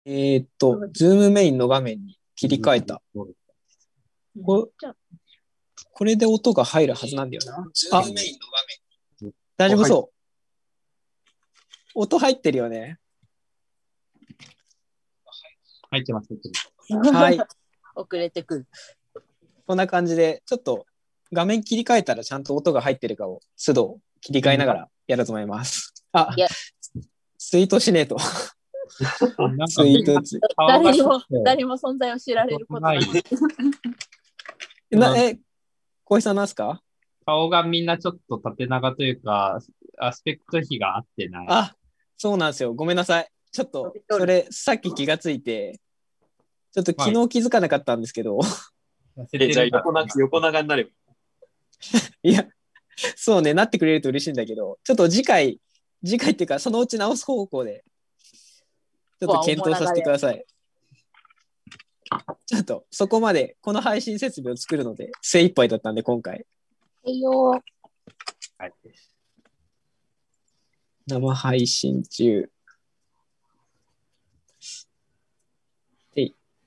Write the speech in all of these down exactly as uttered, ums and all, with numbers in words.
えーっと、ズームメインの画面に切り替えた。ここれで音が入るはずなんだよな。あ、大丈夫そう。音入ってるよね。 入ってます、入ってます。 はい。 遅れてくる。 こんな感じで、ちょっと画面切り替えたらちゃんと音が入ってるかを都度切り替えながらやろうと思います。あ、ツイートしねえと。ツイートつ誰にも、誰も存在を知られることない。 なえ、小井さんなんすか？ 顔がみんなちょっと縦長というか、アスペクト比が合ってない。 あ、そうなんですよ。ごめんなさい。ちょっと、それ、さっき気がついて、ちょっと昨日気づかなかったんですけど。 え、じゃあ横長、横長になれば。 いや、そうね、なってくれると嬉しいんだけど、ちょっと次回、次回っていうか、そのうち直す方向で、ちょっと検討させてください。ちょっと、そこまで、この配信設備を作るので、精一杯だったんで、今回。 はいよ。 はい。 生配信中。で、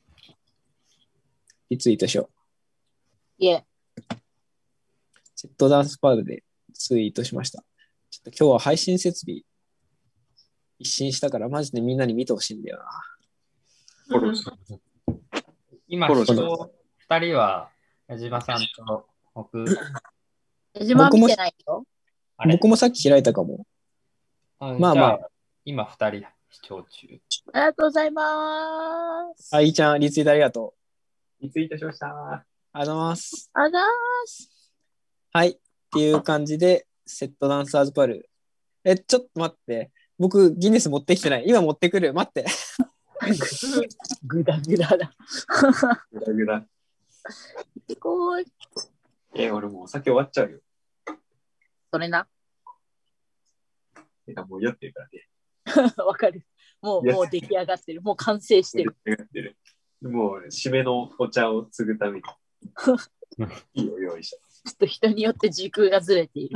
リツイートしよう。 いえ。 セットダンスパールでツイートしました。ちょっと今日は配信設備一新したからマジでみんなに見てほしいんだよな。 今、人二人は矢島さんと僕。 矢島見てないよ。 僕もさっき開いたかも。 あまあまあ。 今二人視聴中。 ありがとうございます。 あいちゃん、リツイートありがとう。リツイートしました。 ありがとうございます。 あざーす。 はい。っていう感じで、セットダンサーズパル。え、ちょっと待って。僕、ギネス持ってきてない。今持ってくる。待って。 グダグダだ。 グダグダ。 すごい。 え、俺もうお酒終わっちゃうよ。 それな。 てかもう酔ってるからね。わかる。もう、もう出来上がってる。もう完成してる。 出来上がってる。もう締めのお茶を継ぐために。いいよ、用意した。 ちょっと人によって時空がずれている。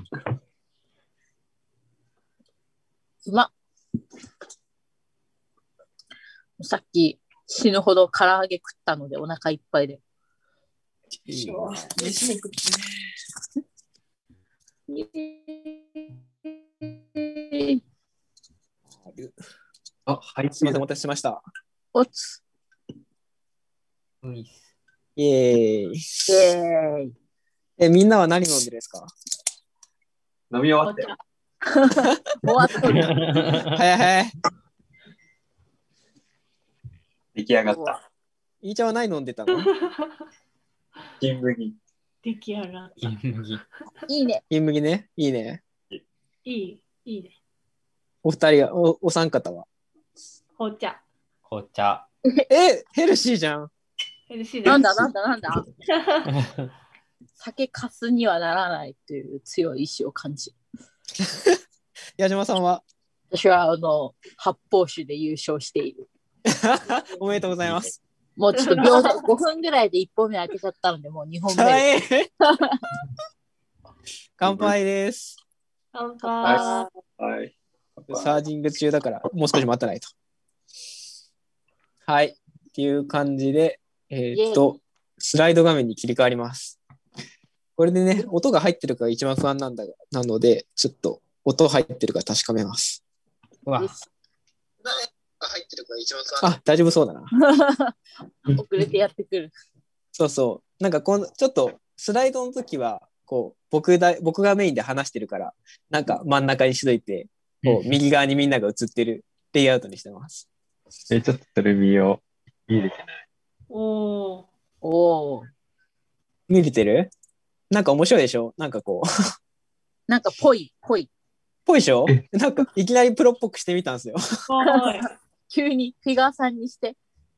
うまっ。さっき死ぬほど唐揚げ食ったのでお腹いっぱいで。 いいよ。飯食ってね。あ、はい、すみません、お待たせしました。 おつ。 イエーイ。イエーイ。 え、みんなは何飲んでるんですか？ 飲み終わって。 終わっとる。 早い早い。 出来上がった。 いーちゃんは何飲んでたの？ 金麦。 出来上がった。 金麦。 いいね。 金麦ね。いいね。 いい、いいね。 お二人は、お、お三方は紅茶。 紅茶。 え、ヘルシーじゃん。 ヘルシーなんだなんだなんだ。酒かすにはならないという強い意志を感じ。 矢島さんは？ 私はあの発泡酒で優勝している。 おめでとうございます。 もうちょっと秒でごふんぐらいでいっぽんめ開けちゃったのでもうにほんめ。はい、 乾杯です。 乾杯。 はい。 サージング中だからもう少し待たないと。はい。っていう感じで、えー、っと、スライド画面に切り替わります。これでね、音が入ってるかが一番不安なんだが、なので、ちょっと音入ってるか確かめます。 うわ。 入ってるか一番不安。あ、大丈夫そうだな。 遅れてやってくる。 そうそう。なんかこの、ちょっとスライドの時は、こう、僕だ、僕がメインで話してるから、なんか真ん中にしといて、こう、右側にみんなが映ってるレイアウトにしてます。 え、ちょっとそれ見よう。見れてない。 おー。 おー。 見れてる？なんか面白いでしょ？なんかこう。 なんかぽい、ぽい。 ぽいでしょ？なんかいきなりプロっぽくしてみたんですよ。 急にフィガーさんにして。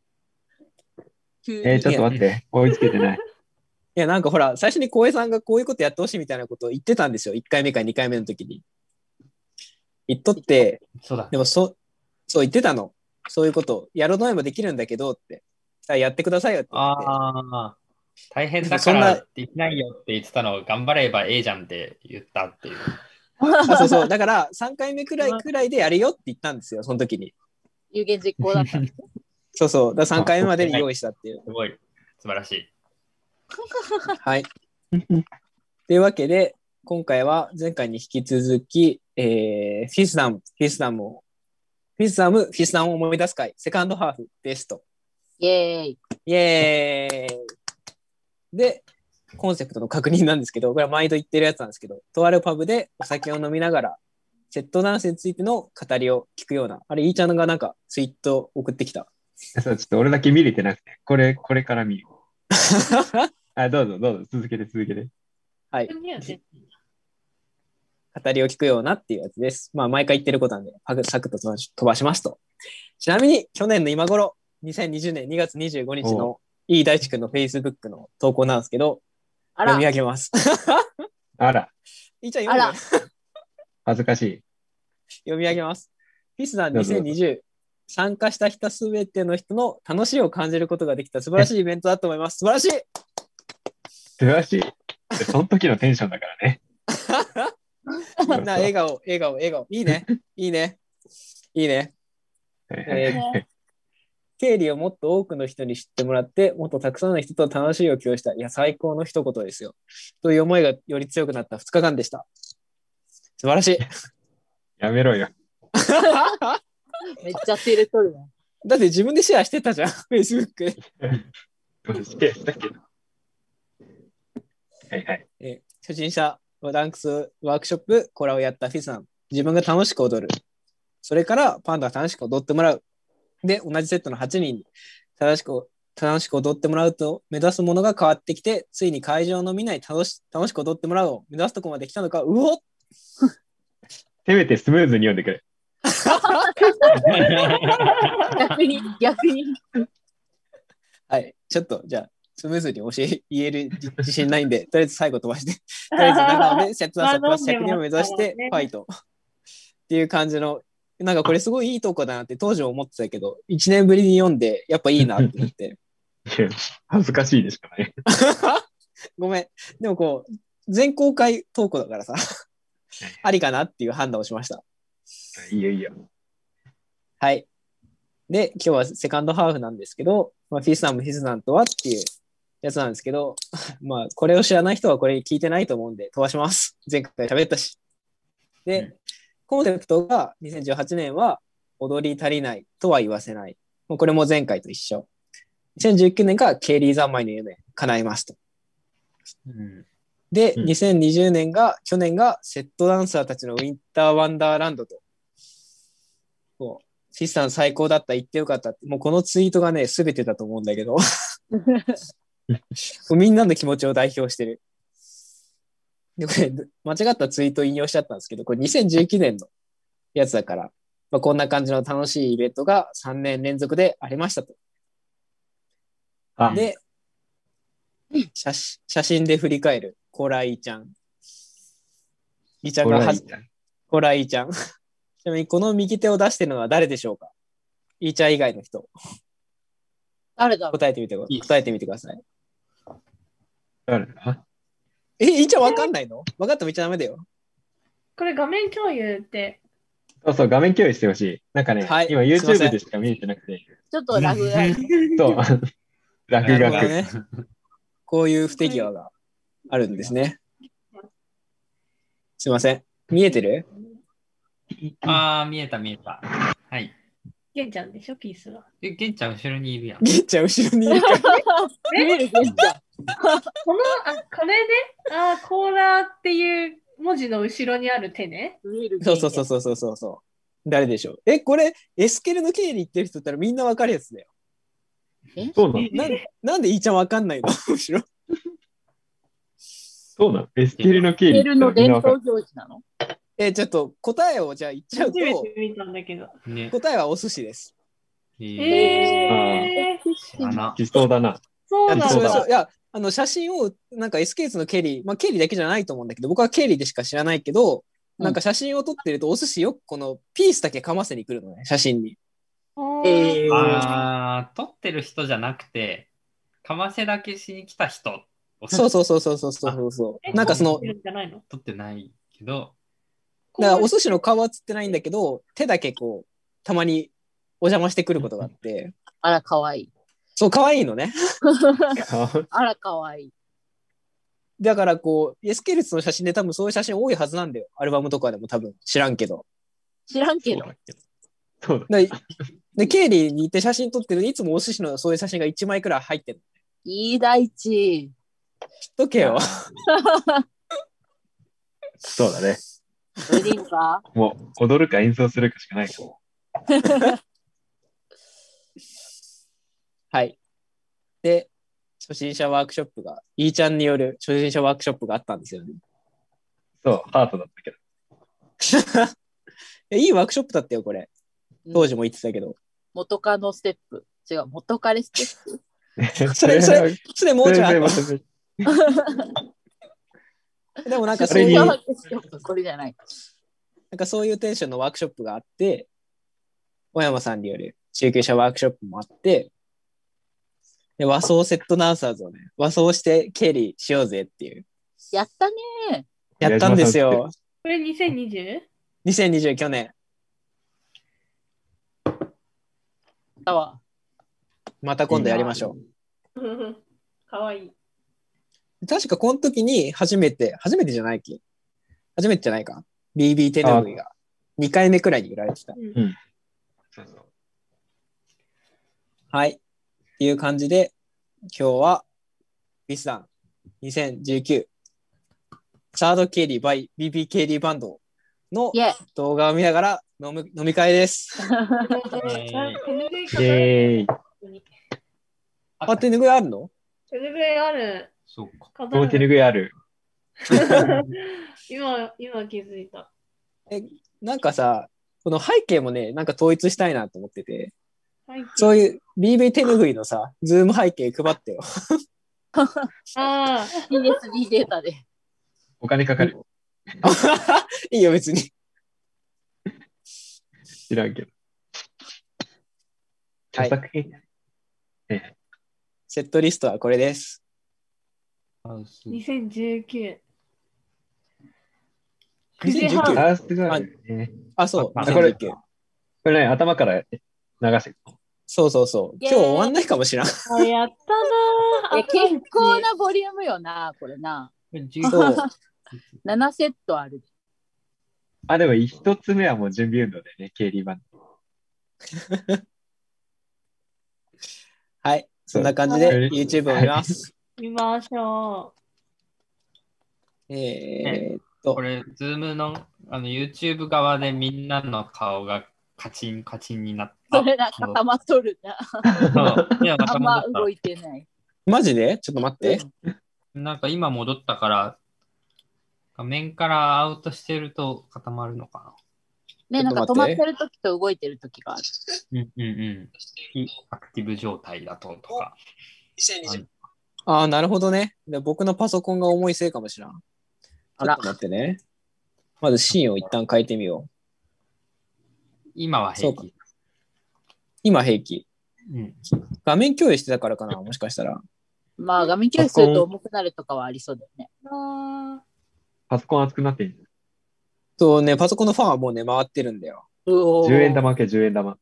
急にえー、ちょっと待って。追いつけてない。 いや、なんかほら、最初に浩平さんがこういうことやってほしいみたいなことを言ってたんですよ。いっかいめかにかいめの時に。言っとって、 そうだ。 でもそ、そう言ってたの。そういうことやろうと思えばできるんだけどって。さあやってくださいよって言って。 ああ。大変だからできないよって言ってたのを頑張ればええじゃんって言ったっていう。 あ、そうそう。だからさんかいめくらいくらいでやるよって言ったんですよ、その時に。 有言実行だったんですね。 そうそう。ださんかいめまでに用意したっていう。 すごい。素晴らしい。 はい。というわけで、今回は前回に引き続き、えー、フィスダム、フィスダムを、フィスダム、フィスダムを思い出す回、セカンドハーフベスト。 イェーイ。 イェーイ。で、コンセプトの確認なんですけど、これは毎度言ってるやつなんですけど、とあるパブでお酒を飲みながら、セットダンスについての語りを聞くような、あれ、イーちゃんがなんかツイート送ってきた。 そう、ちょっと俺だけ見れてなくて、これ、これから見る。あ、どうぞ、どうぞ、続けて、続けて。 はい。 普通には絶語りを聞くようなっていうやつです。まあ、毎回言ってることなんで、パクサクッと飛ばしますと。ちなみに、去年の今頃、にせんにじゅうねんにがつにじゅうごにちのいい大地君の Facebook の投稿なんですけど、 あら読み上げます。 あら、 いいちゃん読む。 恥ずかしい。 読み上げます。フィスダンにせんにじゅう、参加した人すべての人の楽しいを感じることができた素晴らしいイベントだと思います。素晴らしい。 素晴らしい。その時のテンションだからね。 みんな笑顔、笑顔、笑顔。いいね。いいね。いいね。えー、経理をもっと多くの人に知ってもらって、もっとたくさんの人と楽しいを共有した。いや、最高の一言ですよ。という思いがより強くなったふつかかんでした。素晴らしい。 やめろよ。 めっちゃテレトルだ。 だって自分でシェアしてたじゃん、Facebook で。 してしたけど。はいはい。 えー、初心者ダンクスワークショップ、コラをやったフィスさん。自分が楽しく踊る。それからパンダが楽しく踊ってもらう。で、同じセットのはちにんに楽しく、楽しく踊ってもらうと目指すものが変わってきて、ついに会場のみんなに楽し楽しく踊ってもらうを目指すとこまで来たのか、うおっせめてスムーズに読んでくれ。 逆に、逆に。 はい、ちょっとじゃあ、スムーズに教え、言える自信ないんで、とりあえず最後飛ばして、とりあえず長尾でセットダンスプラスひゃくにんを目指してファイトっていう感じの、なんかこれすごいいいとこだなって当時思ってたけど、いちねんぶりに読んで、やっぱいいなって思って。 いや、恥ずかしいでしかない。 ごめん。でもこう、全公開投稿だからさ、ありかなっていう判断をしました。 いいよいいよ。 はい。で、今日はセカンドハーフなんですけど、まあ、フィスナム、フィスナンとはっていうやつなんですけど、まあ、これを知らない人はこれ聞いてないと思うんで飛ばします。前回喋ったし。で、うん、コンセプトがにせんじゅうはちねんは踊り足りないとは言わせない。もうこれも前回と一緒。にせんじゅうきゅうねんがケイリー三昧の夢叶いますと。うん、で、うん、にせんにじゅうねんが、去年がセットダンサーたちのウィンターワンダーランドと。こうフィスさん最高だった、言ってよかったって。もうこのツイートがね、すべてだと思うんだけど。みんなの気持ちを代表してる。で、これ、間違ったツイートを引用しちゃったんですけど、これにせんじゅうきゅうねんのやつだから、まあ、こんな感じの楽しいイベントがさんねん連続でありましたと。で、写, 写真で振り返る、コライちゃん。イちゃんがはじ、コライちゃん。ちなみにこの右手を出してるのは誰でしょうか？イーちゃん以外の人。 誰だろう？ 答えてみて、答えてみてください。 誰だ？ え、イーちゃんわかんないの？分かっても言っちゃダメだよ。 これ画面共有って。 そうそう、画面共有してほしい。なんかね、はい、今 YouTube でしか見えてなくて。 ちょっとラグが。 そう。ラグが、 ね。こういう不手際があるんですね。すいません。見えてる？ ああ、見えた見えた。はい。 ゲンちゃんでしょ、ピースは。 え、ゲンちゃん後ろにいるやん。 ゲンちゃん後ろにいるから。 見えるゲンちゃん。 この、あ、これで、あ、コーラっていう文字の後ろにある手ね。 そうそうそうそうそうそう。誰でしょう？え、これ、エスケルの経理言ってる人だったらみんなわかるやつだよ。 えそうなの？ な, なんでイーちゃんわかんないの？後ろ。 そうなの？エスケルの経理。 エスケルの伝統行事なの？ え、ちょっと答えをじゃあ言っちゃうと、 初めて見たんだけど、 ね、答えはお寿司です。 えー、えー、しそうだな。 そうなんだ。 いや、あの写真をなんか エスケー のケリー、まあケリーだけじゃないと思うんだけど、僕はケリーでしか知らないけど、うん、なんか写真を撮ってるとお寿司よくこのピースだけかませに来るのね、写真に。 えー、ああ、撮ってる人じゃなくて、かませだけしに来た人。 そうそうそうそうそうそうそう。なんかその、 撮ってないけど、 だからお寿司の皮は釣ってないんだけど、手だけこう、たまにお邪魔してくることがあって。 あら、かわいい。 そう、かわいいのね。 あら、かわいい。 だからこう、エスケルツの写真で多分そういう写真多いはずなんだよ。アルバムとかでも多分知らんけど。 知らんけど。 そうだ。 で、でケイリーに行って写真撮ってるいつもお寿司のそういう写真がいちまいくらい入ってる。 いい大地。 知っとけよ。 そうだね。 それでいいのか？ もう踊るか演奏するかしかないかも。 はい。で、初心者ワークショップが、イーちゃんによる初心者ワークショップがあったんですよね。 そう、ハートだったけど。 いいワークショップだったよ、これ。当時も言ってたけど。 元カノステップ。違う、元彼ステップ。 それ、それ、それもうちょいある。でもなんかそういう、 これじゃない。 なんかそういうテンションのワークショップがあって、小山さんによる中級者ワークショップもあって、で和装セットダンサーズをね、和装してケリーしようぜっていう。 やったね。 やったんですよ。 これ にせんにじゅう？ にせんにじゅう 去年。 だわ。 また今度やりましょう。かわいい。 確かこの時に初めて、初めてじゃないっけ？初めてじゃないか ?ビービー 手ぬぐいがにかいめくらいに売られてた。 うん。そうそう。 はい。っていう感じで、今日は、ビスダンにせんじゅうきゅう、サードケリー by ビービー ケリーバンドの動画を見ながら飲む飲み会です。 イェーイ。 あ、手ぬぐいあるの？ 手ぬぐいある。 そうか。 この手ぬぐいある。 今、今気づいた。 え、なんかさ、この背景もね、なんか統一したいなと思ってて、そういう ビービー 手ぬぐいのさ、ズーム背景配ってよ。 ああ。 ピーエスディー データで。 お金かかる。 いいよ、別に。 知らんけど。著作権、はい、 セットリストはこれです。 にせんじゅうきゅう。 にせんじゅうきゅう? あ、すごい、ね。 あ、そう。 あ、これ、これね、頭から流してそうそうそう。今日終わんないかもしれん。 あ、やったな。 結構なボリュームよな、これな。 そう。 ななセットある。 あ、でも一つ目はもう準備運動でね、経理版。 はい。そんな感じで YouTube を見ます。 見ましょう。えー、っと。 これ、Zoom のあの YouTube 側でみんなの顔がカチンカチンになった。 それなんか固まっとるな。 そういやあんま動いてない。 マジでちょっと待って。 なんか今戻ったから、画面からアウトしてると固まるのかな。ね、なんか止まってるときと動いてるときがある。 うんうんうん。非アクティブ状態だととか。 ああ、なるほどね。で僕のパソコンが重いせいかもしれん。ちょっと待ってね。まずシーンを一旦変えてみよう。 今は平気。 今平気。 うん、 画面共有してたからかな、もしかしたら。 まあ画面共有すると重くなるとかはありそうだよね。 パソコン熱くなってるんじゃん。 そうね、パソコンのファンはもうね、回ってるんだよ。 じゅうえん玉け、じゅうえん玉。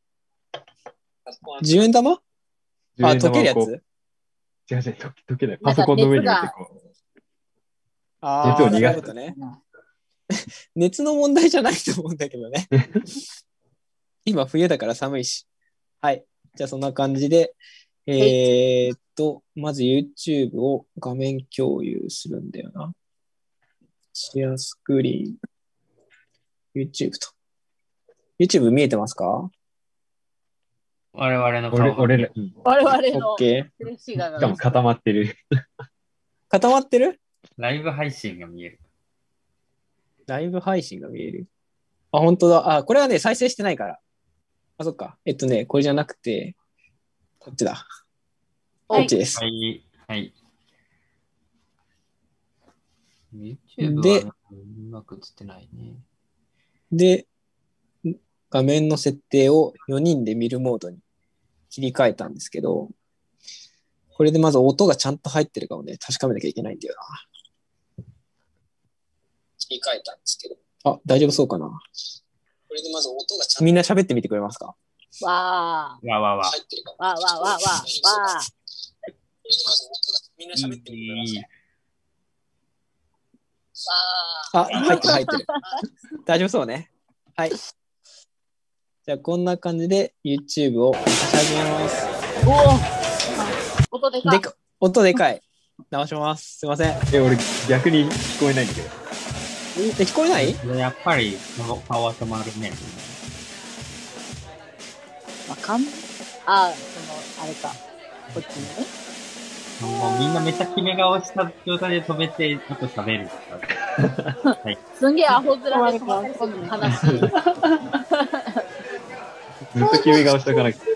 じゅうえん玉？あ、溶けるやつ？ 違う違う、溶けない。パソコンの上に置いてこう。 ああ、 熱を逃がすことね。熱の問題じゃないと思うんだけどね。今冬だから寒いし。はい。じゃあそんな感じで、えー、っと、まず YouTube を画面共有するんだよな。シェアスクリーン、YouTube と。YouTube 見えてますか？ 我々の顔が。 俺ら、 我々の。 OK。 しかも固まってる。 固まってる？ ライブ配信が見える。 ライブ配信が見える。あ、本当だ。あ、これはね、再生してないから。あ、そっか。えっとね、これじゃなくて、こっちだ。こっちです。 はい。はい。YouTube はうまく映ってないね。 で、画面の設定をよにんで見るモードに切り替えたんですけど、これでまず音がちゃんと入ってるかをね、確かめなきゃいけないんだよな。切り替えたんですけど。あ、大丈夫そうかな。これでまず音がちゃんと。みんな喋ってみてくれますか？ わわわわ。 ー。わーわーわーわーわー。 みんな喋ってる。 いい。 あ、入ってる入ってる。大丈夫そうね。はい。じゃあこんな感じで YouTube を始めます。 おお。音でかい。 でか音でかい。直します。すいません。 え、俺逆に聞こえないんだけど。 え、聞こえない？ やっぱり顔は止まるね。 わかんない。あ、その、あれか。こっちにね。 もうみんなめっちゃ決め顔した状態で止めて、あと喋る。はい、 すんげえアホ面で止まってるの悲しい。 ずっと決め顔しておかなきゃ。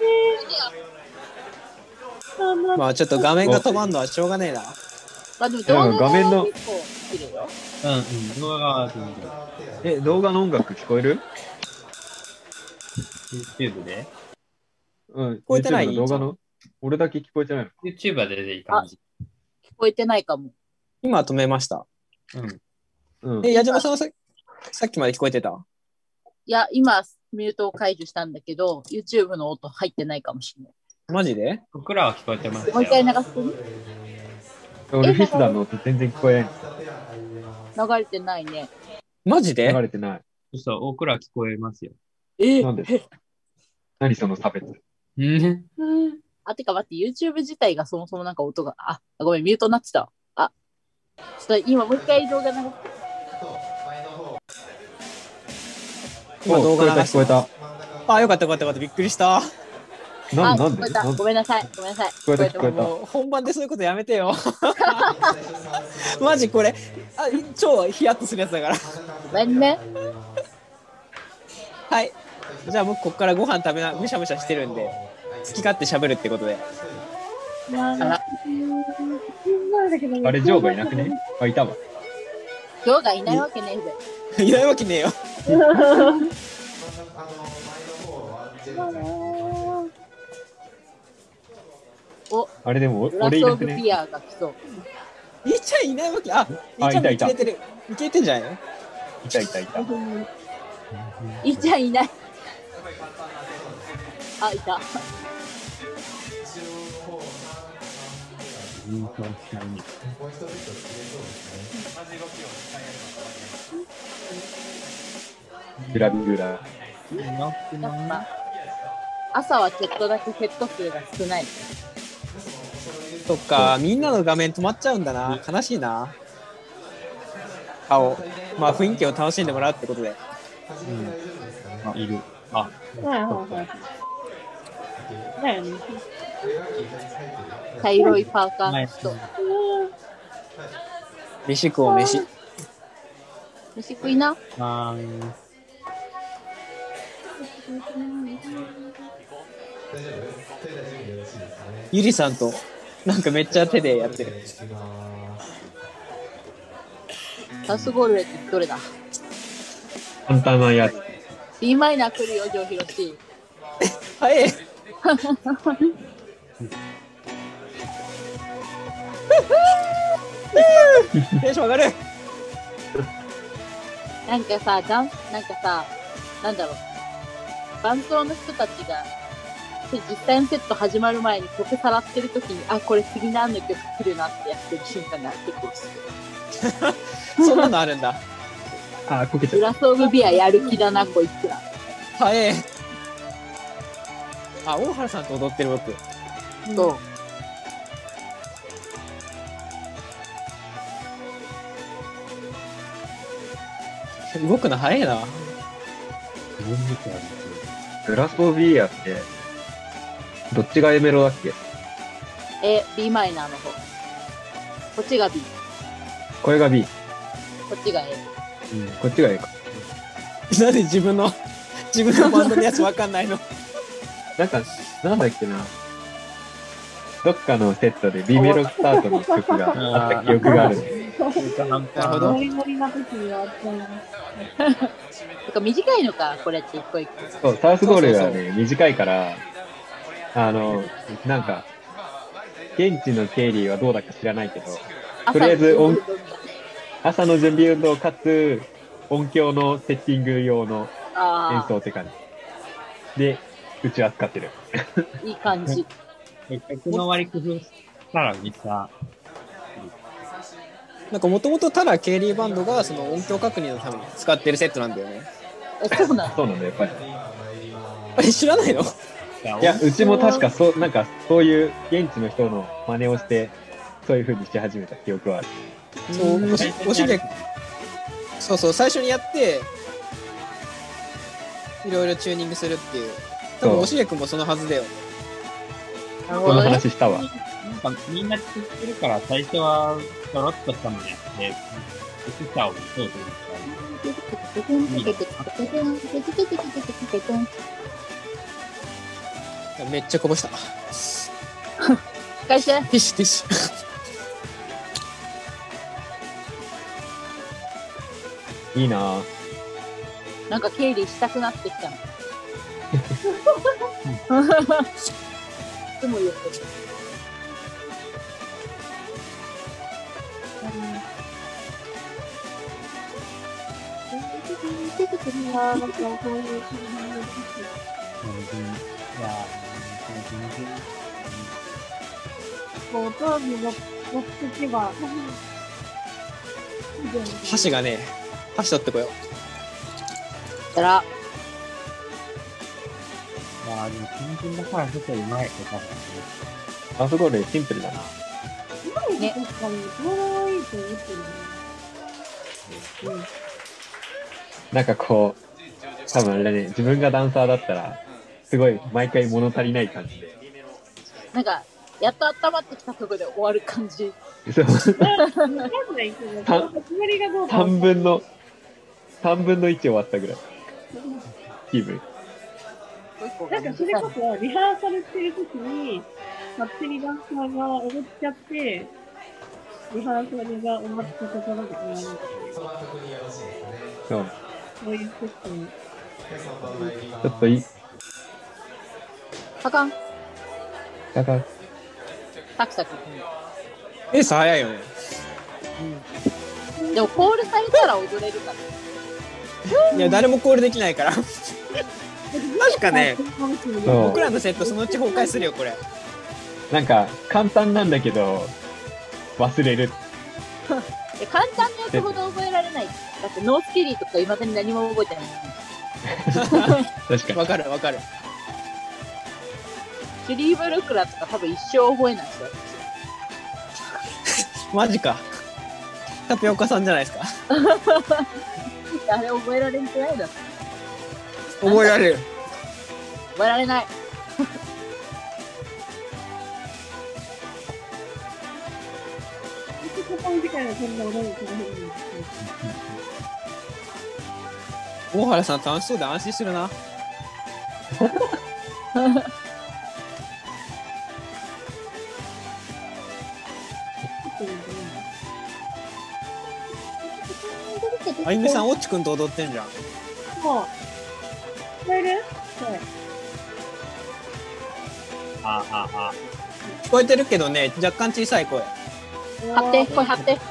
まあちょっと画面が止まんのはしょうがねえな。 まあでも動画が画面の結構綺麗よ。 うんうん、動画が全然。 え、動画の音楽聞こえる？ YouTube でうん。聞こえてない？ YouTube の動画の俺だけ聞こえてないの？ YouTube は全然いい感じ。 聞こえてないかも。 今止めました。 うん。 うん。 え、矢島さんはささっきまで聞こえてた？ いや、今、ミュートを解除したんだけど、YouTube の音入ってないかもしれない。 マジで？ 僕らは聞こえてますよ。 もう一回流してみ。 俺フィスダーの音全然聞こえ流れてないね。 マジで？ ない。流れてない。 そう、僕ら聞こえますよ。 えなんで？何その差別？ うんあ、てか待って、YouTube 自体がそもそもなんか音が、あ、ごめん、ミュートになってた。あ、ちょっと今もう一回動画流して。 今動画流して聞こえた、聞こあ、よかったよかったよかった。びっくりした。 えた。なあ、 んなん聞こえた。 でなんごめんなさい。ごめんなさい。 聞こえた聞こえたもう本番でそういうことやめてよ。マジこれあ超ヒヤッとするやつだから。 ごめんね。 はい。じゃあ僕こっからご飯食べなむしゃむしゃしてるんで好き勝手喋るってことで。 あら、 あれ、ジョーがいなくね？あ、いたわ。 今日がいないわけねえぜ。 いないわけねえよ。 お、 あれでもブラ俺いスオブなくね？ ビアが来そう。 いっちゃんいないわけ。あ、いっちゃんもいけてる。いけてんじゃないの？ いたいたいた。 いっちゃんいない。あ、いた。 うんそうしないねグラビグラ。 やっぱ朝はちょっとだけヘッド数が少ない。 そっか、みんなの画面止まっちゃうんだな。悲しいな。顔。まあ雰囲気を楽しんでもらうってことで。 うん。あ、いる。あ、 はいはいはい。だよね。 茶色いパーカーと。 飯食おう飯。 飯食いな。 あーゆりさんとなんかめっちゃ手でやってる。 サスゴールレってどれだ？ 簡単なやつ。 B マイナー来るよ、ジョーヒロシ。 はい。テンション上がる。 なんかさ、ダンス、なんかさ、なんだろう。伴奏の人たちが、実際のセット始まる前に曲さらってる時に、あ、これ次何の曲来るなってやってる瞬間が結構好き。 そんなのあるんだ。 あ、こけちゃっブラスオブビアやる気だな、こいつら。 はい。あ、大原さんと踊ってる僕。 そう。 動くの早いな。 た。グラスオブビーアって、どっちが A メロだっけ？ え、B マイナーの方。こっちが B。 これが B。 こっちが A。 うん、こっちが A か。 なんで自分の自分のバンドのやつわかんないの？ なんか、なんだっけな。どっかのセットで B メロスタートの曲があった記憶がある。 なるほど。 ノリノリな時にはあったな。 てか短いのか、これって一個一個。 そう、サウスゴールがね、短いから、あの、なんか、現地の経理はどうだか知らないけど、とりあえず音朝の準備運動かつ音響のセッティング用の演奏って感じ。で、 うちは使ってる。 いい感じ。 曲の割り工夫したらめっちゃ。 なんかもともとただケイリーバンドがその音響確認のために使ってるセットなんだよね。 え、そうなの？ そうなんだよ、やっぱえ、知らないの？ り。いや、うちも確かそう、なんかそういう現地の人の真似をして、そういう風にし始めた記憶はある。 そう、おし、おしげ、そうそう、最初にやって、いろいろチューニングするっていう。多分、おしげくんもそのはずだよ。 そのなるほどね。 話したわ。 なんかみんな作ってるから最初はちょろっとしたのやって、エクスチャを打とうというか。 めっちゃこぼした。 返して。 ティッシュ、ティッシュ。 いいなぁ。 なんか経理したくなってきたの。でも言ってる。 こう、当時の目的は、 箸がね、箸取ってこよたら、 まあでも新人だからちょっとうまいって多分ね。 あそこでシンプルだな。 ね。 確かに、それはいいと思ってるね。 なんかこう、多分あれだね、自分がダンサーだったら、すごい毎回物足りない感じで。 なんか、やっと温まってきたところで終わる感じ。 そう。 わかんないけど、 たつもりがどうか。 三分の、三分の一終わったぐらい。気分。 なんかそれこそ、リハーサルしてるときに、勝手にダンサーが踊っちゃって、リハーサルが終わったところで終わるっていう。 そう。 そういうシステム。 ちょっといい。 あかん。 だから、 サクサク。 う。エース早いよね。 でもコールされたら踊れるから。 いや、誰もコールできないから。確かね、 そう僕らのセットそのうち崩壊するよ、これ。 なんか、簡単なんだけど、忘れる。 え、簡単なやつほど覚えられない。だってノースキリーとか未だに何も覚えてない。 確かに。 わかるわかる。 シュリーブルクラとか多分一生覚えないですよ。 マジか。タピオカさんじゃないですか。 あれ覚えられんくらいだ。 覚えられる。 覚えられない。 大原さん楽しそうで安心するな。あゆみさん、オッチくんと踊ってんじゃん。 もう、聞こえる？はい。 あ、あ、あ。 聞こえてるけどね、若干小さい声。 貼って、声貼って。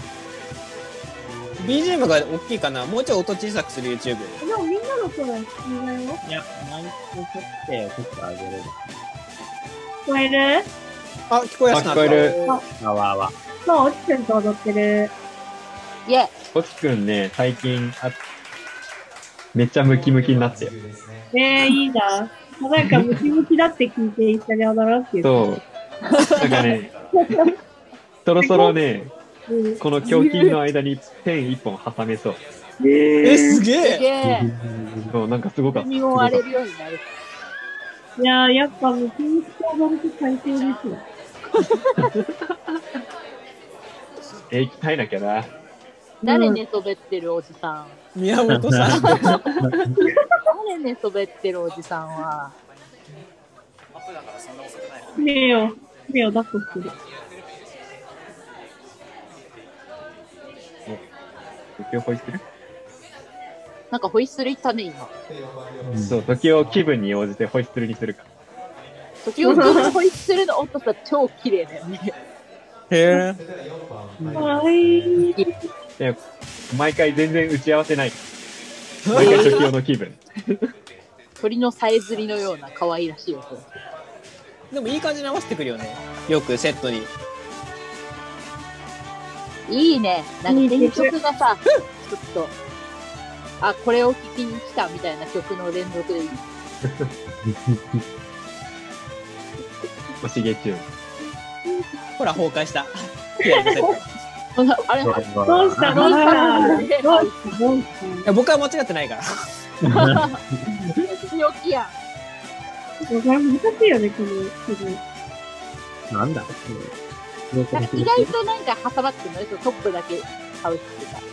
ビージーエム が大きいかな。もうちょい音小さくする YouTube。 でもみんなの声は聞こえないよ。 いや、マイク取って送ってあげれば。 聞こえる？ あ、聞こえやすくなった。 あ聞こえるあわわ。 そう、おちくんと踊ってる。 イェイ。 おつくんね、最近あ、めっちゃムキムキになってよ。 えー、いいな。なんかムキムキだって聞いて一緒に踊ろうっていう。 そう。なんかね、そろそろね、 うんこの胸筋の間にペン一本挟めそう。 え、 えすげすげえ。 え。 そう、なんかすごかった。 身を割れるようになる。 ー、いやー、やっぱムキムキと踊ると最高ですよ。 えー、鍛えなきゃな。 誰寝そべってるおじさん。 宮本さん。 誰寝そべってるおじさんは。 目を、目を抱っこしてる。 時をホイッスル、 なんかホイッスルいったね、今。 そう、時を気分に応じてホイッスルにするか。 時々のホイッスルの音さ、超綺麗だよね。 へえ。 かわいい。 で毎回全然打ち合わせない。毎回初期用の気分。 鳥のさえずりのような可愛らしい音。 でもいい感じに合わせてくるよね。よくセットに。 いいね。なんか連続がさ、ちょっと、あ、これを聴きに来たみたいな曲の連続でいい。 おしげチューン。 ほら、崩壊した。ピアノセット。 あれ、 どうしたどうしたどうしたどうしたいや僕は間違ってないから。 強気やん。 これ難しいよね、この曲。 なんだなんか意外となんか挟まってるのね、トップだけ買うっていうか。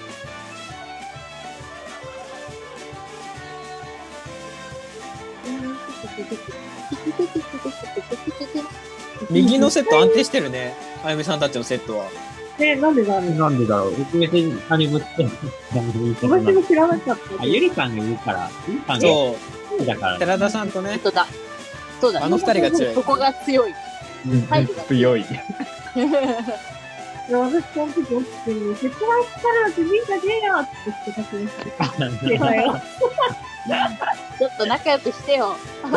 右のセット安定してるね。あゆみさんたちのセットは。 え、なんでだろうなんでだろう僕別に何もって私も知らなかった。 あ、ゆりさんが言うから。ゆりさんがそう。 だから。 寺田さんとね。 本当だ。そうだね。 あの二人が強い。 そこが強い。 強い。 私、その時起きてる切断したら自分が出やって言ってた気がする。 ちょっと仲良くしてよ。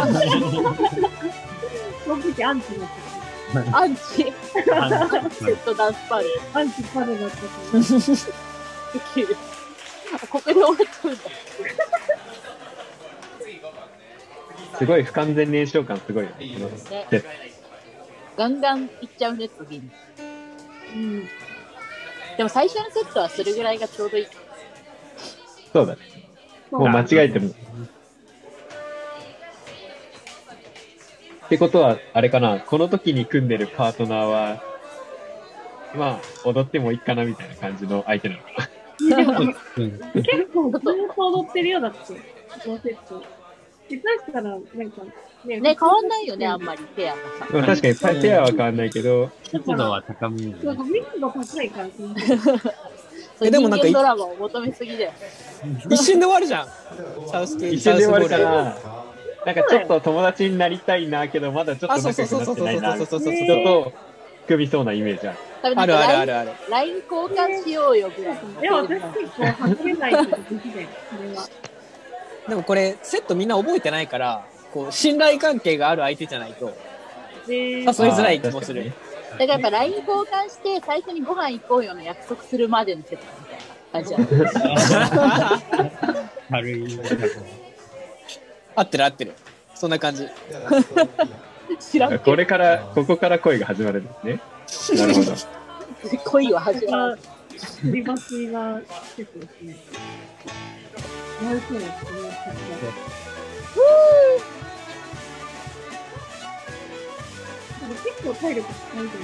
その時アンチになってた。アンチ。セットダンスパル。 アンチパルだったから。 できる。ここで終わっちゃうんだ。 すごい不完全燃焼感すごいよね。 ね、ガンガンいっちゃうね、次に。 うん。 でも最初のセットはそれぐらいがちょうどいい。 そうだね。もう間違えてる。ってことは、あれかな、この時に組んでるパートナーは、まあ、踊ってもいいかなみたいな感じの相手なのかな。 結構ずっと踊ってるよ、だって。このセット。下手したら、なんか、 ね、ね、変わんないよね、あんまりペアがさ。 でも確かにペアは変わんないけど、 密度は高める、 そうそう、密度高いから。 え、でもなんか、ドラマを求めすぎだよ。 一瞬で終わるじゃん。サウスケ一瞬で終わるから、なんかちょっと友達になりたいなけど、まだちょっと仲良くなってないな、人と組みそうなイメージある。 あるあるあるある。 ライン 交換しようよぐらい。 でも私結構外れないけどできない、それは。 でもこれ、セットみんな覚えてないから、こう、信頼関係がある相手じゃないと、誘いづらい気もする。 だからやっぱ ライン 交換して、最初にご飯行こうよの約束するまでのセットみたいな感じやね。 軽い。 合ってる合ってる。そんな感じ。 知らんけど。 これから、ここから恋が始まるんですね。なるほど。 恋は始まる。 振りばしが結構ですね。なるほどですね。結構体力使うじゃない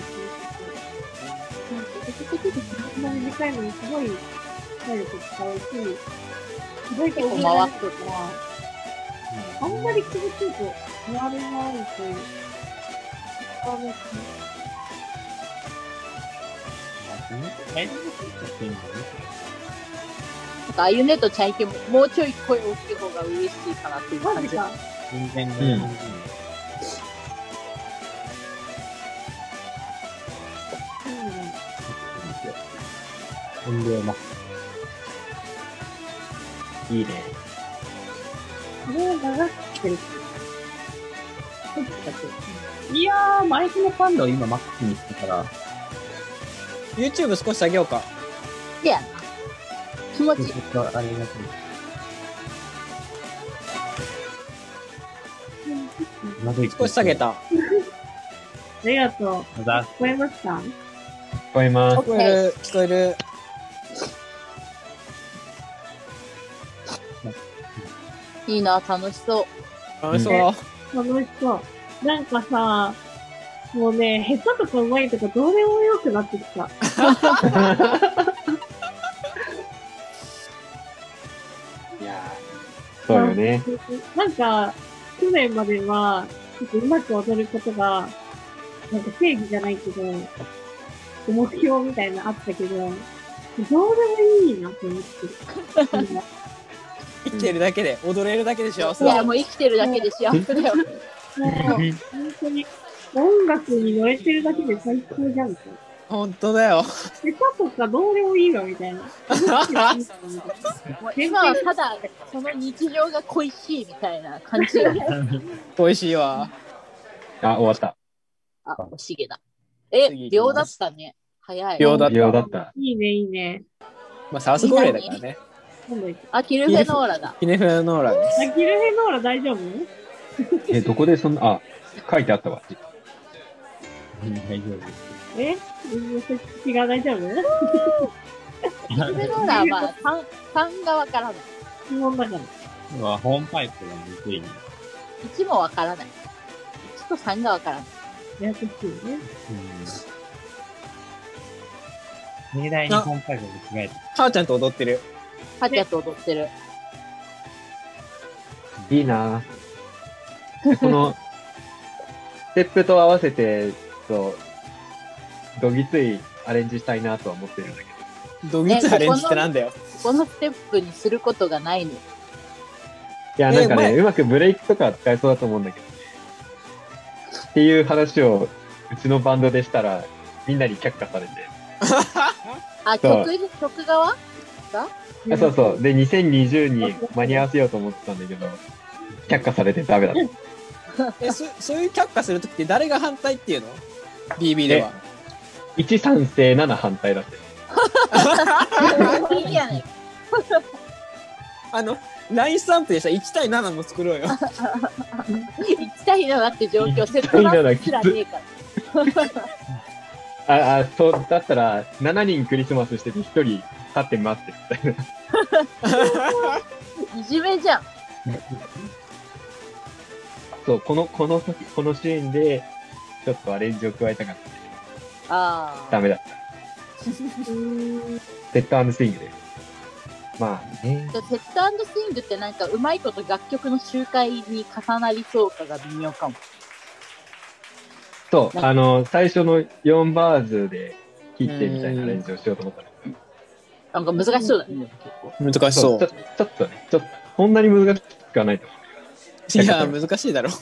ですか。こんな短いのにすごい体力使うし、すごい結構回すとか、あんまり気づくと回れないと、使わないですね。 なんかあゆねとチャイケももうちょい声大きい方が嬉しいかなっていう感じ。 全然ね。音量も。 いいね。 これは長くてる。 いやー、マイクの感度を今マックスにしてから。 YouTube 少し下げようか。 いや、気持ちいい。 ありがとう。 少し下げた。 ありがとう。聞こえました？ 聞こえます。 聞こえる、聞こえる。 いいな、楽しそう。 楽しそう。 楽しそう。なんかさ、もうね、下手とか上手いとかどうでもよくなってきた。 いやー、そうよね。 なんか、去年までは、ちょっとうまく踊ることが、なんか正義じゃないけど、目標みたいなのあったけど、どうでもいいなって思ってる。 生きてるだけで、踊れるだけで幸せだ。 いや、もう生きてるだけで幸せだよ。 もう、本当に、音楽に乗れてるだけで最高じゃん。 本当だよ。 下手とかどうでもいいわ、みたいな。 もう今はただ、その日常が恋しいみたいな感じよ。 美味しいわ。 あ、終わった。 あ、惜しげだ。え、 次秒だったね。早い。 秒だった。 秒だった。 いいね、いいね。 まあ、サウスゴーレーだからね。 今度行く。 あ、キルフェノーラだ。 キネフェノーラです。 あ、キルフェノーラ大丈夫？ え、どこでそんな、あ、書いてあったわ。 大丈え違う、大丈夫？ キルフェノーラはまあ、さん、さんがわからない。 質問だから。 夫。はホームパイプがむずいね。 いちもわからない。いちとさんがわからない。 ややこしいね。 うん。例題にホームパイプを間違えた。 はーちゃんと踊ってる。 ハチャと踊ってる。 いいなぁ。この、ステップと合わせて、そう、どぎついアレンジしたいなとは思ってるんだけど。 ドギツアレンジってなんだよ。 このステップにすることがないの。 いや、なんかね、 え前うまくブレイクとか使えそうだと思うんだけどね。っていう話を、うちのバンドでしたら、みんなに却下されて。 あ、 そう曲、曲側があそうそう。で、にせんにじゅうに間に合わせようと思ってたんだけど、却下されてダメだった。 え、そ、そういう却下するときって誰が反対っていうの？ ビービー では。 いち賛成、なな反対だって。 いいやね。 あの、ラインスタンプでさ、いち対ななも作ろうよ。 いち対ななって状況、セットバックすらねえから。 あ、あ、そう、だったら、しちにんクリスマスしててひとり立って待ってみたいな。 いじめじゃん。 そう、この、この時、このシーンで、ちょっとアレンジを加えたかったけど、 ああ。 ダメだった。セットスイングで。まあね。 セットスイングってなんかうまいこと楽曲の周回に重なりそうかが微妙かも。 そう、あの、最初のよんバーズで切ってみたいなアレンジをしようと思ったの。 なんか難しそうだね、結構。 難しそう。 ちょちょっとね、ちょっと、こんなに難しくはないと思う。 いや、難しいだろ。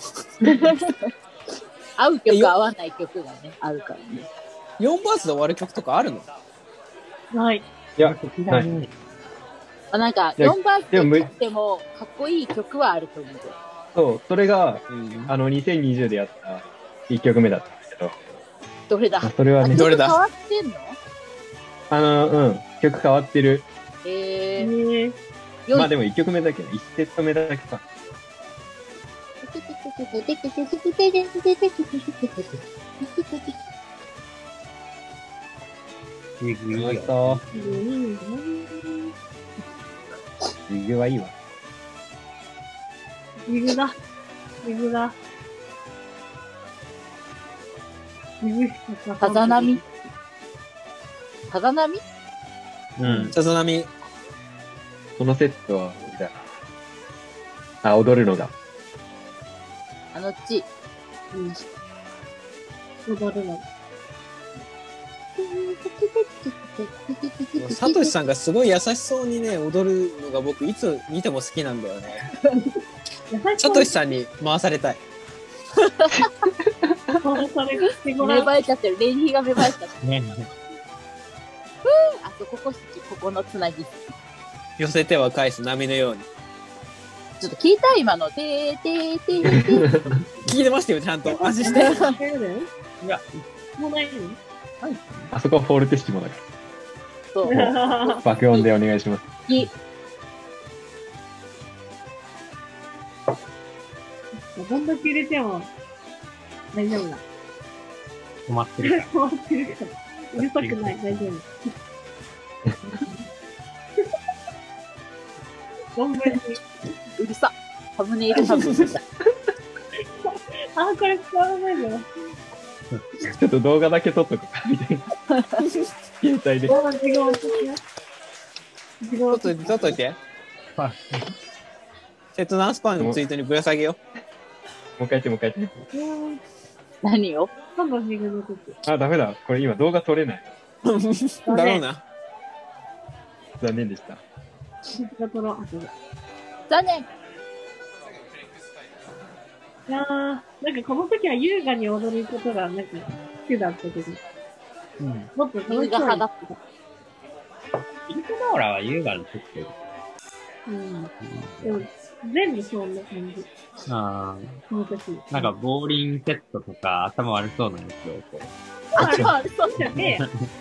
合う曲、合わない曲がね、あるからね。 よんバースで終わる曲とかあるの？ ない。 いや、ない。 あ、なんか、 いやよんバースでもでっても、かっこいい曲はあると思うよ。 そう、それが、 うんあの、にせんにじゅうでやったいっきょくめだったんだけど、 どれだまあそれはね、 どれだ曲変わってんの？ あの、うん、曲変わってる。 ええー。 ー、 まあでもいっきょくめだけど、いちセット目だけか。 グイグイよ。 そう。 いいね。 リグはいいわ。 リグだ。リグだ。リグしかさざ波さざ波うん。 さざ波。 このセットは、じゃあ、あ、踊るのだ。 あのち。 踊るの。 サトシさんがすごい優しそうにね、踊るのが僕いつ見ても好きなんだよね。サトシさんに回されたい。 そうそれしてごらん。 芽生えちゃってる。レディーが芽生えちゃってる。 ね。 あそここ好き、ここのつなぎ。 寄せては返す波のように。 ちょっと聞いた今の。てーてーてーてー。 聞いてましたよ、ちゃんと。味して。 いや、もうないの？ あそこはフォールテッシモだかそう。 ら。爆音でお願いします。 きどんだけ入れても大丈夫だ。 止まってるから。 止まってるから。うるさくない、大丈夫。存分に。 うるさ。サムネイル多分うるさ。 あ、これ使わないよ。 ちょっと動画だけ撮っとくか、みたいな。携帯で。 動画自動的な。自動ちょっと、ちょっといて。 はい。 セットダンスパンのツイートにぶら下げよもう一回やって、もう一回やって。 うん何を今度フィグの時。 あ、ダメだ。これ今動画撮れない。 う。だろうな。 残念でした。 が撮ろう。後で。 残念。 いやー、なんかこの時は優雅に踊ることがなんか好きだったけど、 うん。 もっと水が上がってた。 シルクローラーは優雅に撮ってる。 うん。でも、全部そんな感じ。 ああ。 その時。 なんか、ボーリングセットとか頭悪そうなやつをこう。 あるある、そうじゃね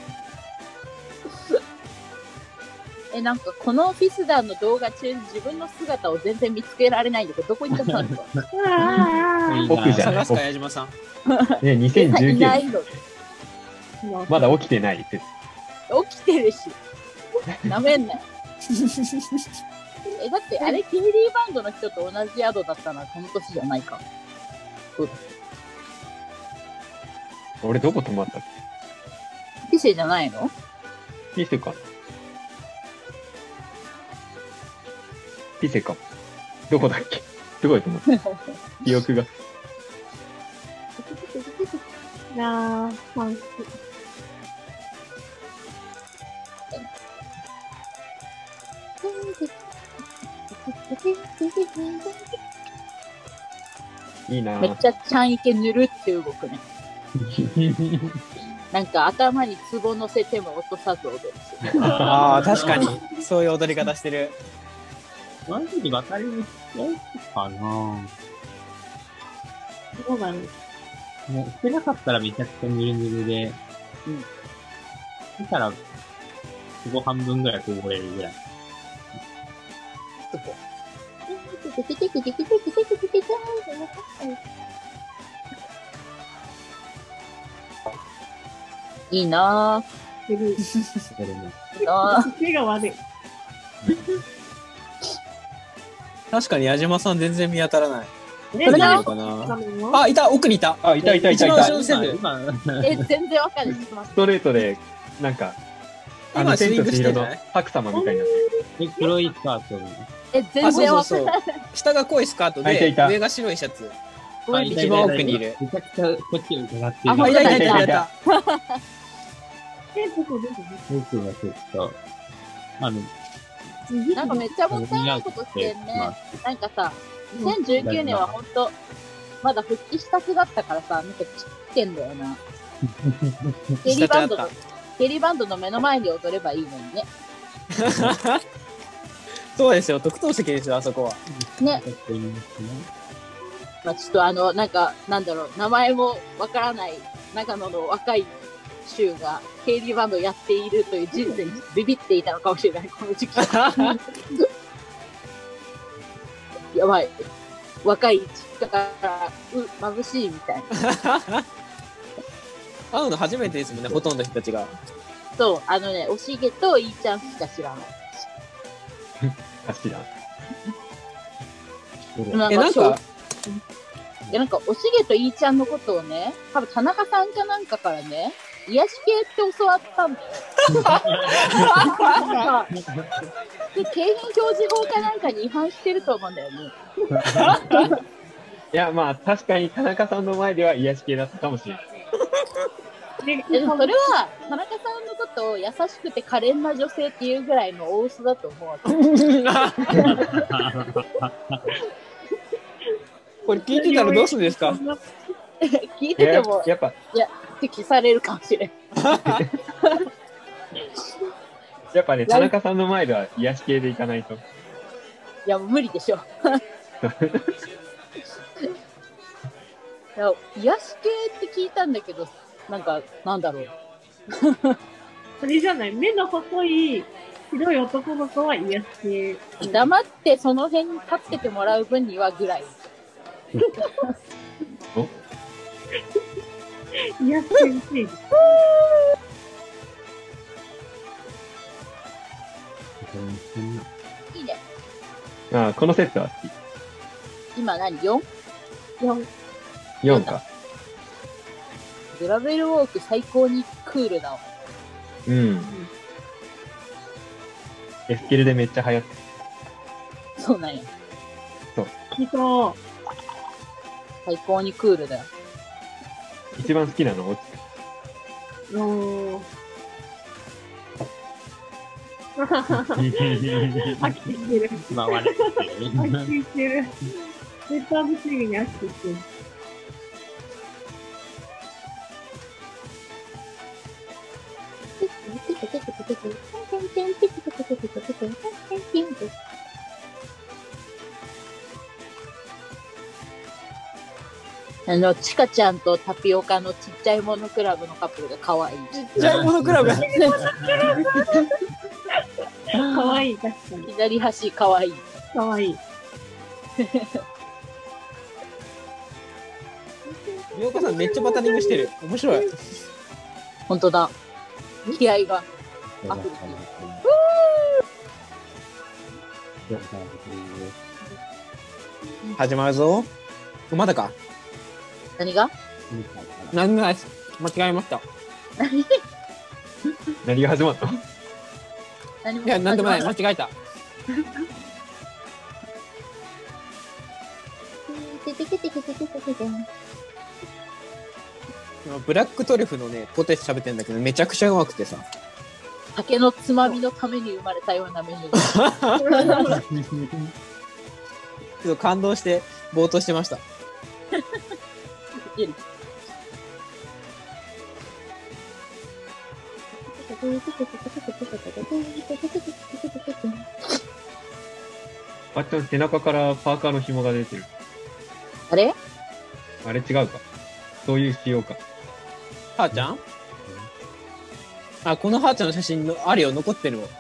え、なんかこのフィスダーの動画中に自分の姿を全然見つけられないんだけど、どこ行っちゃったんですか？ 奥じゃない。 探すか、矢島さん。 ね、にせんじゅうきゅうないの。 まだ起きてないって。 起きてるし。なめんなよ。え、だってあれ、ケイリーバンドの人と同じ宿だったのはこの年じゃないか。 俺どこ泊まったっピセじゃないの？ け？ピセか。ピセか。どこだっけ？どこで泊まった記憶が。 なあ、ファンいいなめっちゃちゃんいけぬるって動くね。なんか頭に壺乗せても落とさず踊るし。 ああ、確かに。そういう踊り方してる。 マジで渡り道かなぁ。 どうだろう。 もう、してなかったらめちゃくちゃぬるぬるで、うん。したら、ご半分ぐらいこぼれるぐらい。 いいなぁ。いいなぁ。 手が悪い。 確かに矢島さん全然見当たらない。 ねそれだのかなあ、いた、奥にいた。 あ、いたいたいたい一番後ろた。 の線で。 え、全然わかんない。 ストレートで、なんか、あの、 今スイン千と千尋のグしてんじゃない？ 白様みたいになってる。 え、黒いスカートに。 え、 あ、 全そうそうそう然わかんない。。 下が濃いスカートであいたい、た上が白いシャツ。 ごめん、 一番奥にいる。 めちゃくちゃこっちを伺ってああ、いたいたいたいたいいたた。 え、ここ出て僕はちょっと、あの、 る。 なんかめっちゃもったいないことしてんね。なんかさ、にせんじゅうきゅうねんはほんと、まだ復帰したてだったからさ、なんかちってんだよな。ケリーバンドの、ケリーバンドの目の前で踊ればいいのにね。 そうですよ、特等席ですよ、あそこは。 ね。まあちょっとあの、なんか、なんだろう、名前もわからない長野の若い衆が、ケイリーバンドをやっているという事実にビビっていたのかもしれない、この時期。やばい。若い実家からう眩しいみたいな。 会うの初めてですもんね、ほとんどの人たちが。 そう、あのね、おしげといいちゃんしか知らない。 あ、知らん。 え、なんか、 いや、なんか、おしげといいちゃんのことをね、多分田中さんかなんかからね、癒し系って教わったんだよ。なんかで、景品表示法かなんかに違反してると思うんだよね。 いや、まあ、確かに田中さんの前では癒し系だったかもしれない。 でもそれは、田中さんのことを優しくて可憐な女性っていうぐらいの大嘘だと思うわけ。 これ聞いてたらどうするんですか？ 聞いてても、 やっぱ、 いや、消されるかもしれん。 やっぱね、田中さんの前では癒し系でいかないと。 いや、もう無理でしょ。いや、癒し系って聞いたんだけど、なんか、なんだろう。 あれじゃない、目の細い、白い男の子は癒し系。 黙ってその辺に立っててもらう分にはぐらい。 お癒し系について。 いいね。 ああ、このセットは好今何 よん? よん。 き。よんか。 グラベルウォーク最高にクールだわ。 うん。エスキルでめっちゃ流行ってる。 そうなんや。 きそう。 最高にクールだよ。 一番好きなの落ちた。 おー。飽きてきてる。 まあ、悪い。 飽きてきてる。ネタ不思議に飽きてきてる。 あの、ちかちゃんとタピオカのちっちゃいものクラブのカップルが可愛い。 ちっちゃいものクラブ。 かわいい、確かに。 左端可愛い。 かわいい。 みおかさんめっちゃバタリングしてる。面白い。 ほんとだ。気合が。あふれてる。 始まるぞ。まだか。 何が何もないです。間違えました。 何が始まったの？ 何もいや、なんでもない。間違えた。ブラックトリュフのね、ポテチ食べてんだけど、めちゃくちゃうまくてさ。 酒のつまみのために生まれたようなメニュー。 ちょっと感動して、ぼーっとしてました。 あっちゃん背中からパーカーの紐が出てる。 あれあれ違うか。そういう仕様か。 はーちゃんあ、このはーちゃんの写真のあるよ、残ってるわ。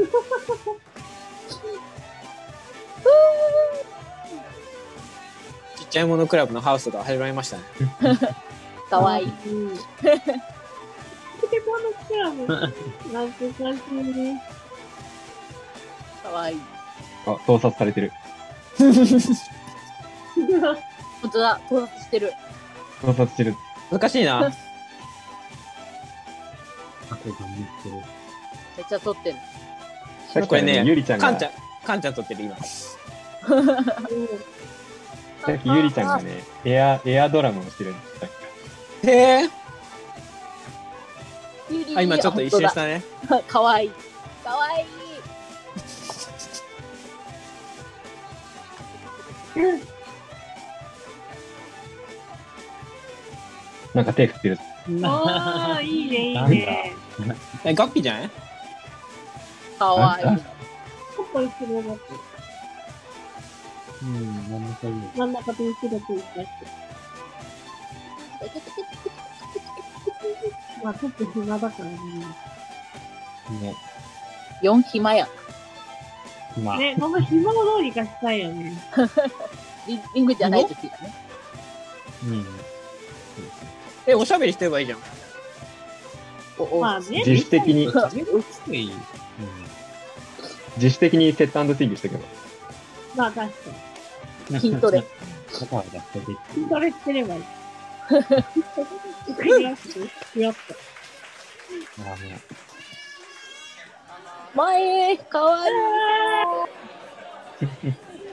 ちっちゃいものクラブのハウスが始まりましたね。 かわいい。 ポケモンのクラブ。なんか感じね。 かわいい。 あ、盗撮されてる。 ほんとだ、盗撮してる。 盗撮してる。 難しいな。 めっちゃ撮ってる。 さっきこれね、 ゆりちゃんが、 かんちゃん、かんちゃん撮ってる今。 さっきゆりちゃんがね、エア、エアドラムをしてるんです。 へえ。 ゆりあ、今ちょっと一周したね。 かわいい。かわいい。 なんか手振ってる。 ああ、いいね、いいね。 え、ガッピーじゃない？ かわいい。 ちょっと後ろだって。 うん、真ん中いい。 真ん中と後ろと一緒して。まあ、ちょっと暇だからね。 ね。 よん暇や。 まあ、 ね、この暇をどうにかしたいよね。 リリングじゃないときだね。 うん。 え、おしゃべりしてればいいじゃん。 おおまあね。 自主的に、 風がきつい。 自主的にセットスイングしたけど。 まあ、確かうん。 筋トレ。 だからやってて。 に。筋トレしてればいい。ふわっと、ふわっと。 あの、 前、かわいい。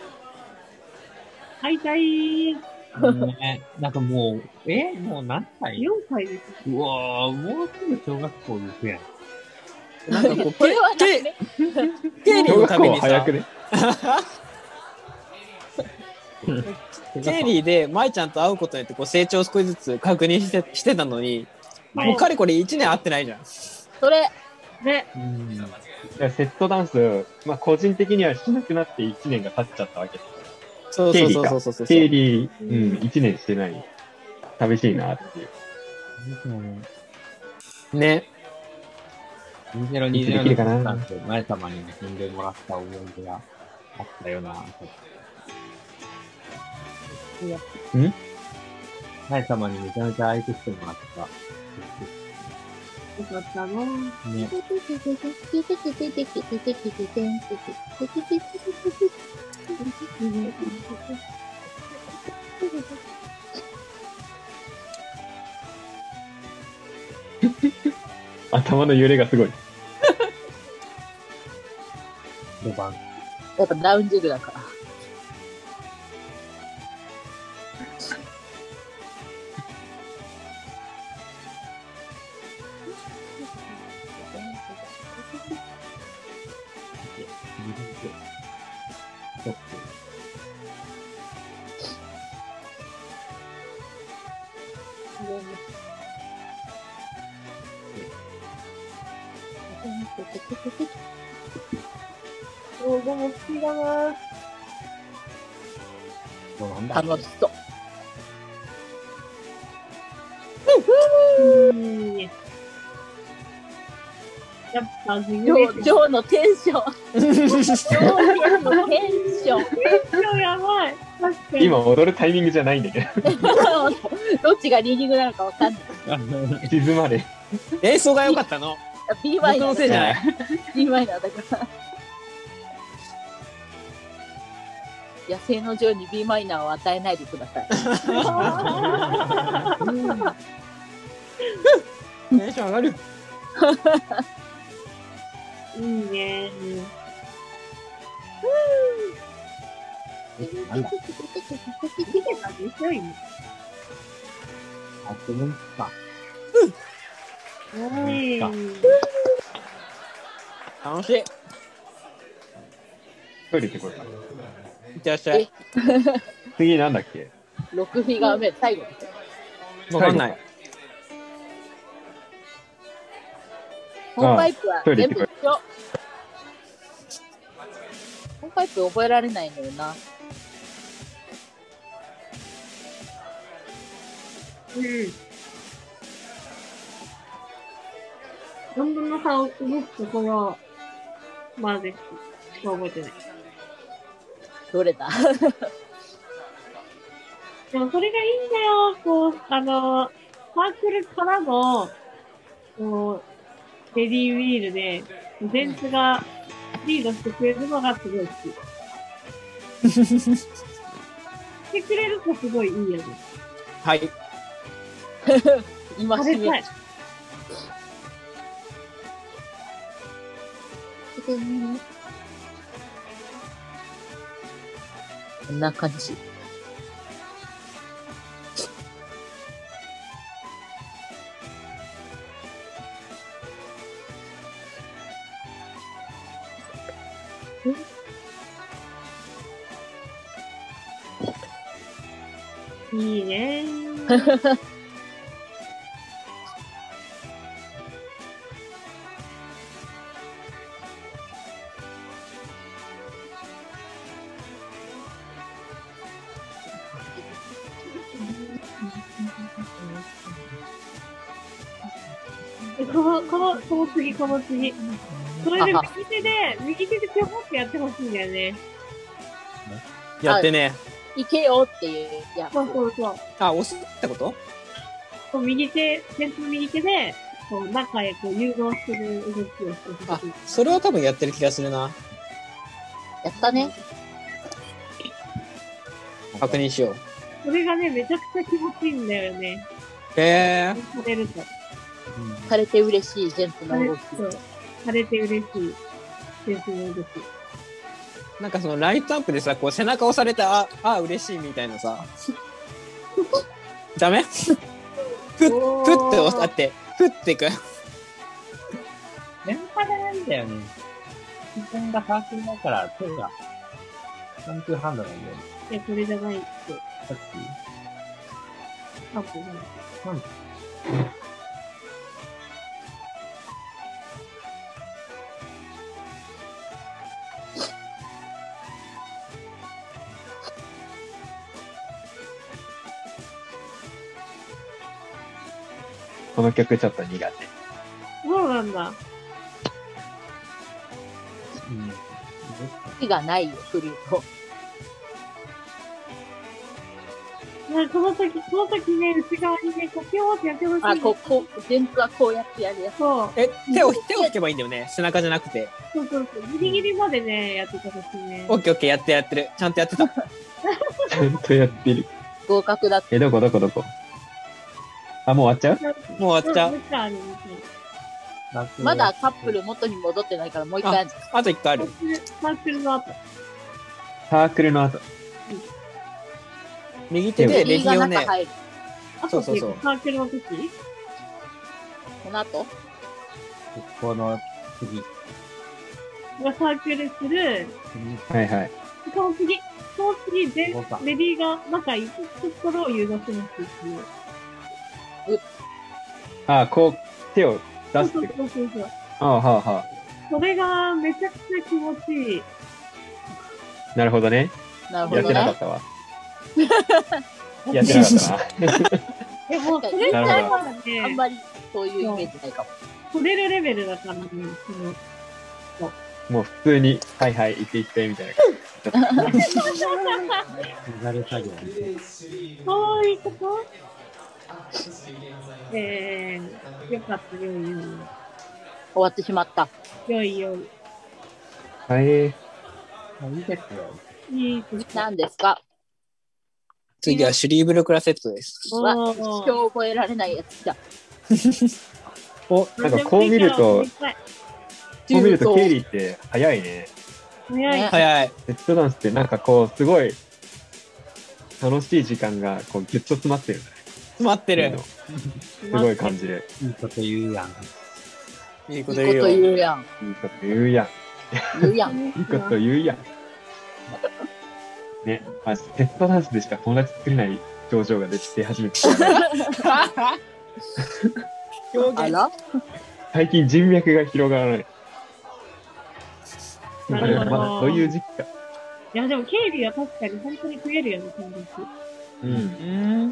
会いたい。 ね、なんかもう、えもう何歳よんさいです。 うわぁ、もうすぐ小学校行くやん。 なんかこう、 これはダけメ。 経理小学校のためにさ、 早くね。 経理で舞ちゃんと会うことによってこう成長を少しずつ確認してしてたのに、 はいもうかれこれいちねん会ってないじゃん。 それ、 ね。 うん。 いやセットダンス、まあ個人的にはしなくなっていちねんが経っちゃったわけ。 そうそうそうそうそうそう。 経理、うん、いちねんしてない。寂しいなっていう。 ね。 にせんにじゅうできるかななんて前様に踏んでもらった思い出があったような。ん前様にめちゃめちゃ相手してもらった。 よかったの。 ね。 頭の揺れがすごい。 ロバン。 やっぱダウンジェルだから。 おー、でも好きだな。 そうなんだ。 楽しそう。 いいね。やっぱ、ジグジョレー、ジョーのテンション。ジョーのテンション。 テンションやばい。確かに。 今踊るタイミングじゃないんだけどっちがリーディングなのかわかんない。 ど。静まれ。 演奏が良かったの。 B マイナー僕のせいじゃない。 B マイナーだから。野生のジョーに B マイナーを与えないでください。 テンション上がる。 いいね。 なんだ。 見てたでしょ、今。 あ、自分か。 はい。 楽しい。 トイレ行ってこいか。 いってらっしゃい。 次なんだっけ？ ろくフィガー目、最後。 わかんない。 本パイプはトイレ全部行ってこ一緒。本パイプ覚えられないんだよな。 うん。よんぶんのさを動くところまでしか覚えてない。 どれだでもそれがいいんだよ。こう、あの、サークルからの、こう、レディーウィールで、ゼンツがリードしてくれるのがすごい好き。してくれるとすごいいいよね。 はい。 今しめ食べたい。 こんな感じ。 いいねー。この、この、この次、この次。それで右手で、右手でぴょこってやってほしいんだよね。 やってね。 行けよっていうやつ。 そうそうそう。 あ、押すってこと？ こう右手、先頭右手で、こう中へこう誘導する動きをしてほあしい。、 それは多分やってる気がするな。 やったね。 確認しよう。 それがね、めちゃくちゃ気持ちいいんだよね。 へえ。 されると。 されて嬉しいジェントされの動き。 そうされて嬉しい。先生の動き。 なんかそのライトアップでさ、こう背中押されて、あ、あ、嬉しいみたいなさ。ダメ？ふっ、ふって押さって、ふっていく。 連覇じゃないんだよね。自分がサークルだから手が、ワンツーハンドなんだよね。 いや、それじゃないって。 さっあ、そうね。 き、なんこの曲ちょっと苦手。 そうなんだ。 うん。 火がないよ、フルート。 なんかこの時、この時ね、内側にね、こう、ぴょーってやってほしい。 あ、ここ、ジェントはこうやってやるやつ。 そう。 え、手を、手を引けばいいんだよね。背中じゃなくて。 そうそうそう。ギリギリまでね、やっててほしいね。 オッケーオッケー、やってやってる。ちゃんとやってた。 ちゃんとやってる。 合格だって。 え、どこどこどこ？あ、もう終わっちゃう？ もう終わっちゃう。 う。あるみまだカップル元に戻ってないからもう一回やる。 あと一個ある。 たいな。サークルの後。 サークルの後。 右手でレレディーがディをね中、入る。 あとっていうか、サークルの時この後この次、 がサークルする。 次、 はいはい。 その次、その次、で、 そうかレディーが中行くところを誘導しますっていう。 あ、こう、手を出すっそうてこそうそうそう。 と。ああ、はあはそれがめちゃくちゃ気持ちいい。 なるほどね。 なるほどね。 やってなかったわ。やってなかったわ。 でも、それ自体はね、 あんまりそういうイメージないかも。 取れるレベルだからね、その、 もう普通に、はいはい、行って行ってみたいな感じ。 流れ作業。 そういうことえー、よかった、よいよい。 終わってしまった。 よいよい。 はい。 いいですよ。 いいです。 何ですか？ 次はシュリーブルクラセットです。 うわ、一生覚えられないやつだ。 お、なんかこう見ると、こう見るとケイリーって早いね。 早い。 早い。 セットダンスってなんかこう、すごい楽しい時間がこうギュッと詰まってるね。 詰まってる。 すごい感じる。 いいこと言うやん。 いいこといいこと言うよ。 言うやん。 いいこと言うやん。 言うやん。 いいこと言うやん。ね、まあ、セットダンスでしか友達作れない表情が出て始めてきた。 あら？ 最近人脈が広がらない。 なるほど。 まだそういう時期か。 いや、でも、ケイリーは確かに本当に食えるよね、友達。 うん。 うん。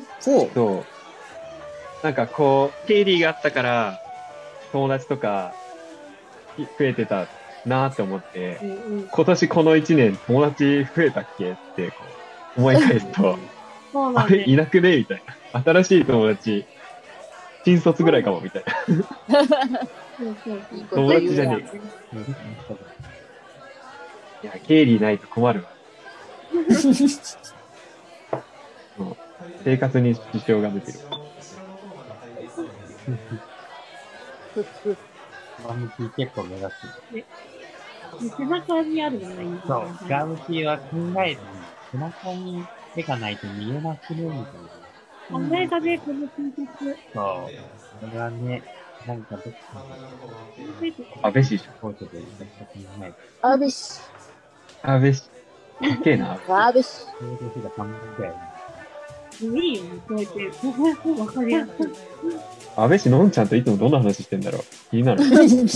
そう。 そう。なんかこう、ケイリーがあったから、友達とか、増えてたなーって思って、 うんうん、 今年この一年友達増えたっけってこう思い返すと、 そうなんあれいなくねみたいな。新しい友達、新卒ぐらいかもみたいな。 そうそうそう友達じゃねえ。いや、ケイリーないと困るわ。もう生活に支障が出てる。 ガムティ結構目立つ。 背中にあるのがいい。 そう、ガムティは考えずに、背中に手がないと見えなくねみたいな。 考えたね、この T シャツ。 そう。それはね、なんかどっか安倍氏じこうちょっと言った時にね、 あべし。 ゃん。安倍氏。かっけえな。 あべし。 そういう年が半分くらい。 いいよね、こうやって。わかりやすい。 安倍氏のんちゃんといつもどんな話してんだろう。気になる。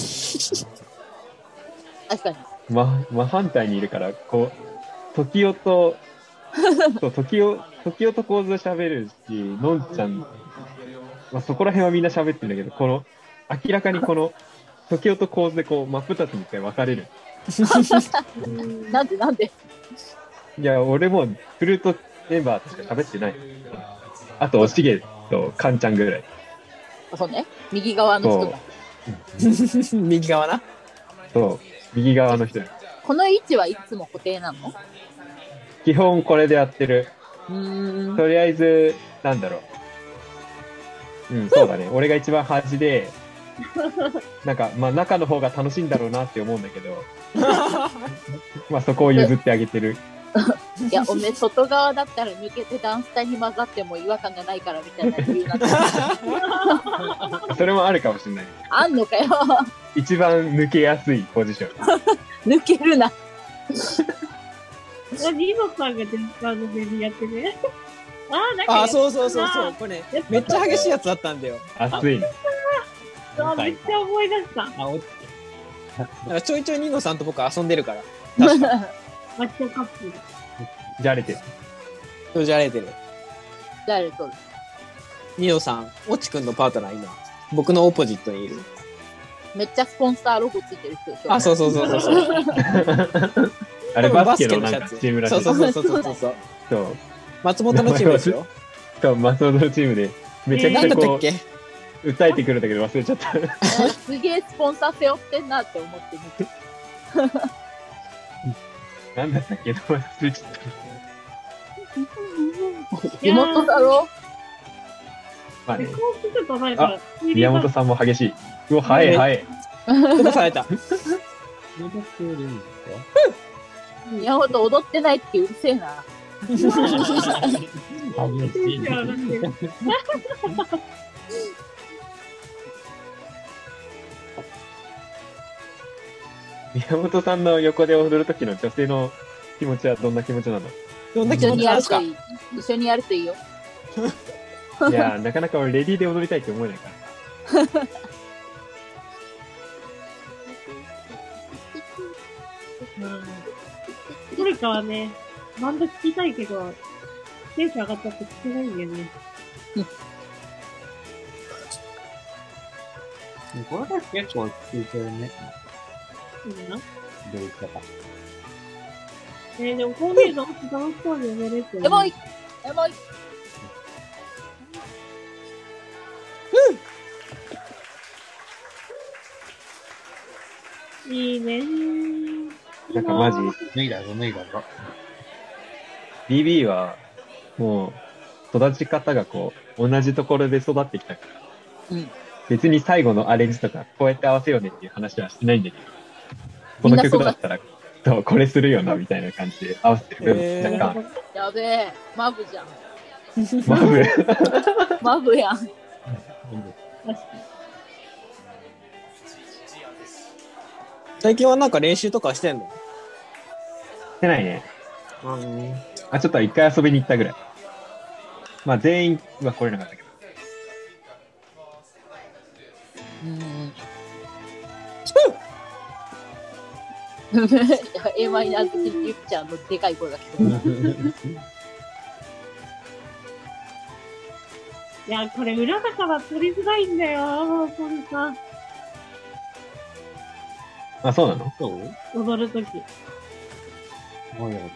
確かに。 ま、真反対にいるから、こう、時代と、そう、時代、時代と構図喋るし、のんちゃん、まあ、そこら辺はみんな喋ってるんだけど、この、明らかにこの、時代と構図でこう、真っ二つに一回分かれる。 なんでなんでいや、俺もフルートメンバーとしか喋ってない。あと、おしげとカンちゃんぐらい。 そうね。右側の人が。 右側な。 そう、右側の人。 この位置はいつも固定なの？ 基本これでやってる。 うーん。 とりあえず、なんだろう。うん、そうだね。俺が一番端で、なんか、まあ中の方が楽しいんだろうなって思うんだけど、まあそこを譲ってあげてる。 いや、おめえ外側だったら抜けてダンスタに混ざっても違和感がないからみたいな理由なんだ。 それもあるかもしれない。 あんのかよ。 一番抜けやすいポジション。 抜けるな。 ニノさんがデンカーのベビーやってね。あー、なんかあ、そうそうそうそう。これね、めっちゃ激しいやつだったんだよ。 熱いね。 あ、めっちゃ思い出した。 あ、落ちだからちょいちょいニノさんと僕遊んでるから。確かマッチョカップル。 じゃれてる。 に。じゃれてる。 誰とる？ ニノさん、オチくんのパートナー今、僕のオポジットにいる。 めっちゃスポンサーロゴついてる人でしょ。 あ、そうそうそうそうそう。 あれバスケのなんかチームらしい。 そうそうそうそうそうそう。 そう松本のチームでしょ。 そう松本のチームでめちゃくなんちゃこだったっけ？ う訴えてくるんだけど忘れちゃった。 すげえスポンサー背負ってんなって思って見て。 なんだったっけ？忘れちゃった。 地元だろ？ まあね。 こうするとなんか、 宮本さんも激しい。うわ、早い早い。 飛ばされた。 戻ってるんですか？ 宮本踊ってないってうるせえな。 激しい。 宮本さんの横で踊る時の女性の気持ちはどんな気持ちなの？ どんな気一緒に持ちなんですか？ やるといい。一緒にやるといいよ。 いや、なかなか俺レディーで踊りたいって思えないから。 ポルカはね、バンド聴きたいけど、テンション上がったって聞けないんだよね。 これだけ結構落ち着いてるね。 いいな。 どういう方。 えー、でもこう見ると楽しそうに読めるって、ね。 エモいエモいいいねー。 なんかマジ、 脱いだぞ、脱いだぞ。 ビービー は、もう、育ち方がこう、同じところで育ってきたから、 うん。 別に最後のアレンジとか、こうやって合わせようねっていう話はしてないんだけど、この曲だったら、そう、これするよな、みたいな感じで合わせてる部分、なんか、 やべえ、マブじゃん。 マブ。 マブやん。 最近はなんか練習とかしてんの？ してないね。 うん。 あ、ちょっと一回遊びに行ったぐらい。まあ全員は来れなかったけど。 うん。A マイナー好きにゆっちゃんのでかい声が聞こえる。 いや、これ裏だから取りづらいんだよ、ポルカ。 あ、そうなの？ そう踊るとき。 もうよ。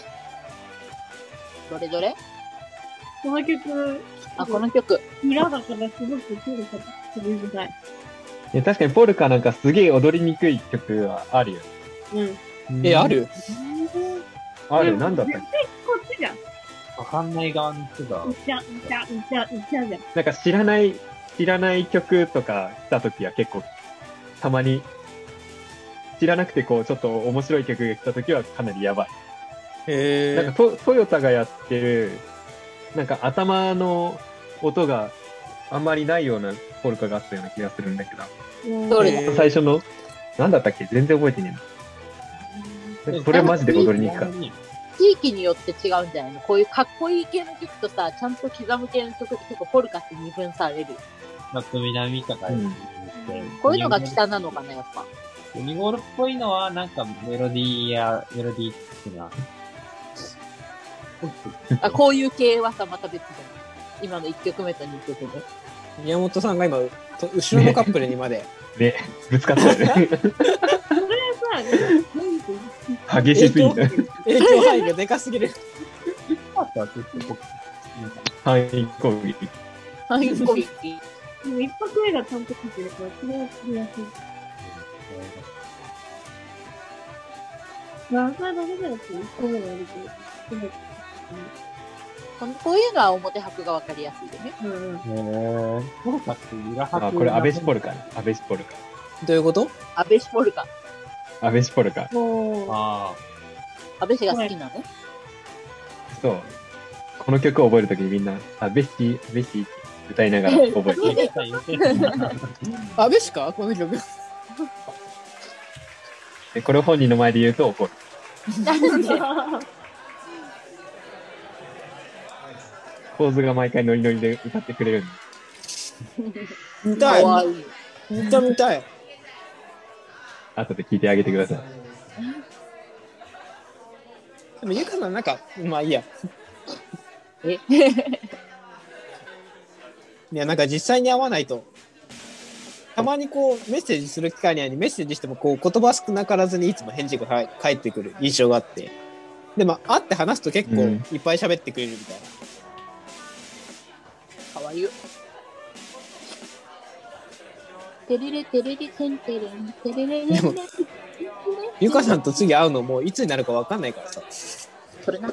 どれどれこの曲、 あ、この曲。 裏だからすごくポルカ取りづらい。 いや、確かにポルカなんかすげえ踊りにくい曲はあるよ。 うん。 え、ある？ ある？なんだったっけ？ 絶対こっちじゃん。 わかんない側の人だ。 うちゃ、うちゃ、うちゃ、うちゃじゃん。 なんか知らない、知らない曲とか来た時は結構、たまに、知らなくてこう、ちょっと面白い曲が来た時はかなりやばい。 へなんかト、トヨタがやってる、なんか頭の音があんまりないようなポルカがあったような気がするんだけど。 どれだ最初の、なんだったっけ？全然覚えてねえな。これマジで踊りにくかった。 地域によって違うんじゃないの？こういうかっこいい系の曲とさ、ちゃんと刻む系の曲って結構ポルカって二分される。 まあ、南とか、 うん、 こういうのが北なのかな、やっぱ。 ユニゴールっぽいのは、なんかメロディーや、メロディーってな。 あ、こういう系はさ、また別だよ。今のいっきょくめとにきょくめ。 宮本さんが今、と後ろのカップルにまで。 ね、ぶつかったよね。 それはさ、 激しすぎた。 影響範囲がでかすぎる。 範囲攻撃。 はい、攻撃。 でも一発目がちゃんと書いてるから、それは作りやすい。まあ、それはダメだよって、一個目がやるけど。 こういうのは表拍がわかりやすいよね。 うんうん。 へぇー。ポルカって裏拍。 あ、これ、アベシポルカね。アベシポルカ。 どういうこと？ アベシポルカ。 アベシポルカ。 もう、 あアベシが好きなの？ そう。この曲を覚えるときにみんな、アベシ、アベシって歌いながら覚えてる。 安倍しかこの曲。 でこれを本人の前で言うと怒る。 なんで？ 構図が毎回ノリノリで歌ってくれるんで。 見たい。 かわいい。 見た見たい。 後で聞いてあげてください。 でもゆかさんなんか、まあいいや。 えいやなんか実際に会わないと、たまにこうメッセージする機会にはメッセージしてもこう言葉少なからずにいつも返事が返ってくる印象があって、でも会って話すと結構いっぱい喋ってくれるみたいな。 かわいい。てれれてれれてんてれんてれれれれれ。 ゆかさんと次会うのもういつになるかわかんないからさ。 それな。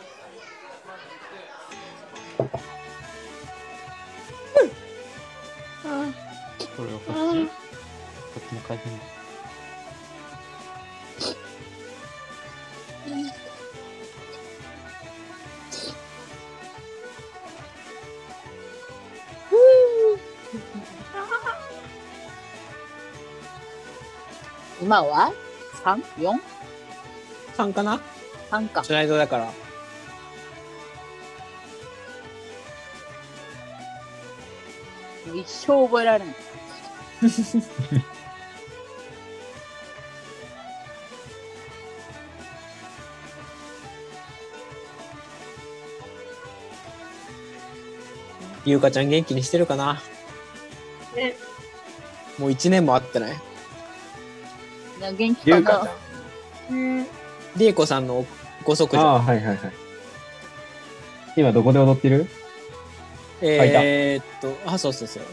これをこっち、こっちの回転。 今は さん?よん? さんかな？ さん か。 スライドだから。 一生覚えられない。 ゆうかちゃん元気にしてるかな。 え、 もう一年も会ってない。 な元気ゆうかかな。 ちゃん。 ね、 りえこさんのご息女。 ああ、はいはいはい。今どこで踊ってる？ えー、っと、あ、そうそうそう。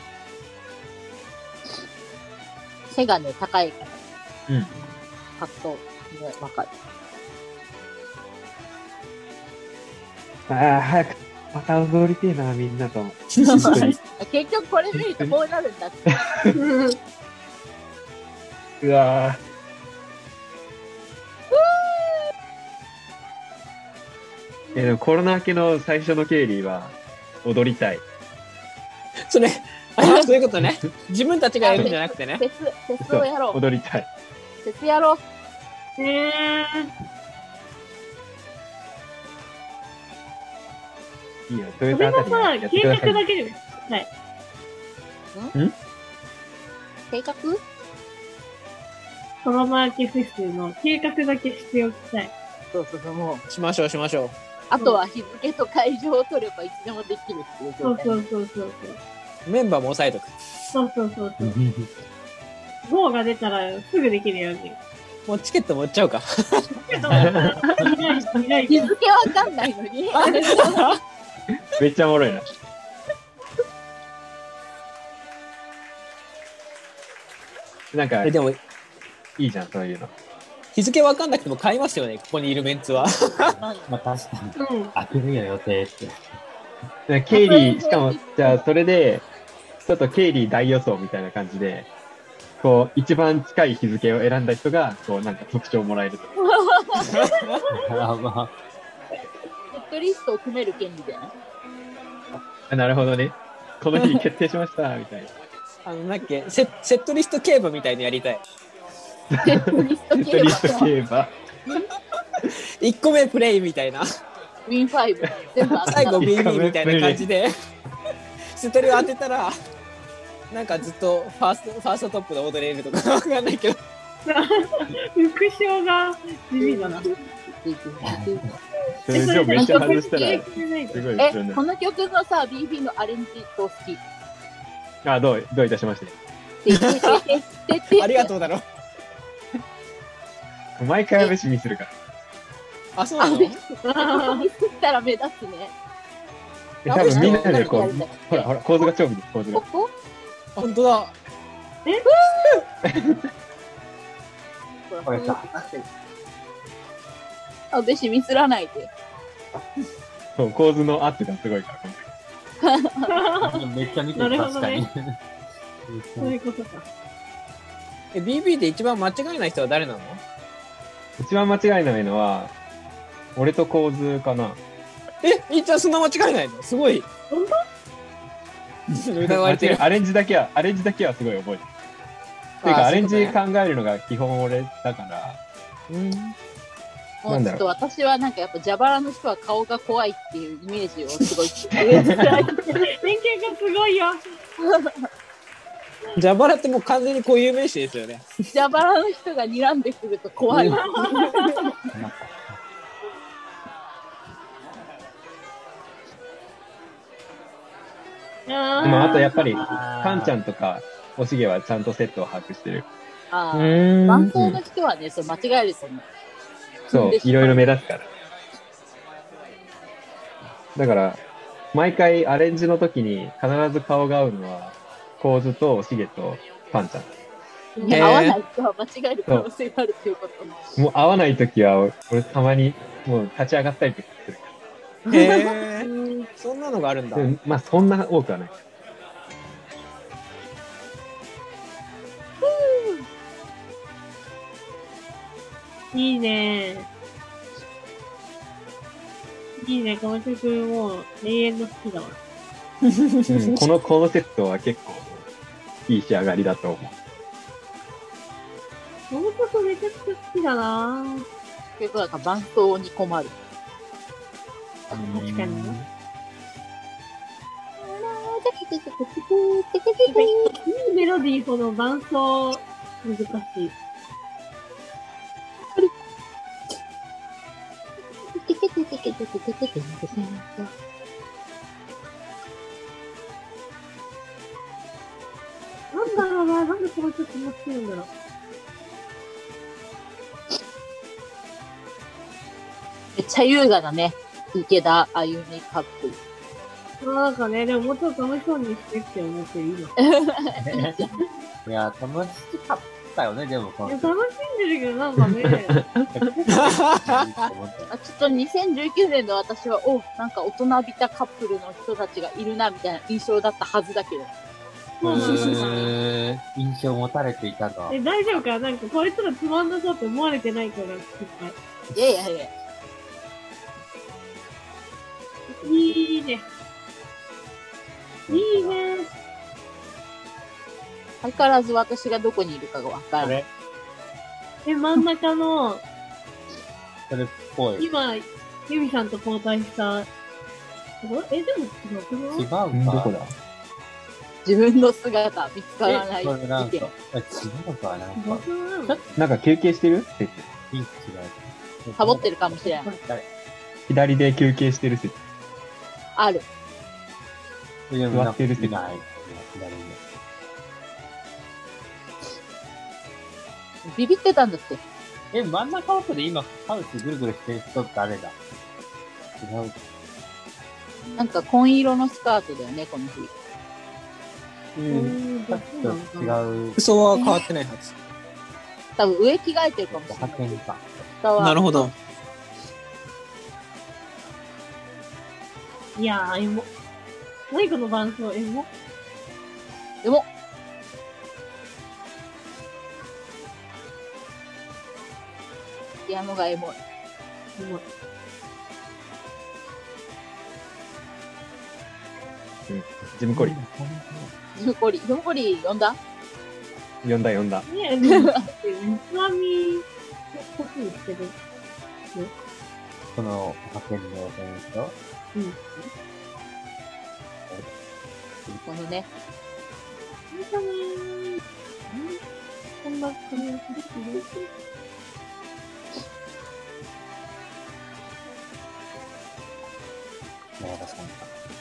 背がね、高いから、 うん。 パッと、ね、わかる。 ああ、早く、また踊りてえな、みんなと。 結局これ見るとこうなるんだって。 うわーえ、でもコロナ明けの最初の経理は、踊りたい。 それ、あ、そういうことね。自分たちがやるんじゃなくてね。 フェス、フェスをやろう。 踊りたい。 フェスやろう。 えいいよ、トー、 ヨそれもさタあたりやって、 計ください。 画だけでもない。 計画コロナ明けフェスの計画だけしておきたい。 そうそうそう、もう。 しましょうしましょう。 あとは日付と会場を取ればいつでもできるっていうそう状態。 そうそうそうメンバーも押さえとく。 そう。そうそうそうそう。ゴーが出たらすぐできるように。 もうチケット持っちゃうか。 日付わかんないのに。 めっちゃおもろいな。なんか、 えでも、 いいじゃん、そういうの。 日付わかんなくても買いますよね、ここにいるメンツは。 まあ確かに。 うん。 開けるよ予定って。 で経理、しかも、じゃあ、それで、ちょっと経理大予想みたいな感じで、こう、一番近い日付を選んだ人が、こう、なんか特徴をもらえると。 あまセットリストを組める権利じゃないあなるほどね。この日決定しました、みたいな。 あの、なんだっけ、セセットリスト競馬みたいのやりたい。 セットリストセット競リスト馬。 競馬。 いっこめプレイみたいな。 ウィンファイブ。全部当た最後る。 ビービーみたいな感じで、ストリを当てたら、なんかずっとファースト、ファーストトップで踊れるとかわかんないけど。 副賞が地味だな。 それじゃめっちゃ外したら、 え、 すごいですよえ、 ねこ。の曲のさ、ビービー のアレンジと好き。 あ、どう、どういたしまして。 ありがとうだろ。 毎回飯見するから。 あ、そうなの？ ミスったら目立つね。 え多分みんなでこう何やりたい、 ほらほら、構図が超見て、構図が。 ここ本当だ。 これさ、 あ、べしミスらないで。 そう、構図のアップがすごいから、 めっちゃ見てる、 なるほど確かにね。そういうことか。 え、ビービー で一番間違いない人は誰なの？ 一番間違いないのは、俺と構図かな。 え、いっちゃんそんな間違いないの？すごい。 本当？疑われてる。 アレンジだけは、アレンジだけはすごい覚えてる。ていうか、 あアレンジそういうことね考えるのが基本俺だから、 うん。 もうちょっと私はなんかやっぱ蛇腹の人は顔が怖いっていうイメージをすごい植え付けられて連携がすごいよ。 蛇腹ってもう完全に固有名詞ですよね。 蛇腹の人が睨んでくると怖い。 でもあとやっぱり、 あーカンちゃんとか、おしげはちゃんとセットを把握してる。 ああ、 ん伴奏の人はね、そう間違えると思う。 そう、いろいろ目立つから。だから、毎回アレンジの時に必ず顔が合うのは、構図とおしげとパンちゃん。 いや合わない人は間違える可能性があるということ。 もう合わない時は、俺たまにもう立ち上がったりとかする。 へえ。そんなのがあるんだ。 でもまあそんな多くはない。 いいね。いいね、この曲もう永遠の好きだわ。 うんこの、このセットは結構いい仕上がりだと思う。 この曲めちゃくちゃ好きだな。 結構なんか伴奏に困る。 確かにね。いいメロディーほど伴奏難しい。 なんだろうな、なんでこの人気持ちいいんだろう。 めっちゃ優雅だね。池田あゆみカップル。 なんかね、でももうちょっと楽しそうにしてって思っていいの。 いや、楽しかったよね、でも。 いや、楽しんでるけど、なんかね。 あちょっとにせんじゅうきゅうねんの私は、おなんか大人びたカップルの人たちがいるな、みたいな印象だったはずだけど。 そうなんだ。 へー印象持たれていたんだ。 え、大丈夫かなんかこいつらつまんなそうって思われてないから、失敗。 いやいやいや。 いいね。いいね。 相変わらず私がどこにいるかがわからない。 え、真ん中の、 それっぽい。 今、ユミさんと交代した、え、でも違うけど違うか。 どこだ自分の姿見つからない。 えこれなんか、 意見え違うか、なんか、 僕なのなんか休憩してる説。 ピンク違う。 サボってるかもしれない。 誰左で休憩してる説。 ある。 座座ってる説いない。左に。 ビビってたんだって。 え、真ん中奥で今、ハウスぐるぐるしてる人誰だ違う。 なんか紺色のスカートだよね、この日。 う。 うんん、 ちょっと違う。 服装は変わってないはず。 多分上着替えてるかもしれない。 派遣か。 下はなるほど。 いやー、エモ。何この伴奏、エモ。 でも、ピアノがエモい。 エモい。 ジムコリ。 ジムコリー、ジムコリー呼んだ呼んだ呼んだ。 ねえ、でも、だって、三つ編みのこと言ってる。 この派遣の人うん。 このね、 本当に、こんな感じですね。 山田さんか。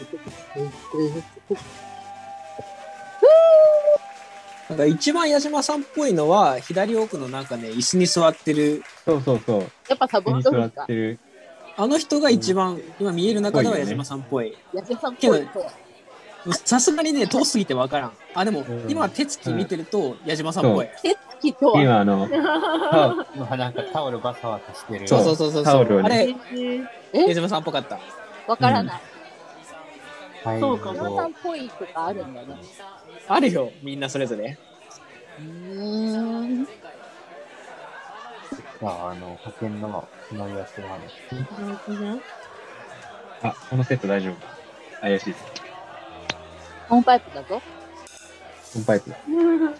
なんか一番矢島さんっぽいのは、左奥のなんかね、椅子に座ってる、 そうそうそう。 やっぱサボに座っっとるんかて。る。 あの人が一番、今見える中では矢島さんっぽい。 矢島さんっぽいと。 さすがにね、遠すぎてわからん。あ、でも、 うん今手つき見てると、矢島さんっぽい。 手つきとは、 今あの、タ今なんかタオルバサバサしてる。 そうそうそうそう。 タオルをねあれ、 え矢島さんっぽかった。 わからない。 はい。 そうか矢島さんっぽいとかあるんだね。 あるよ、みんなそれぞれ。 うーん。 じゃあ、あの、派遣のつなぎやすい話。 あ、このセット大丈夫。怪しいです。 ホームパイプだぞ。 コンパイプだ。 なんか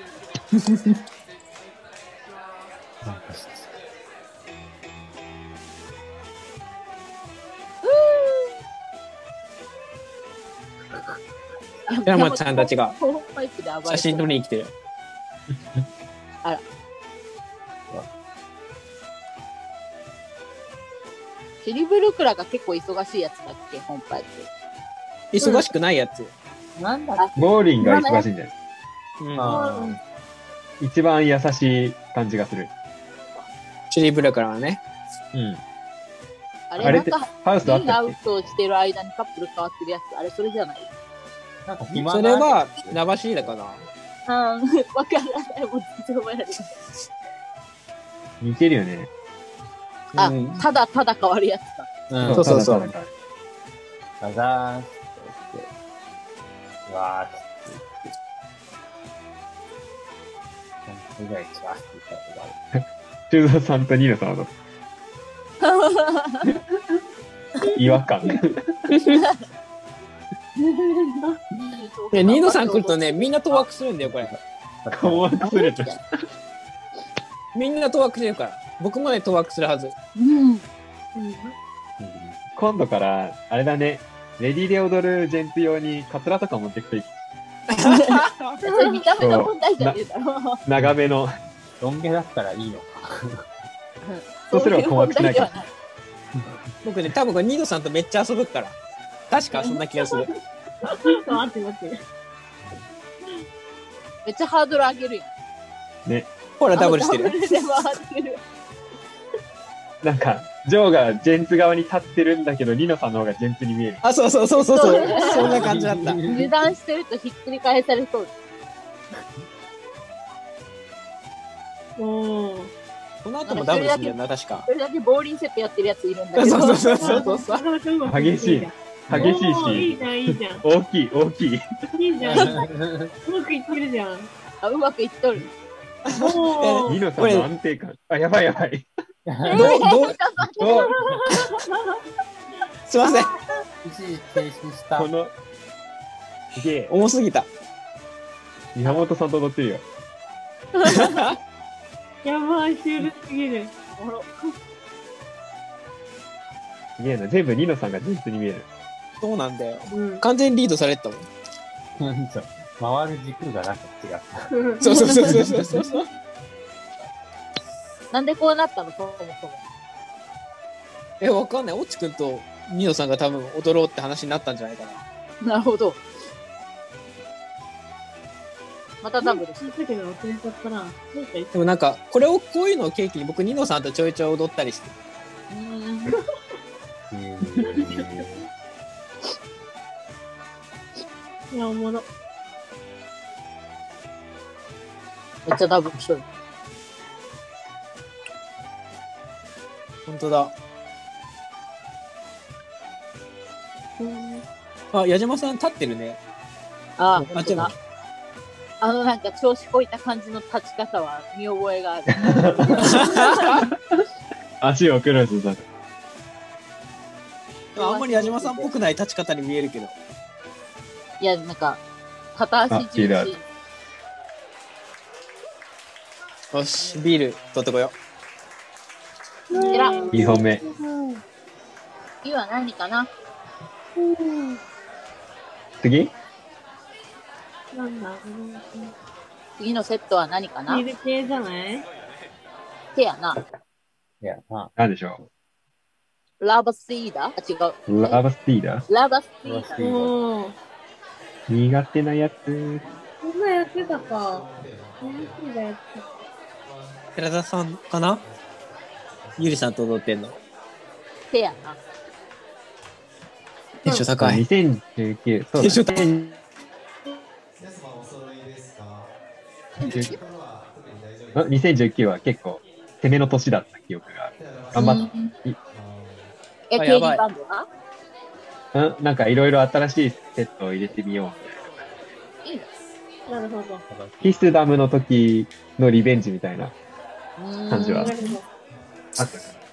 山ちゃんたちがホームパイプで暴れてる写真撮りに来てる。 シリブルクラが結構忙しいやつだっけ、ホームパイプ。 忙しくないやつ。 なんだボーリンが忙しいんじゃないうんあ一番優しい感じがする。 チリブラからはね。 うん。 あれあれってなんか、 ハウスあインアウったっけトしてる間にカップル変わってるやつ、あれそれじゃないあ、なんか暇そなれは、流しだかな。 うん、わからない。もう全然覚えられない。 似てるよね。 あ、 うんただただ変わるやつだ。 うん。 そうそうそうただただガザーンって言って、うわーって言って、何回ぐらいチワーって言ったことがある。 修造さんとニーノさんの違和感。 いや、ニーノさん来るとね、みんな当惑するんだよ、これ。 困惑する。 みんな当惑してるから。僕もね、当惑するはず。 うん。 今度から、あれだね、レディで踊るジェンツ用にカツラとか持ってくといい。 それ見た目の問題じゃねえだろ。 長めの。 ロン毛だったらいいのか。 そうすれば困惑しないからそうう問題ではない。 僕ね、多分これニーノさんとめっちゃ遊ぶから。確かそんな気がする。 待って待って。 めっちゃハードル上げるよ。 ね。 ほら、ダブルしてる。 ダブルで回ってる。 なんか、ジョーがジェンツ側に立ってるんだけど、ニノさんの方がジェンツに見える。 あ、そうそうそうそうそう。そんな感じだった。 油断してるとひっくり返されそう。 おー。 この後もダブルするんだよな、確か。 それだけボーリンセットやってるやついるんだけど。 そうそうそうそうそう。 激しい。激しいし。 いいじゃん、いいじゃん。 大きい、大きい。 いいじゃん。うまくいってるじゃん。 あ、うまくいっとる。 おー。 ニノさんの安定感。あ、やばいやばい。 どう、どう、すいません。 一時停止した。 この、すげえ。 重すぎた。 宮本さんと踊ってるよ。 やばい、シュールすぎる。 すげえな。全部ニノさんがジェンツに見える。 そうなんだよ。 うん。 完全にリードされてたもん。 回る軸がなくて違った。 そうそうそうそうそうそう。 なんでこうなったのそもそも。 え、わかんない。オチ君とニノさんが多分踊ろうって話になったんじゃないかな。 なるほど。またダブル聞いたけど忘れちゃったな。 でもなんか、これを、こういうのを契機に僕、ニノさんとちょいちょい踊ったりして。 うーん。 いや、おもろ。 めっちゃダブルしとる。 ほんとだ。 うんあ、矢島さん立ってるね。 ああ、 あ、でもほんとだ。あのなんか調子こいた感じの立ち方は見覚えがある。 足をクロスされる。 あんまり矢島さんっぽくない立ち方に見えるけど。 いや、なんか、片足重あいいな心。 よし、ビール取ってこよえら、 にほんめ。 次は何かな。 次なんだろう。 次のセットは何かな。 ビール系じゃない手やな。 いや、まなんでしょラバスティーダーあ、違う。 う。ラバスティーダーラバスティーダあ。 ー。 おー。 苦手なやつ。 そんなやってたか。楽しいだやつ。 う。寺田さんかなゆりさんと踊ってんの。 手やな。 テンション高い。 にせんじゅうきゅう。そうテンションだ。 高い。 あにせんじゅうきゅうは結構攻めの年だった記憶がある。頑張っうんえ、 あケイリやばいーバンドがた。んなんかいろいろ新しいセットを入れてみよう。 いいのなるほど。 ヒスダムの時のリベンジみたいな感じはなるほど。 あった。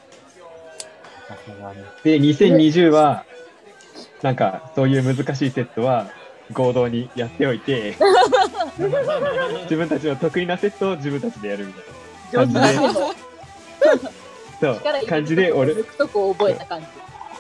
で、にせんにじゅうは、なんかそういう難しいセットは合同にやっておいて、自分たちの得意なセットを自分たちでやるみたい上手だけど、 な。そう、 力入れ感じで俺、 抜くとこ覚えた感じ。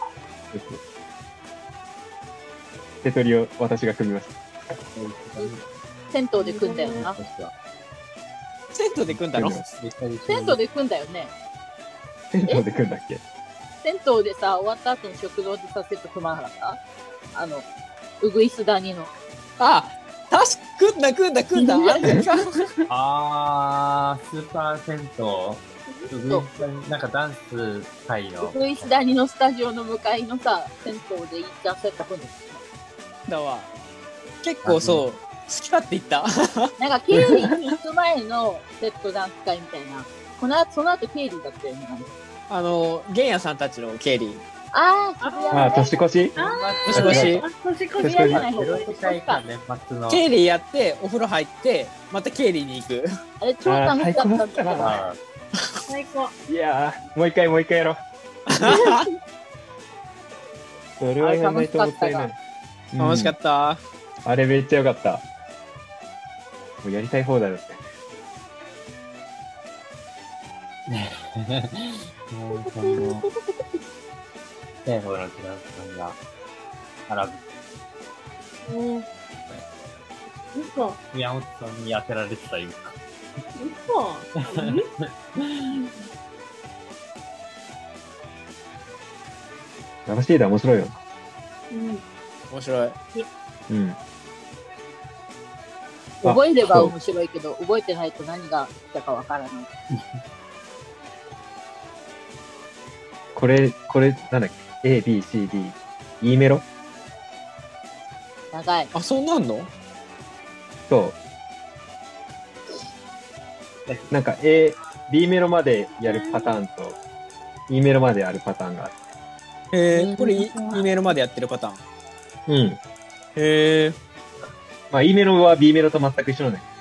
手取りを私が組みました。 銭湯で組んだよな。 銭湯で組んだの？ 銭湯で組んだよね。 銭湯で組んだっけ？ 銭湯でさ、終わった後の食堂でさ、セット組まなかったあの、うぐいす谷の。 あ、確か組んだ組んだ組んだ。あれか。 あー、スーパー銭湯。なんかダンス会の。 うぐいす谷のスタジオの向かいのさ、銭湯でいっちゃんセット組んでだわ。結構そう、好き勝手言った。 なんか、ケイリーに行く前のセットダンス会みたいな。この後、その後ケイリーだったよね。 あの、玄也さんたちの経理。 あー、渋谷あ、 ね。 年越し年越し。 あ、年越し渋谷じゃない方がゼロ一回か年末の。 経理やって、お風呂入って、また経理に行く。 あれ、超楽しかったんだけど。 あ最高。 いやー、もう一回もう一回やろう。それはやらないともったいない。 楽しかっった。 た。あれめっちゃよかった。もうやりたい放題だったよ。 ーその、テーマの木田さんが、アラブ、 うん。嘘。 宮本さんに当てられてたいうか。 嘘。 ラバシーダー面白いよ。 うん。 面白い。 うん。 覚えれば面白いけど、覚えてないと何が来たかわからない。 これ、これ、なんだっけ ?A、B、C、D、E メロ長い。 あ、そんなんの？ そう。なんか A、B メロまでやるパターンと E メロまでやるパターンがある。 へえ、これ E メロまでやってるパターン。 うん。 へえ。 まあ E メロは B メロと全く一緒なんだけ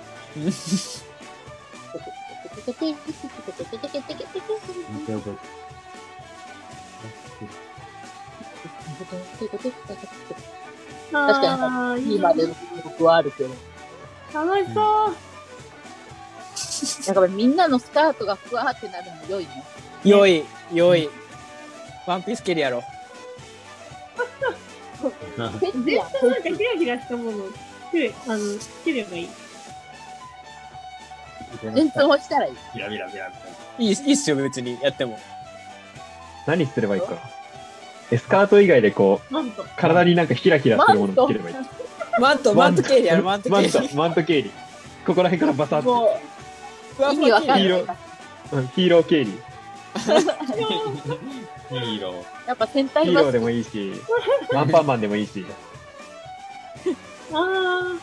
確かに、今での記憶はあるけど。 楽しそう。 なんかみんなのスカートがふわーってなるの良いね。 良い、良い。ワンピース蹴りやろ。 絶対なんかヒラヒラしたものを作れ、あの、作ればいい。 全然落ちたらいい。 ビラビラビラみたいな。 いい、いいっすよ、別にやっても。 何すればいいか。え、スカート以外でこう、 なんと。 体になんかヒラヒラするものをつければいい。 マント、マント蹴りやろ、マント蹴り。 マント、マント経理。ここら辺からバサッと。 もう、意味わかんない。 ヒーロー、うん、ヒーロー経理。 ヒーロー。 やっぱ戦隊ヒーローでもいいし、ワンパンマンでもいいし。 ああ。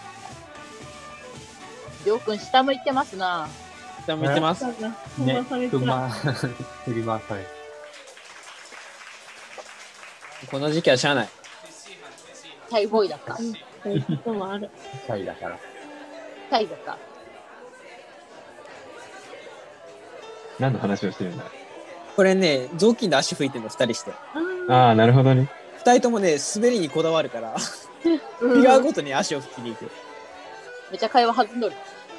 りょうくん下向いてますな。 下向いてます。 ね、振り回されこの時期はしゃあない。 シャイボーイだった。 そういうこともある。 シャイだから。 シャイだった。 何の話をしてるんだこれね、雑巾で足拭いてるの二人して。 ああ、なるほどね。 二人ともね、滑りにこだわるから、フィギュアごとに足を拭きに行く。 めっちゃ会話弾んどる。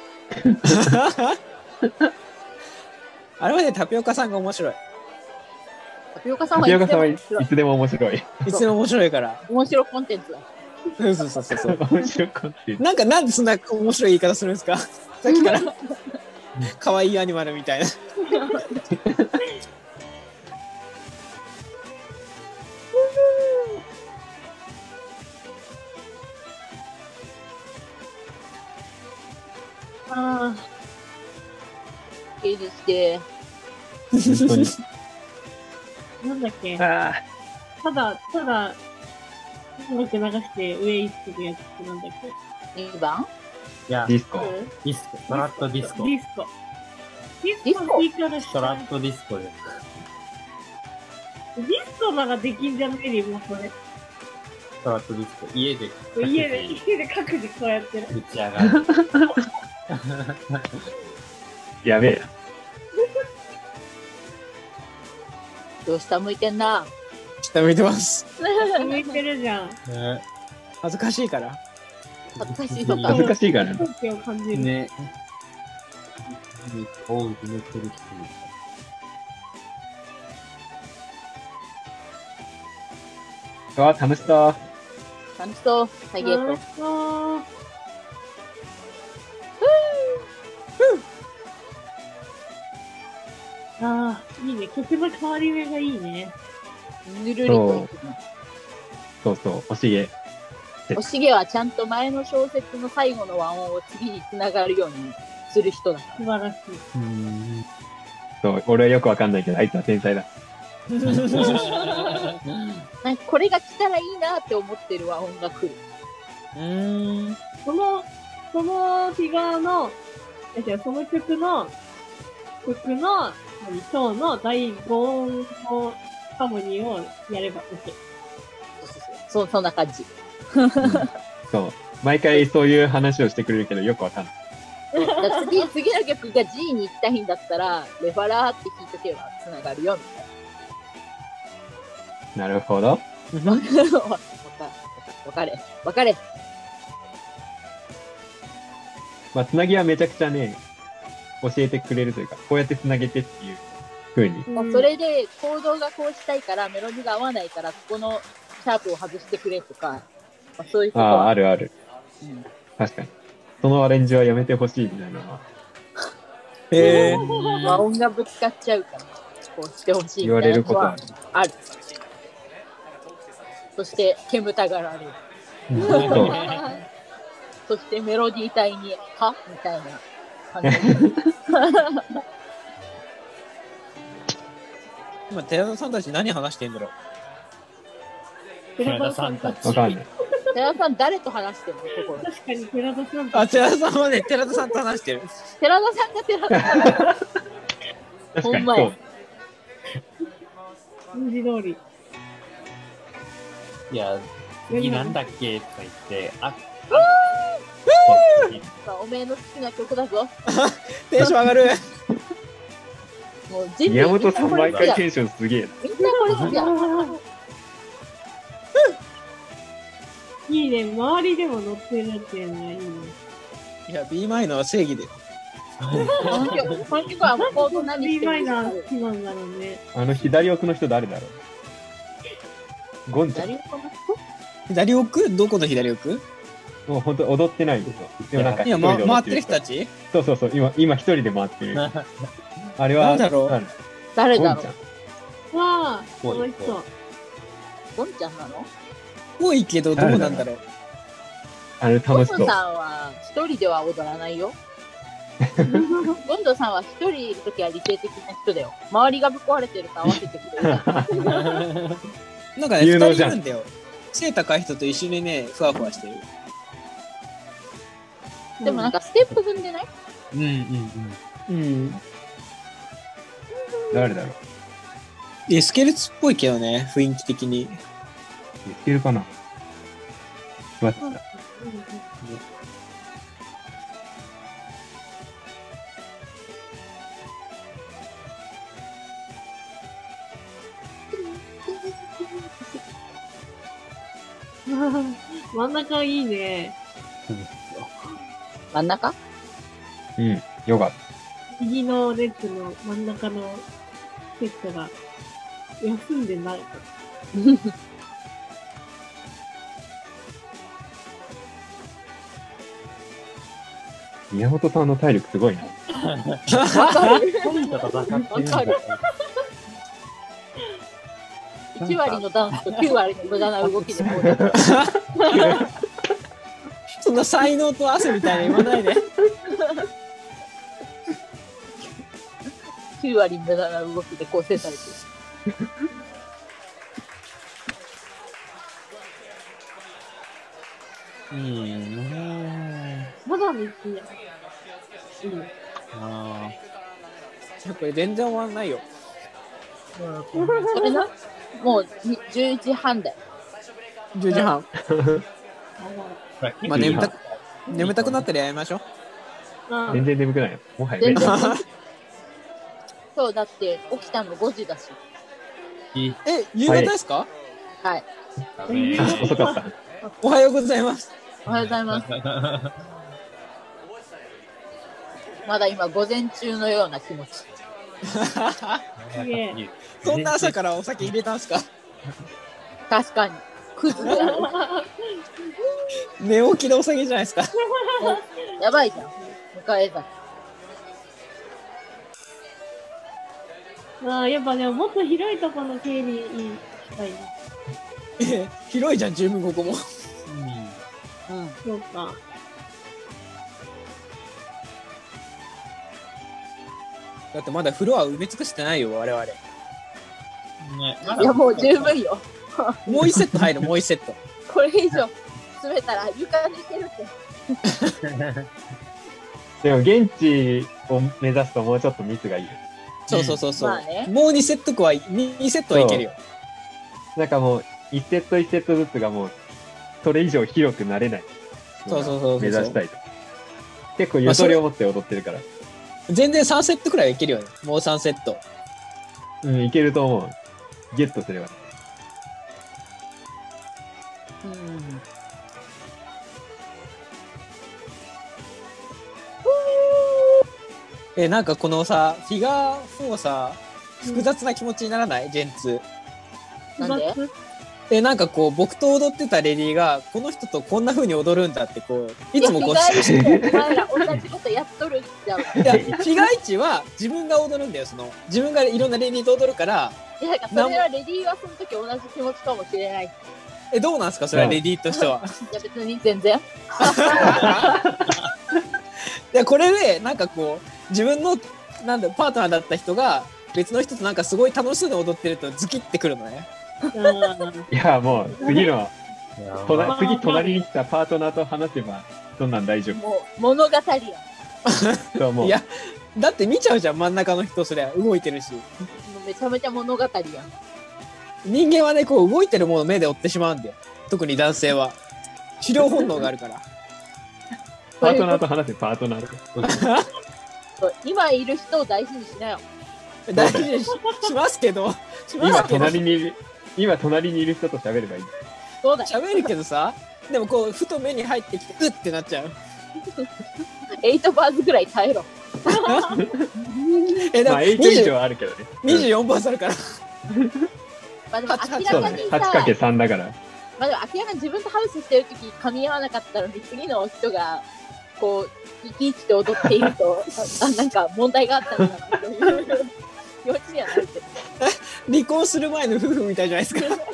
あれはね、タピオカさんが面白い。 タピオカさんタはいつでもピオカさんはいいつでも面白い。 いつでも面白いから。 面白コンテンツだ。 そうそうそうそう。 面白かった。 なんかなんでそんな面白い言い方するんですか？さっきから。可愛いアニマルみたいな。 ああ。 いいですね。 本当に。 なんだっけ。 あただ、ただ、音楽流して上行ってるやつってなんだっけ。 にばんいや、 ディスコ。 ディスコ。ストラットディスコ。 ディスコ。ディスコいいからストラットディスコです。 ディスコなんかできんじゃねえよ、もうそれ。 ストラットディスコ。家で。 家で、家で各自こうやってる。 打ち上がる。 やべえな。 どうした向いてんな。 下向いてます。 向いてるじゃん。 ね。 恥ずかしいから。 恥ずかしいとか。 恥ずかしいからね。 空気を感じる。 ね。大きめてる人ああ、楽しそう。 楽しそう。ハイゲート。 楽しそう。ああ、いいね。曲の変わり目がいいね。 ぬるりと。 そうそう、おしげ。 おしげはちゃんと前の小説の最後の和音を次につながるようにする人だ。 素晴らしい。 うん。 そう、俺はよくわかんないけど、あいつは天才だ。 なんかこれが来たらいいなって思ってる和音が来る。 うーん。 その、そのフィガーの、え、違う、その曲の、曲の、何、今日の第五音のハーモニーをやれば OK。 そう、そんな感じ。 そう。毎回そういう話をしてくれるけど、よくわかんない。 だから次、次の曲が G に行きたいんだったら、レファラーって弾いとけば繋がるよ、みたいなるほど。 な。わかる。わかれ。わかれ。 まあ、つなぎはめちゃくちゃね、教えてくれるというか、こうやってつなげてっていう風に。 まあそれで、コードがこうしたいから、メロディが合わないから、ここのシャープを外してくれとか、まあ、そういうことは。 ああ、あるある。 うん確かに。そのアレンジはやめてほしいみたいなのはへえ。 和音がぶつかっちゃうから、こうしてほしい言わみたいなのはれることはある。そして、煙たがられる。 そうそしてメロディー隊に、はみたいな感じ。 今、寺田さんたち何話してんだろう。 寺田さんたち。 わかんない。 寺田さん誰と話してるのところ。 確かに寺田さんたち。 あ、寺田さんはね、寺田さんと話してる。 寺田さんが寺田さん。 確かにそう。 文字通り。 いや、次なんだっけとか言って、あ、 おめえの好きな曲だぞ。 テンション上がる。 もう人類宮本さん毎回テンションすげえ。 みんなこれ好きや。 いいね、周りでも乗ってるっていうのはいいね。 いや、B マイナーは正義で。 この曲、この曲はこう何して B マイるナー好きなんだろうね。 あの左奥の人誰だろう。ゴンちゃん。 誰この人左奥どこの左奥もう本当踊ってないんですよ。でもなんか今、ま、 一人で踊回ってる人たちそうそうそう、今、今一人で回ってる。あれは、 なんだろうなん誰だろうゴンちゃん。 わあ、この人。 ゴンちゃんなの多いけど、どうなんだろう。 あれゴンド楽しそう。 さんは一人では踊らないよ。ゴンドさんは一人いるときは理性的な人だよ。周りがぶっ壊れてると合わせてくれる。 なんかね、二有能じゃん人いるんだよ。背高い人と一緒にね、ふわふわしてる。 でもなんかステップ踏んでない？ うんうんうん。 うん。 誰だろう。 エスケルツっぽいけどね、雰囲気的に。 いけるかな。待ってた。 真ん中いいね。 真ん中？ うん、よかった。 右の列の真ん中のセットが休んでない。 宮本さんの体力すごいな。 わかる。 本と戦ってるんだよ。 いち割のダンスときゅう割の無駄な動きでこう。 そんな才能と汗みたいな言わないで。 きゅう割無駄な動きで構成されてる。 いいね。 まだ道や。うん。 あこれ全然終わんないよ。 それな、もうじゅうじはんだよ。 じゅうじはん。 あ。 まあ眠たく、眠たくなったらやめましょう。 うん全然眠くないよ。もはや全ベッド。 然。そう、だって起きたのごじだし。 いい。 え、夕方ですか、 はい。 ダメ遅かった。 おはようございます。 おはようございます。まだ今午前中のような気持ち。 すげえ。 そんな朝からお酒入れたんすか確かに。クズである。 寝起きでお酒じゃないですか。 やばいじゃん。迎え酒。 ああ、やっぱでももっと広いところの経理したいな。 え広いじゃん、十分ここも。 うん。 そうか。 だってまだフロア埋め尽くしてないよ、我々。 ね、 いや、もう十分よ。 もう一セット入る、もう一セット。 これ以上詰めたら床抜けるって。 でも現地を目指すともうちょっとミスがいいよ。 そうそうそうそう、 まあねもうにセットは、にセットはいけるよ。 なんかもういちセットいちセットずつがもうそれ以上広くなれないそうそうそうそう目指したいと。結構ゆとりを持って踊ってるから。 全然さんセットくらいはいけるよね。もうさんセット。 うん、いけると思う。ゲットすれば。 うん。 え、なんかこのさ、フィガーフォーさ、複雑な気持ちにならない、ジェンツ。 なんで？ え、なんかこう、僕と踊ってたレディーが、この人とこんな風に踊るんだって、こう、いつもこう、 いや意外にお前ら同じことやっとるじゃん。いいや、被害値は自分が踊るんだよ、その。自分がいろんなレディーと踊るから。 や、なんかそれはレディーはその時同じ気持ちかもしれない。 え、どうなんですかそれはレディーとしては。 いや別に全然。 いやこれでなんかこう自分のなんだパートナーだった人が別の人となんかすごい楽しそうに踊ってるとズキってくるのね。 いや、もう次の、 やとばな次隣に来たパートナーと話せば、そんなん大丈夫。 もう物語やん。 そう思う。 いやだって見ちゃうじゃん真ん中の人それ動いてるし。 もうめちゃめちゃ物語やん。 人間はねこう動いてるものを目で追ってしまうんだよ。特に男性は狩猟本能があるから。 パートナーと話せ、パートナーと。 そう今いる人を大事にしなよ。 大事に し, しますけどしま今すけど隣にいる、今隣にいる人と喋ればいい。 そうだよ。 喋るけどさでもこうふと目に入ってきてうってなっちゃう。 エイトバーズぐらい耐えろ。 えでもまあ、エイト以上あるけどね。 にじゅうよんバーツあるから。 まあでも明そうだね。 らかにさ、 はちかけさん だから。 まあでも明らかに自分とハウスしてるとき噛み合わなかったのに次の人がこう生き生きと踊っているとあなんか問題があったのかなという気持ちにはなるけど。 離婚する前の夫婦みたいじゃないですか。い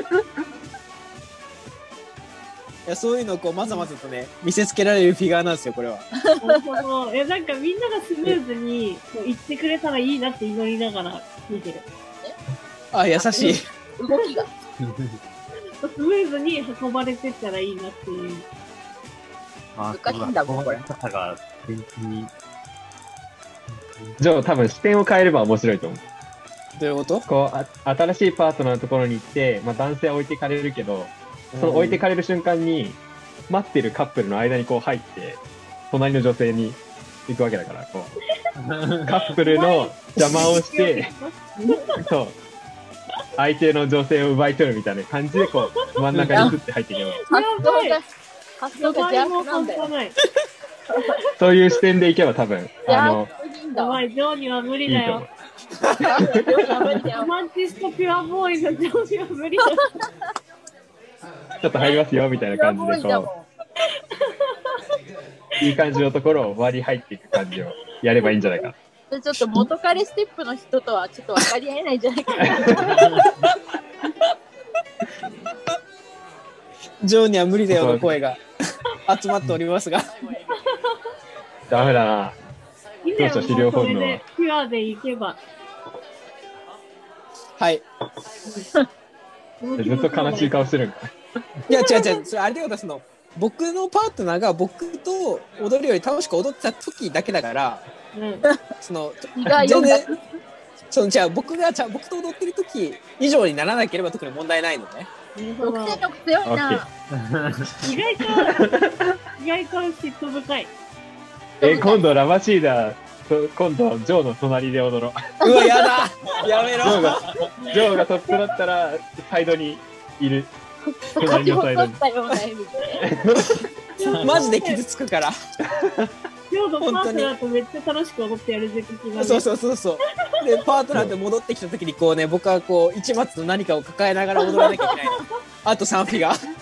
やそういうのをこうまざまざとね見せつけられるフィギュアなんですよこれは。 なるほど。え、なんかみんながスムーズにこう言ってくれたらいいなって祈りながら見てる。 あ優しい。 動きが。 スムーズに運ばれてったらいいなっていう。 あ難しいんだもんこれ方が全然に。 じゃあ多分視点を変えれば面白いと思う。 どういうこと？ こう、あ新しいパートナーのところに行って、まあ男性は置いてかれるけど、その置いてかれる瞬間に、待ってるカップルの間にこう入って、隣の女性に行くわけだから、こう、カップルの邪魔をして、そう、相手の女性を奪い取るみたいな感じで、こう、真ん中にスッて入っていけば、 発想が発想が邪も悪なんだよ。 ない。 そういう視点でいけば多分、あの、 いいんだわ。 やばい、ジョーには無理いいと思うだよ。。ロマンチストピュアボーイのジョーには無理だよ。 ちょっと入りますよ、みたいな感じで、こう、いい感じのところを割り入っていく感じをやればいいんじゃないか。 でちょっと元彼ステップの人とはちょっと分かり合えないんじゃないかな。 ジョーには無理だよの声が集まっておりますが。 ダメだな。 いいんだよ、 どうした資料もうそ本能はれでピュアでいけば。 はい。 ずっと悲しい顔してるんか。 いや違う違うそれあれだよその僕のパートナーが僕と踊るより楽しく踊ってた時だけだからうん。 その気が読んだ全然そのじゃあ僕がじゃあ僕と踊ってる時以上にならなければ特に問題ないのね。 独占力強いな。 意外と、意外と嫉妬深い。 え、今度ラマシーダ、と今度ジョーの隣で踊ろう。 うわやだやめろ。 ジョーが、ジョーがトップだったら、サイドにいる。隣のサイドに。 取ったような意味で。 マジで傷つくから。 今日のパートナーとめっちゃ楽しく踊ってやるぜ的なね。 そうそうそうそうでパートナーで戻ってきた時にこうね僕はこう一末の何かを抱えながら踊らなきゃいけないの。あとさんフィガー。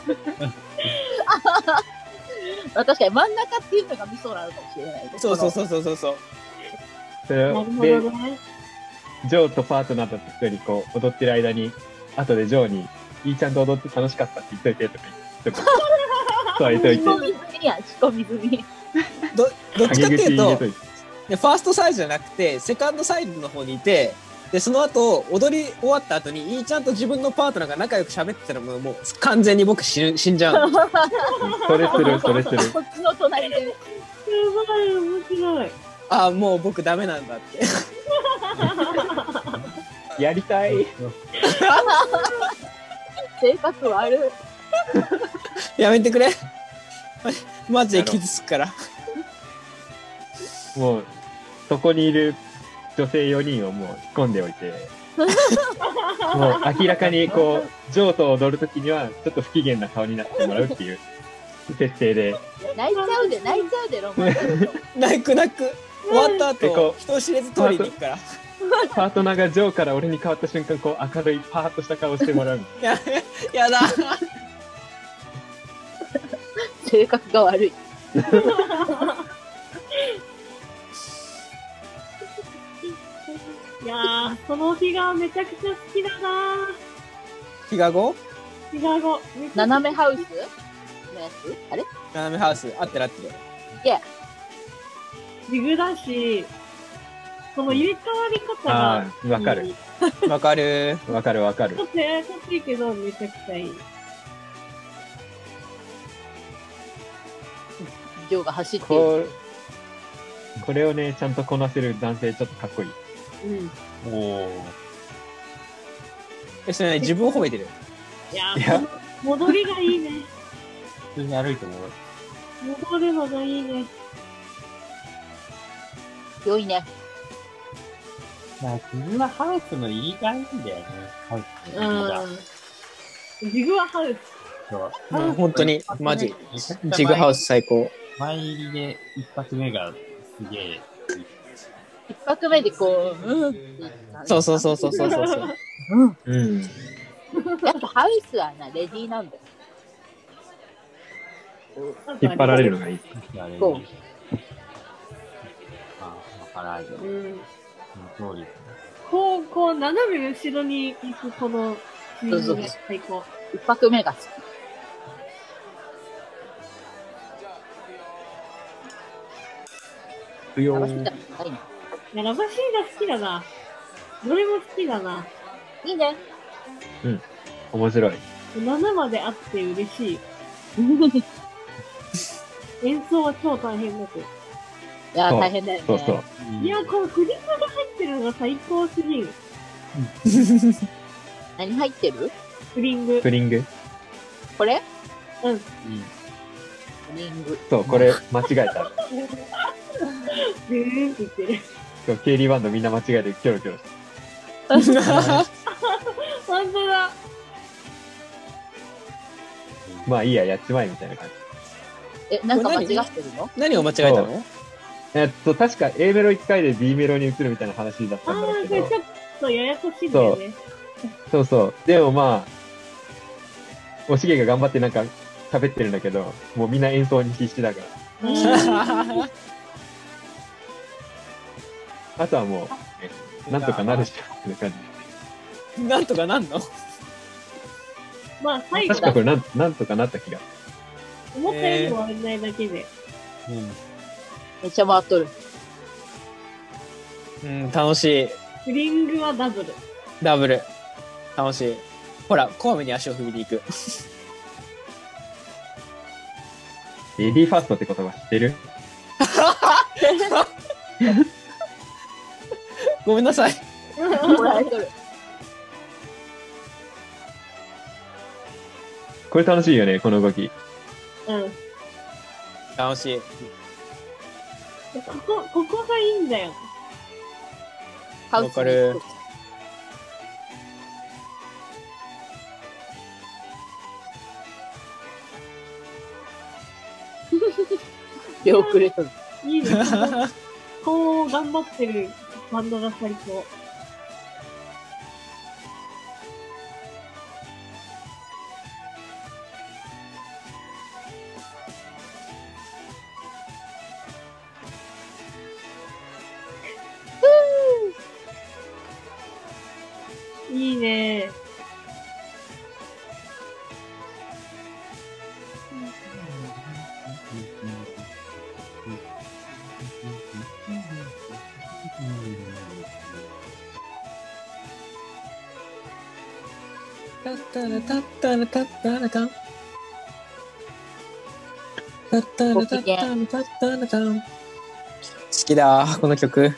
まあ確かに真ん中っていうのがミソなのかもしれないです。 そうそうそうそうそうそう。 それなるほで、 どね。 ジョーとパートナーだった人にこう、踊ってる間に、後でジョーに、いいちゃんと踊って楽しかったって言っといてとか言っとく。そう言っといて仕。込み済みや、仕込み済み。 どどっちかっていうと陰口入れといて。 でファーストサイズじゃなくてセカンドサイドの方にいてでその後踊り終わった後にいいちゃんと自分のパートナーが仲良く喋ってたらもうもう完全に僕死ぬ死んじゃうの。 それする、それする。 こっちの隣で。 すごい、面白い。 ああもう僕ダメなんだってやりたい。 性格悪い。 やめてくれマジで傷つくから。 もう、そこにいる女性よにんをもう仕込んでおいて、もう明らかにこう、ジョーと踊るときには、ちょっと不機嫌な顔になってもらうっていう設定で、 泣いちゃうで、泣いちゃうで、ロマンチスト。 泣く泣く終わったでこ後う人知れず通りに行くから。 パートナーがジョーから俺に変わった瞬間、こう明るいパーッとした顔してもらう。 ややだ性格が悪い。 いやー、その日がめちゃくちゃ好きだな日が後違う語。 斜めハウスのやつあれ斜めハウス、合ってる合ってる。 いや。 ジグだし、その入れ替わり方が。 ああ、わかる。 わかる。 わかるわかるちょ。っとややこしいけど、めちゃくちゃいい。 ジョーが走ってる。 こう、これをね、ちゃんとこなせる男性、ちょっとかっこいい。 うん。 おー。 え、それね、自分を褒めてる。 いやいやー、この戻りがいいね。 普通に歩いても、 戻るのがいいね。 良いね。 まあ、自分はハウスの入りがいいんだよね。ハウスの入りが。 うん。ジグはハウス。 そううん本当に、マジ。ジグハウス最高。 前入りで一発目がすげえ。 一拍目でこう、うんって言ったそうそうそうそうそうそうそう。 うん。 うん。 やっぱハウスはな、レディーなんだよ。 引っ張られるのがいい。 あれそうああ、わからないけど。 うん。 その通り。 こう、こう、斜め後ろに行くこのスイングが最高。 一拍目が好き。 不要。 楽しみだ。はいね。 いや、ラバシーダ好きだな。どれも好きだな。 いいね。 面白い。 ななまであって嬉しい。演奏は超大変だけど。 いや、 そう大変だよね。 そうそう。 いや、このクリップが入ってるのが最高すぎる。 何入ってるスリング。 スプリング。 これうん。 リング。 そう、これ間違えた。 ブーンって言ってる。 そう、ケイリーバンドみんな間違えてキョロキョロして。 本当だ。 まあいいや、やっちまえみたいな感じ。 え、なんか間違ってるの何を間違えたの？ えっと、確か A メロいっかいで B メロに移るみたいな話だったああんだろうー、これけど。 ちょっとややこしいんだよね。 そうそう。でもまあ、おしげが頑張ってなんか喋ってるんだけど、もうみんな演奏に必死だから。 うんあとはもう、ね、なんとかなるしかっていう感じ。 なんとかなんの？ まあ、最後確かこれなんなんとかなった気が。 思ったよりも割れないだけで。 うん。 めっちゃ回っとる。 うん、楽しい。 スリングはダブル。 ダブル。楽しい。ほら、こまめに足を踏みに行く。 レディーファーストって言葉知ってる？ ごめんなさい。 もらえとる。 これ楽しいよね、この動き。 うん。 楽しい。 ここ、ここがいいんだよ。 ハウスにわかる。 出遅れとる。 いいね。こう頑張ってるバンドが最高。いいね。 タッタラタッタラタッタラタン。タッタラタッタラタッタラタン。好きだ、この曲。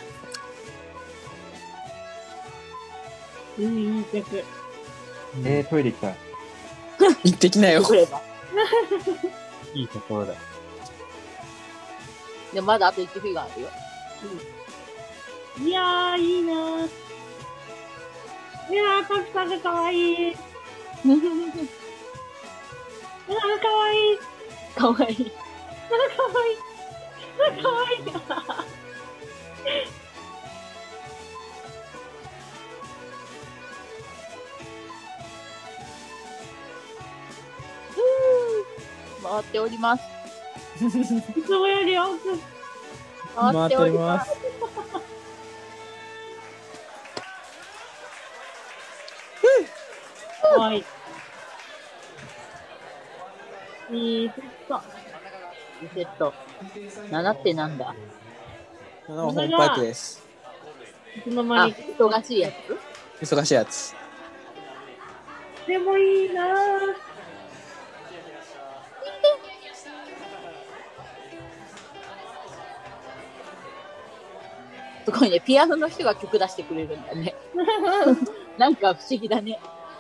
うん、いい曲。 えー、トイレ行きたい。 行ってきなよ。 来れば。 いいところだよ。 でもまだあといちフィガーあるよ。 いやー、いいなー。いやー、パクさんがかわいい。うわー、かわいい。 かわいい。 うわー、かわいい。うわー、かわいいな。 回っております。 いつもより多く。 回っております。 かわいい。 リセット。 リセット。ななってなんだ？ ななはホームパイプです。 いつの間に。 忙しいやつ忙しいやつ。 でもいいなぁ。 すごいね。ピアノの人が曲出してくれるんだね。なんか不思議だね。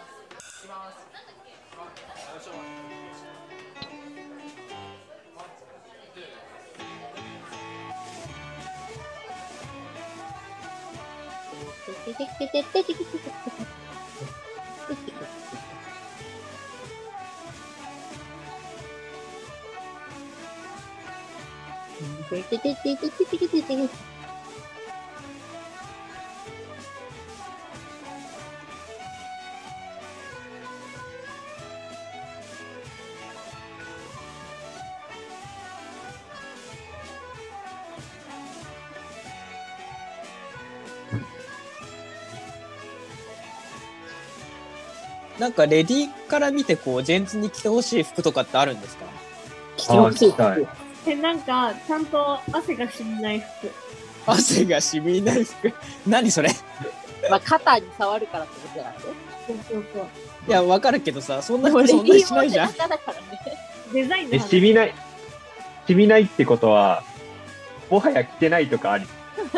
なんかレディーから見てこうジェンツに着てほしい服とかってあるんですか？ 着てほしい服。 え、なんか、ちゃんと汗が染みない服。 汗が染みない服何それ？ まあ、肩に触るからってことじゃなくて。 そうそうそう。 いや、わかるけどさ、そんな服そんなにしないじゃん。 デザインのえ、染みない、染みないってことは、もはや着てないとかあり。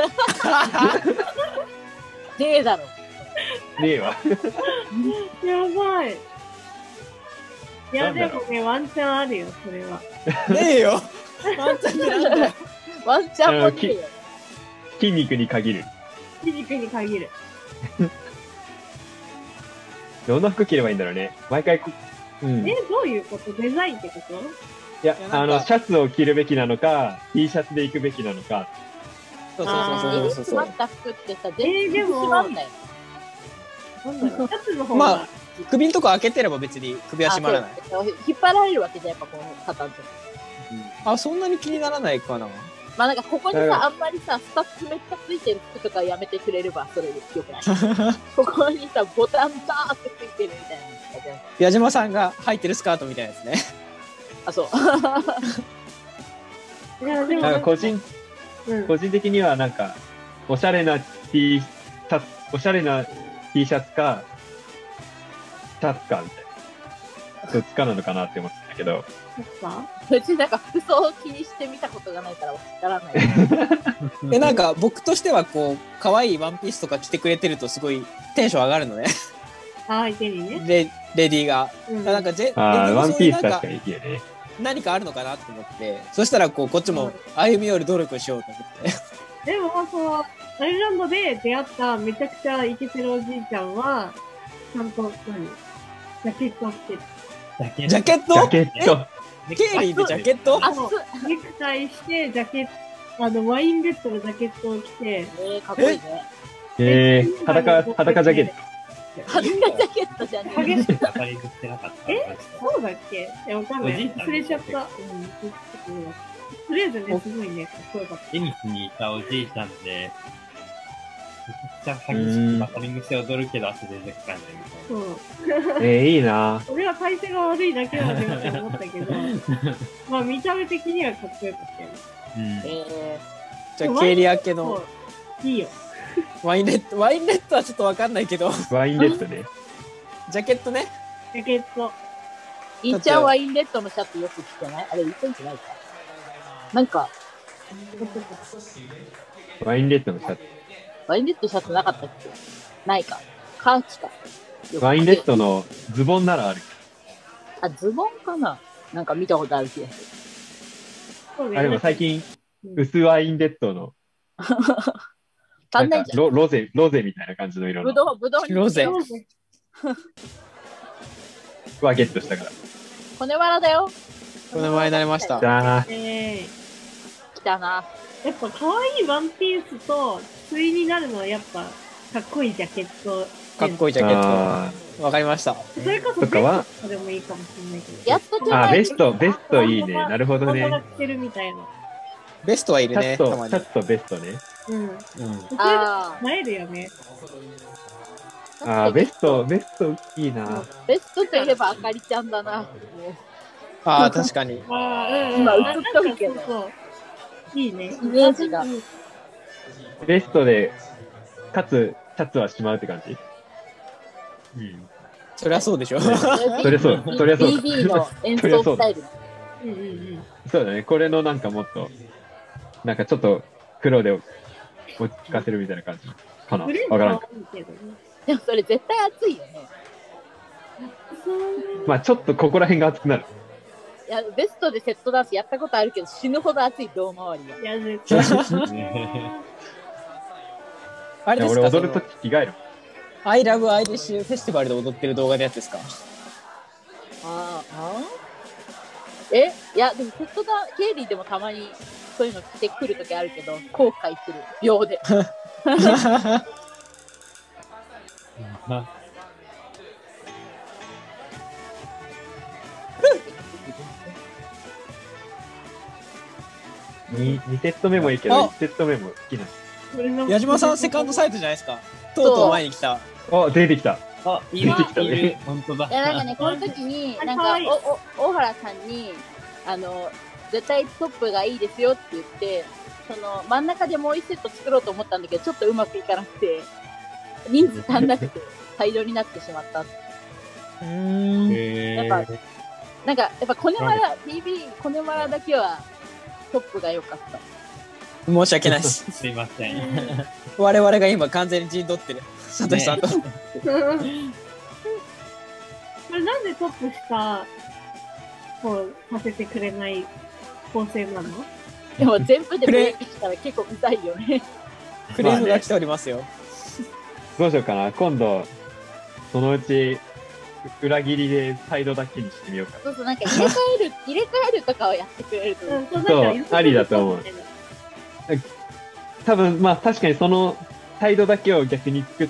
ねえだろ。 ねえわ。 やばい。いや、でもね、ワンチャンあるよ、それは。 ねえよ。ワンチャンってなんだよ。 ワンチャンもねえよ。 筋肉に限る。 筋肉に限る。 どんな服着ればいいんだろうね。毎回こ、うん。 え、どういうこと？デザインってこと？ いや、あの、シャツを着るべきなのか、T シャツで行くべきなのか。 そうそうそうそうそう。 詰まった服ってさ、全然閉まんない。 なんだろう、シャツの方が。 まあ、首のとこ開けてれば別に首は閉まらない。 引っ張られるわけじゃん、やっぱこのパターンって。 あ、そんなに気にならないかな。 まあなんかここにさ、あんまりさ、スタッフめっちゃついてる服とかやめてくれれば、それでよくない。ここにさ、ボタンバーってついてるみたいな。 矢島さんが履いてるスカートみたいなやつね。 あ、そう。 いや、でもなんか個人、うん、個人的にはなんか、おしゃれな T シャツ、おしゃれな T シャツか、シャツかみたいな。どっちかなのかなって思ってたけど。 別になんか服装を気にして見たことがないからわからない。 え、なんか僕としてはこう、可愛いワンピースとか着てくれてるとすごいテンション上がるのね。 相手にね。 レレディーが。 うん、 なんかゼあワンピース確かにいいよね。 何かあるのかなと思って、そしたらこうこっちも歩み寄る努力しようと思って。 でもそのアイルランドで出会っためちゃくちゃイケてるおじいちゃんはちゃんと何ジャケットを着てる。 ジャケット？ ジャケット。 ケイリーでジャケット？ あ、そう。ネクタイしてジャケット、あのワインレッドのジャケットを着て。 えー、かっこいいね。 えー、裸裸ジャケット。 裸ジャケットじゃねえ。 え、そうだっけ？え、わかんない。忘れちゃった。うん。とりあえずね、すごいね、かっこよかった。 テニスにいたおじいちゃんで、めちゃくちゃ激しくバトリングして踊るけど汗全然かかんないみたいな。 そう。 えー、いいなぁ。 俺は体勢が悪いだけだねって思ったけど、まあ見た目的にはかっこよかったよね。 うん。 えー、じゃあ、ケイリ明けの。 いいよ。 ワインレッド、ワインレッドはちょっとわかんないけど。 ワインレッドね。 ジャケットね。 ジャケット。 いっちゃんワインレッドのシャツよく着てない？あれ、いっちゃんじゃないか。なんか、 ワインレッドのシャツ。 ワインレッドシャツなかったっけ？ないか。カーキか。 ワインレッドのズボンならある。 あ、ズボンかな？なんか見たことある気がする。 あ、でも最近、薄ワインレッドの、 足んないじゃん。 ロロゼ、ロゼみたいな感じの色の。 ぶどう、ぶどうに。 ロゼ。 はゲットしたから。 骨わらだよ。 骨わらになりました。 じゃあ。 えー、 来たな。 やっぱ可愛いワンピースと対になるのはやっぱかっこいいジャケット。 かっこいいジャケット。わかりました。 それこそベストでもいいかもしれないけど。 やっと手前。 あ、ベスト、ベストいいね。なるほどね。 着るみたいな。 ベストはいるね。 シャツとベストね。 うん。うん。 ああ。映えるよね。 あー、ベスト、ベストいいな。 ベストといえばあかりちゃんだな。 ああ、確かに。 ああ、うんうん。 今映っとるけどそうそういいね。 イメージが。 ベストで、かつ、シャツはしまうって感じ。 うん。 そりゃそうでしょ。 そりゃそう、そりゃそう。 ビービー の演奏スタイル。 うんうんうん。 そうだね。これのなんかもっと、なんかちょっと黒で落ち着かせるみたいな感じかな。 グレーわからん。 いいけどね。 でもそれ絶対熱いよね。 まあちょっとここら辺が熱くなる。 いや、ベストでセットダンスやったことあるけど、死ぬほど熱い胴回りが。 いや、絶対。 ねあれですか、そ俺踊るとのき着替える。 I love Irish フェスティバルで踊ってる動画のやつですか？ あーあーえいや、でもセットダン、ケイリーでもたまにそういうの着てくるときあるけど、後悔する。秒で。 にセット目もいいけど、 あいちセット目も好きな矢島さんセカンドサイトじゃないですか。とうとう前に来た。 の。あ、出てきた。 あ、い出てきたねる、いる。本当だ。 いや、なんかね、この時に、なんかはい、 お、お、大原さんに、あの、絶対トップがいいですよって言って、その、真ん中でもう一セット作ろうと思ったんだけど、ちょっとうまくいかなくて、人数足んなくて、大量になってしまった。 うーん。 へーやっぱなんか、やっぱコネマラ、ビービー、コネマラだけは、トップが良かった。 申し訳ないです。 すいません。 我々が今完全に陣取ってる。サトシさんと。 これなんでトップしたこうさせてくれない構成なの？ でも全部でブレイクしたら結構うざいよね。 クレームが来ておりますよ。 どうしようかな。今度、そのうち、裏切りでサイドだけにしてみようか。 そうそう、なんか入れ替える、入れ替えるとかをやってくれると。 うん、そうそうなんかありだと思う多分、まあ確かにそのサイドだけを逆に作って、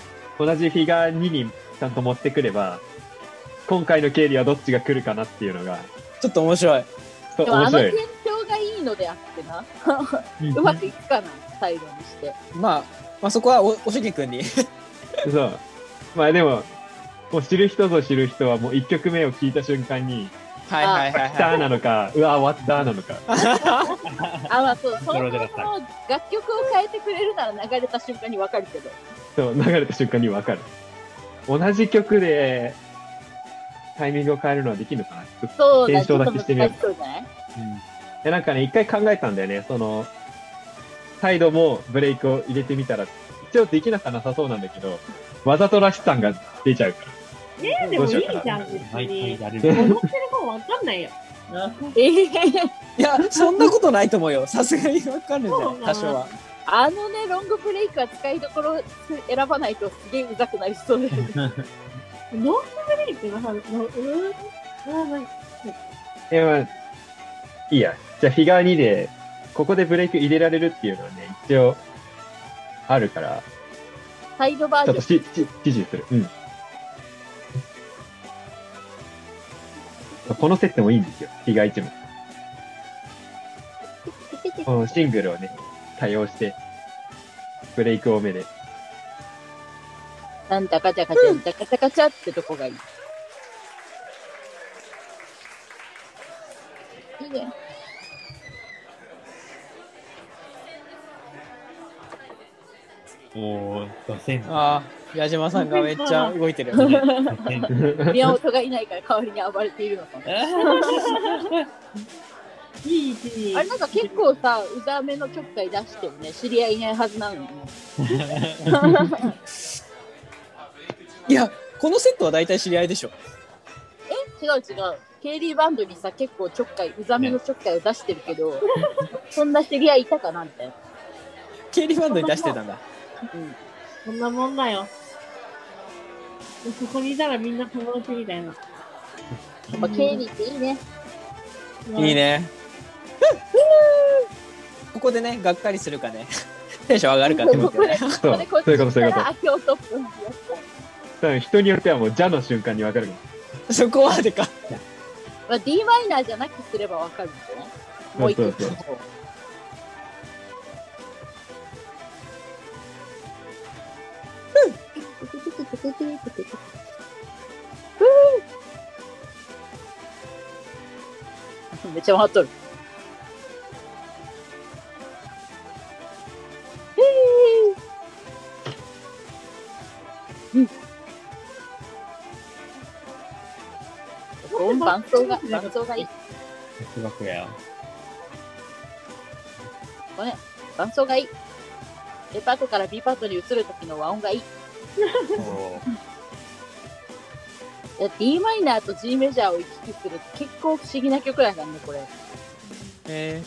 同じフィガーににちゃんと持ってくれば、今回の経理はどっちが来るかなっていうのが、 ちょっと面白い。 そうでもあの転面白い。 調がいいのであってな。うまくいくかな、サイドにして。 まあ、まあそこはお、おしげくんに。 そう。まあでも、もう知る人ぞ知る人はもういっきょくめを聞いた瞬間に、 はいはいはい来たーはなのか、うわ、終わったーなのか。 あ、まあそう、その心でだったの楽曲を変えてくれるなら流れた瞬間にわかるけど。 そう、流れた瞬間にわかる。同じ曲で、タイミングを変えるのはできるのかな。 そうだ、 検証だちょっとけしてみよう難しそうじゃない？ で、なんかね、一回考えたんだよね。その、サイドもブレイクを入れてみたら、一応できなさなさそうなんだけど、わざとらしさが出ちゃうから。 えー、でもいいじゃん、別毎回に。 やる。 踊ってる方わかんないよ。 ええい。いや、そんなことないと思うよ。さすがにわかるんじゃそうなのない多少は。 あのね、ロングブレイクは使いどころ選ばないとすげえうざくなりそうだよね。 ノースブレイクの話、のうーん、あー、なんかえ、まあ、いいや。じゃあ、フィガーにで、ここでブレイク入れられるっていうのはね、一応、あるから、 サイドバちょっとージョン。 し、し、指示する。うん。このセットもいいんですよ。フィガーいちも。このシングルをね、多用して、ブレイク多めで。 なんだかちゃかちゃ、んだかちゃかちゃってとこがいい。いいね。 おー、ドセン。 ああ、矢島さんがめっちゃ動いてる。 宮本がいないから代わりに暴れているのかな。 いいし、 あれなんか結構さ、うざめのちょっかい出してるね。知り合いいないはずなのに。 いや、このセットは大体知り合いでしょ。 違う違う。ケイリーバンドにさ、結構ちょっかい、うざめのちょっかいを出してるけど、そんな知り合いいたかなみたいな。 経理バンドに出してたんだ。 うん。 そんなもんだよ。そこにいたらみんな友達みたいな。 やっぱケイリーっていいね。 いいね。ここでね、がっかりするかね。テンション上がるかってことね。 そう、 これこっそういうこと、 ちそういうこからあ、今日トップのやつと。多分人によってはもう、ジャの瞬間にわかるかも。 そこまでか。 まあ、D マイナーじゃなくすればわかるんじゃない？もう一個そうそうそうめっちゃ回っとる。うん。伴奏が、伴奏がいい。 哲学や。 これね、伴奏がいい。A パートから B パートに移るときの和音がいい。D マイナーと G メジャーを行き来するって結構不思議な曲だからね、これ。 え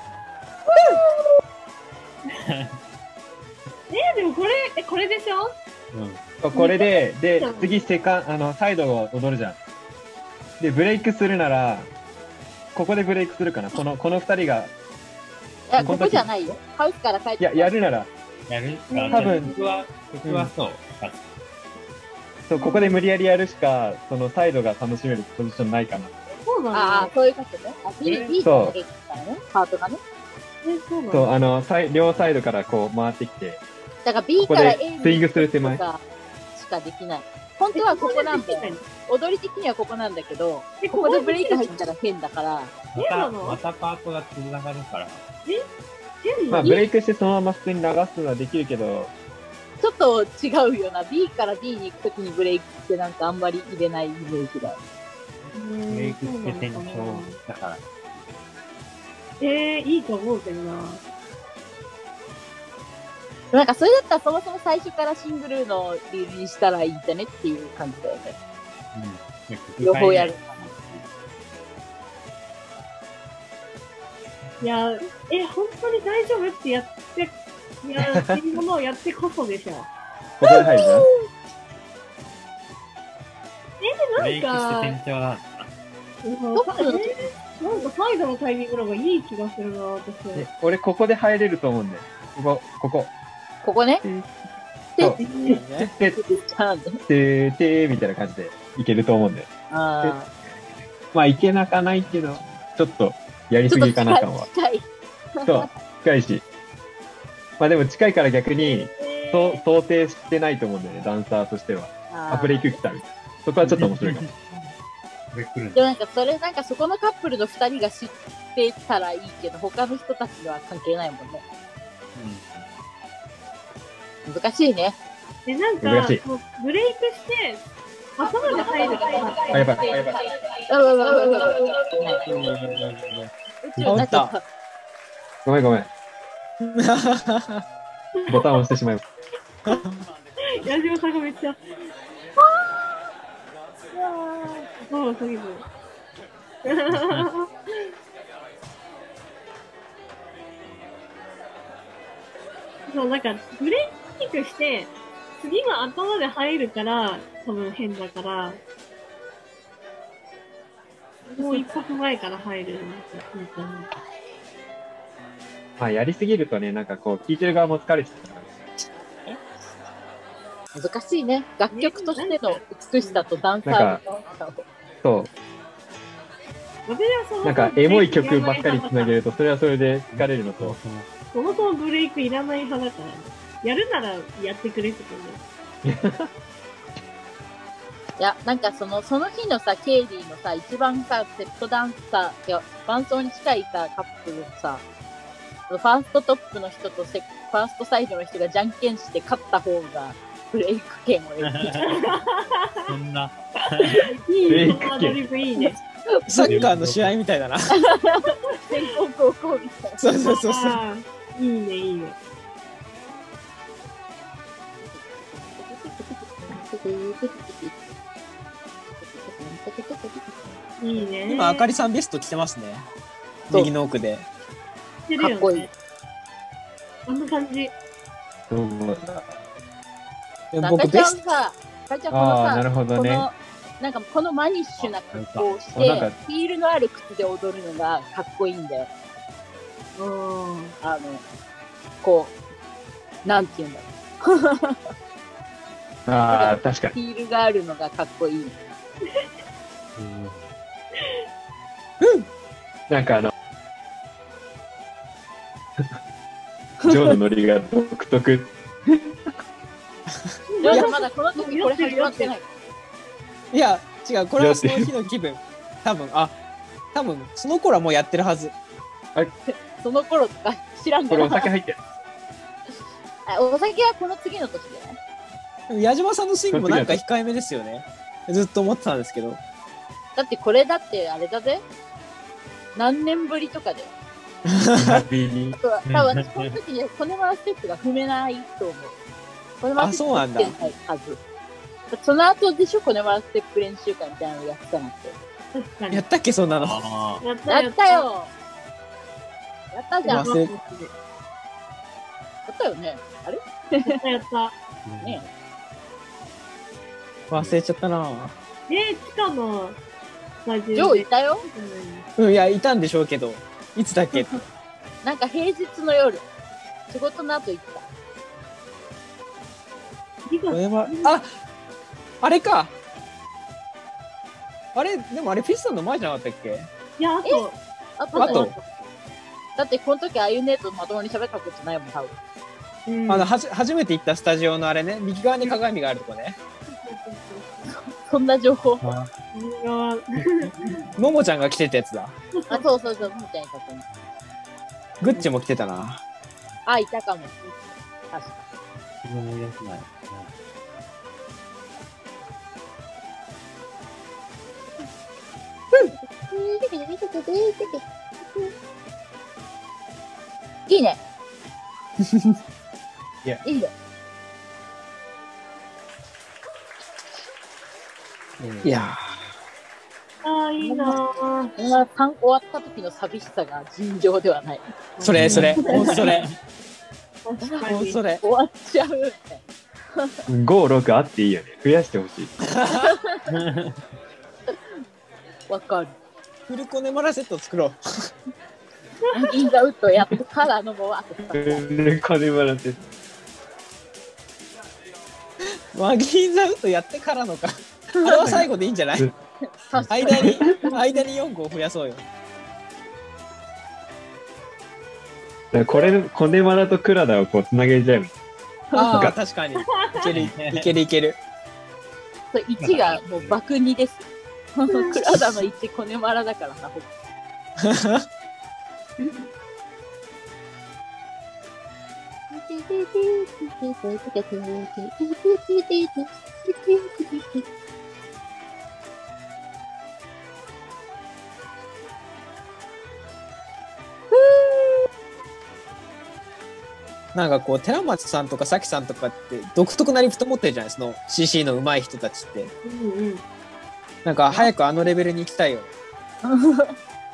えー、でもこれ、え、これでしょ？ うん。 これで、で、次セカあの、サイドを踊るじゃん。で、ブレイクするなら、ここでブレイクするかな。この、この二人が。 いや、ここじゃないよ。ハウスから帰っていや、やるなら、 やる多分曲は、曲はそう。 そう、ここで無理やりやるしか、そのサイドが楽しめるポジションないかな。 そうなんだ。 ああ、そういうことね。あ、B、B からできたね。パートがね。 え、そうなんだ。 そう、あの、サイ両サイドからこう回ってきて、 だから B ここからで A にスイングする手前。 しかできない。本当はここなんだよ。踊り的にはここなんだけど、 え、 ここでブレイク入ったら変だから。 また、またパートがつながるから。 変なまあ、ブレイクしてそのまま普通に流すのはできるけど、 ちょっと違うよな。B から B に行くときにブレイクってなんかあんまり入れないイメージだ。 ブレイクして転調だから。 えー、いいと思うけどな。 なんかそれだったらそもそも最初からシングルのリールにしたらいいんだねっていう感じだよね。 うん。 両方やる。 いや、え、本当に大丈夫ってやって、やってるものをやってこそでしょ。 ここで入るな。 ブレイクして転調なんだ。 うんさえーなんかサイドのタイミングの方がいい気がするな、私は。 で俺ここで入れると思うんだよ。ここ、ここ。 ここね。 そう。 ね、 で、 なんでてーてーみたいな感じでいけると思うんだよ。 あまあ、いけなかないっていうのは、ちょっとやりーちょっとすぎかな感は。 近い。 そう、近いし。まあでも近いから逆に、そう想定してないと思うんだよね、ダンサーとしては。あ、ブレイク来たみたいな。そこはちょっと面白いかも。 これ来るんでだ。 もなんかそれなんかそこのカップルの二人が知ってたらいいけど、他の人たちには関係ないもんね。難しいね。 え、なんか難しい、 こうブレイクして、頭で入るから。 あ、やばい、あ、やばい。 うわうわうわうわうわ宇宙になっちゃった。 ごめんごめん。ボタンを押してしまいまし矢島さんがめっちゃ。そう、そういうの。そう、なんか、ブレイクして、次が頭で入るから、多分変だから、もう一拍前から入るんですよ、本当に。 た。まあ、やりすぎるとね、なんかこう、聞いてる側も疲れちゃうから。 難しいね。楽曲としての美しさとダンサーのそう。 私はそもそもなんか、エモい曲ばっかりつなげると、それはそれで疲れるのと、 そもそもブレイクいらない派だから、やるならやってくれってことね。 いや、なんかその、その日のさ、ケイリーのさ、一番さ、セットダンサー、いや、伴奏に近いさ、カップルのさ、ファーストトップの人とセファーストサイドの人がじゃんけんして勝った方が、ブレイク権を得る。 そんな。 いいね、 ブレイクそのアドリブいいね。 サッカーの試合みたいだな。 先攻後攻みたいな。 そうそうそうそう。 あーいいね、いいね。いいね。 今、あかりさんベスト着てますね。 そう右の奥で。 してるよねかっこいい。 あんな感じ。 そうでなんかちゃ僕ベスト、 んさ、かちゃんこのさ、 ああ、なるほどね。 この、なんかこのマニッシュな格好をして、 あなんかヒールのある靴で踊るのがかっこいいんだよ。 うん。 あの、こう、なんて言うんだろう。 ああ、確かに。 ヒールがあるのがかっこいい。 なんかあの、ジョーのノリが独特。 いや、まだこの時これ始まってない。 いや、違う、これはその日の気分。多分、あ、 多分その頃はもうやってるはず。 その頃とか知らんこれから。 お酒入ってる。 あお酒はこの次の年じゃない？ でも矢島さんのスイングもなんか控えめですよね。ずっと思ってたんですけど。 だってこれだってあれだぜ。何年ぶりとかで。 ビに。 多分私この時にコネマラステップが踏めないと思う。コネマラステップあそうなんだ踏めないはず。その後でしょ、コネマラステップ練習会みたいなのやってたのって。 確かに。 やったっけそんなの。 あやったやったよ。やったじゃん。 忘れやったよね。あれやったやった。 ーね忘れちゃったな。 えー、地下のスタジジオで。 ョーいたよ。 うん、いや、いたんでしょうけど、いつだっけなんか平日の夜。仕事の後行った。 次がこれはああれかあれ、でもあれ、ピストンの前じゃなかったっけいや、あと、 あとあとだってこの時あゆねとまともに喋ったことないもん、多分。 うんあのはじ初めて行ったスタジオのあれね、右側に鏡があるとこね。 そんな情報。 あ右側ももちゃんが着てたやつだ。 あ、そうそうそう、みたいなことに。 グッチも着てたな。 あ、いたかも。確か思い出せない。 いいね。 いやいいね。 いやああ、いいなぁ。 こんな単終わった時の寂しさが尋常ではない。 ー、それ、それ、ほんとそれ、 確かに。 ほんとそれ。 終わっちゃうみたいご、ろくあっていいよね。増やしてほしい。 な。わかる。 フルコネマラセット作ろインザウッドやってからのもあとで、金払って。 う。マギーザウッドやってからのか。あれは最後でいいんじゃない確かに間に、間によん号増やそうよ。 これ、コネマラとクラダをこうつなげちゃう。 ああ、確かに。いける、いける、いける。 そういちがもう爆にです。クラダのいちコネマラだからな。ほぼなんかこう、寺松さんとかさきさんとかって独特なリフト持ってるじゃない、その シーシー の上手い人たちって。 うんうん。 なんか早くあのレベルに行きたいよ。 なんか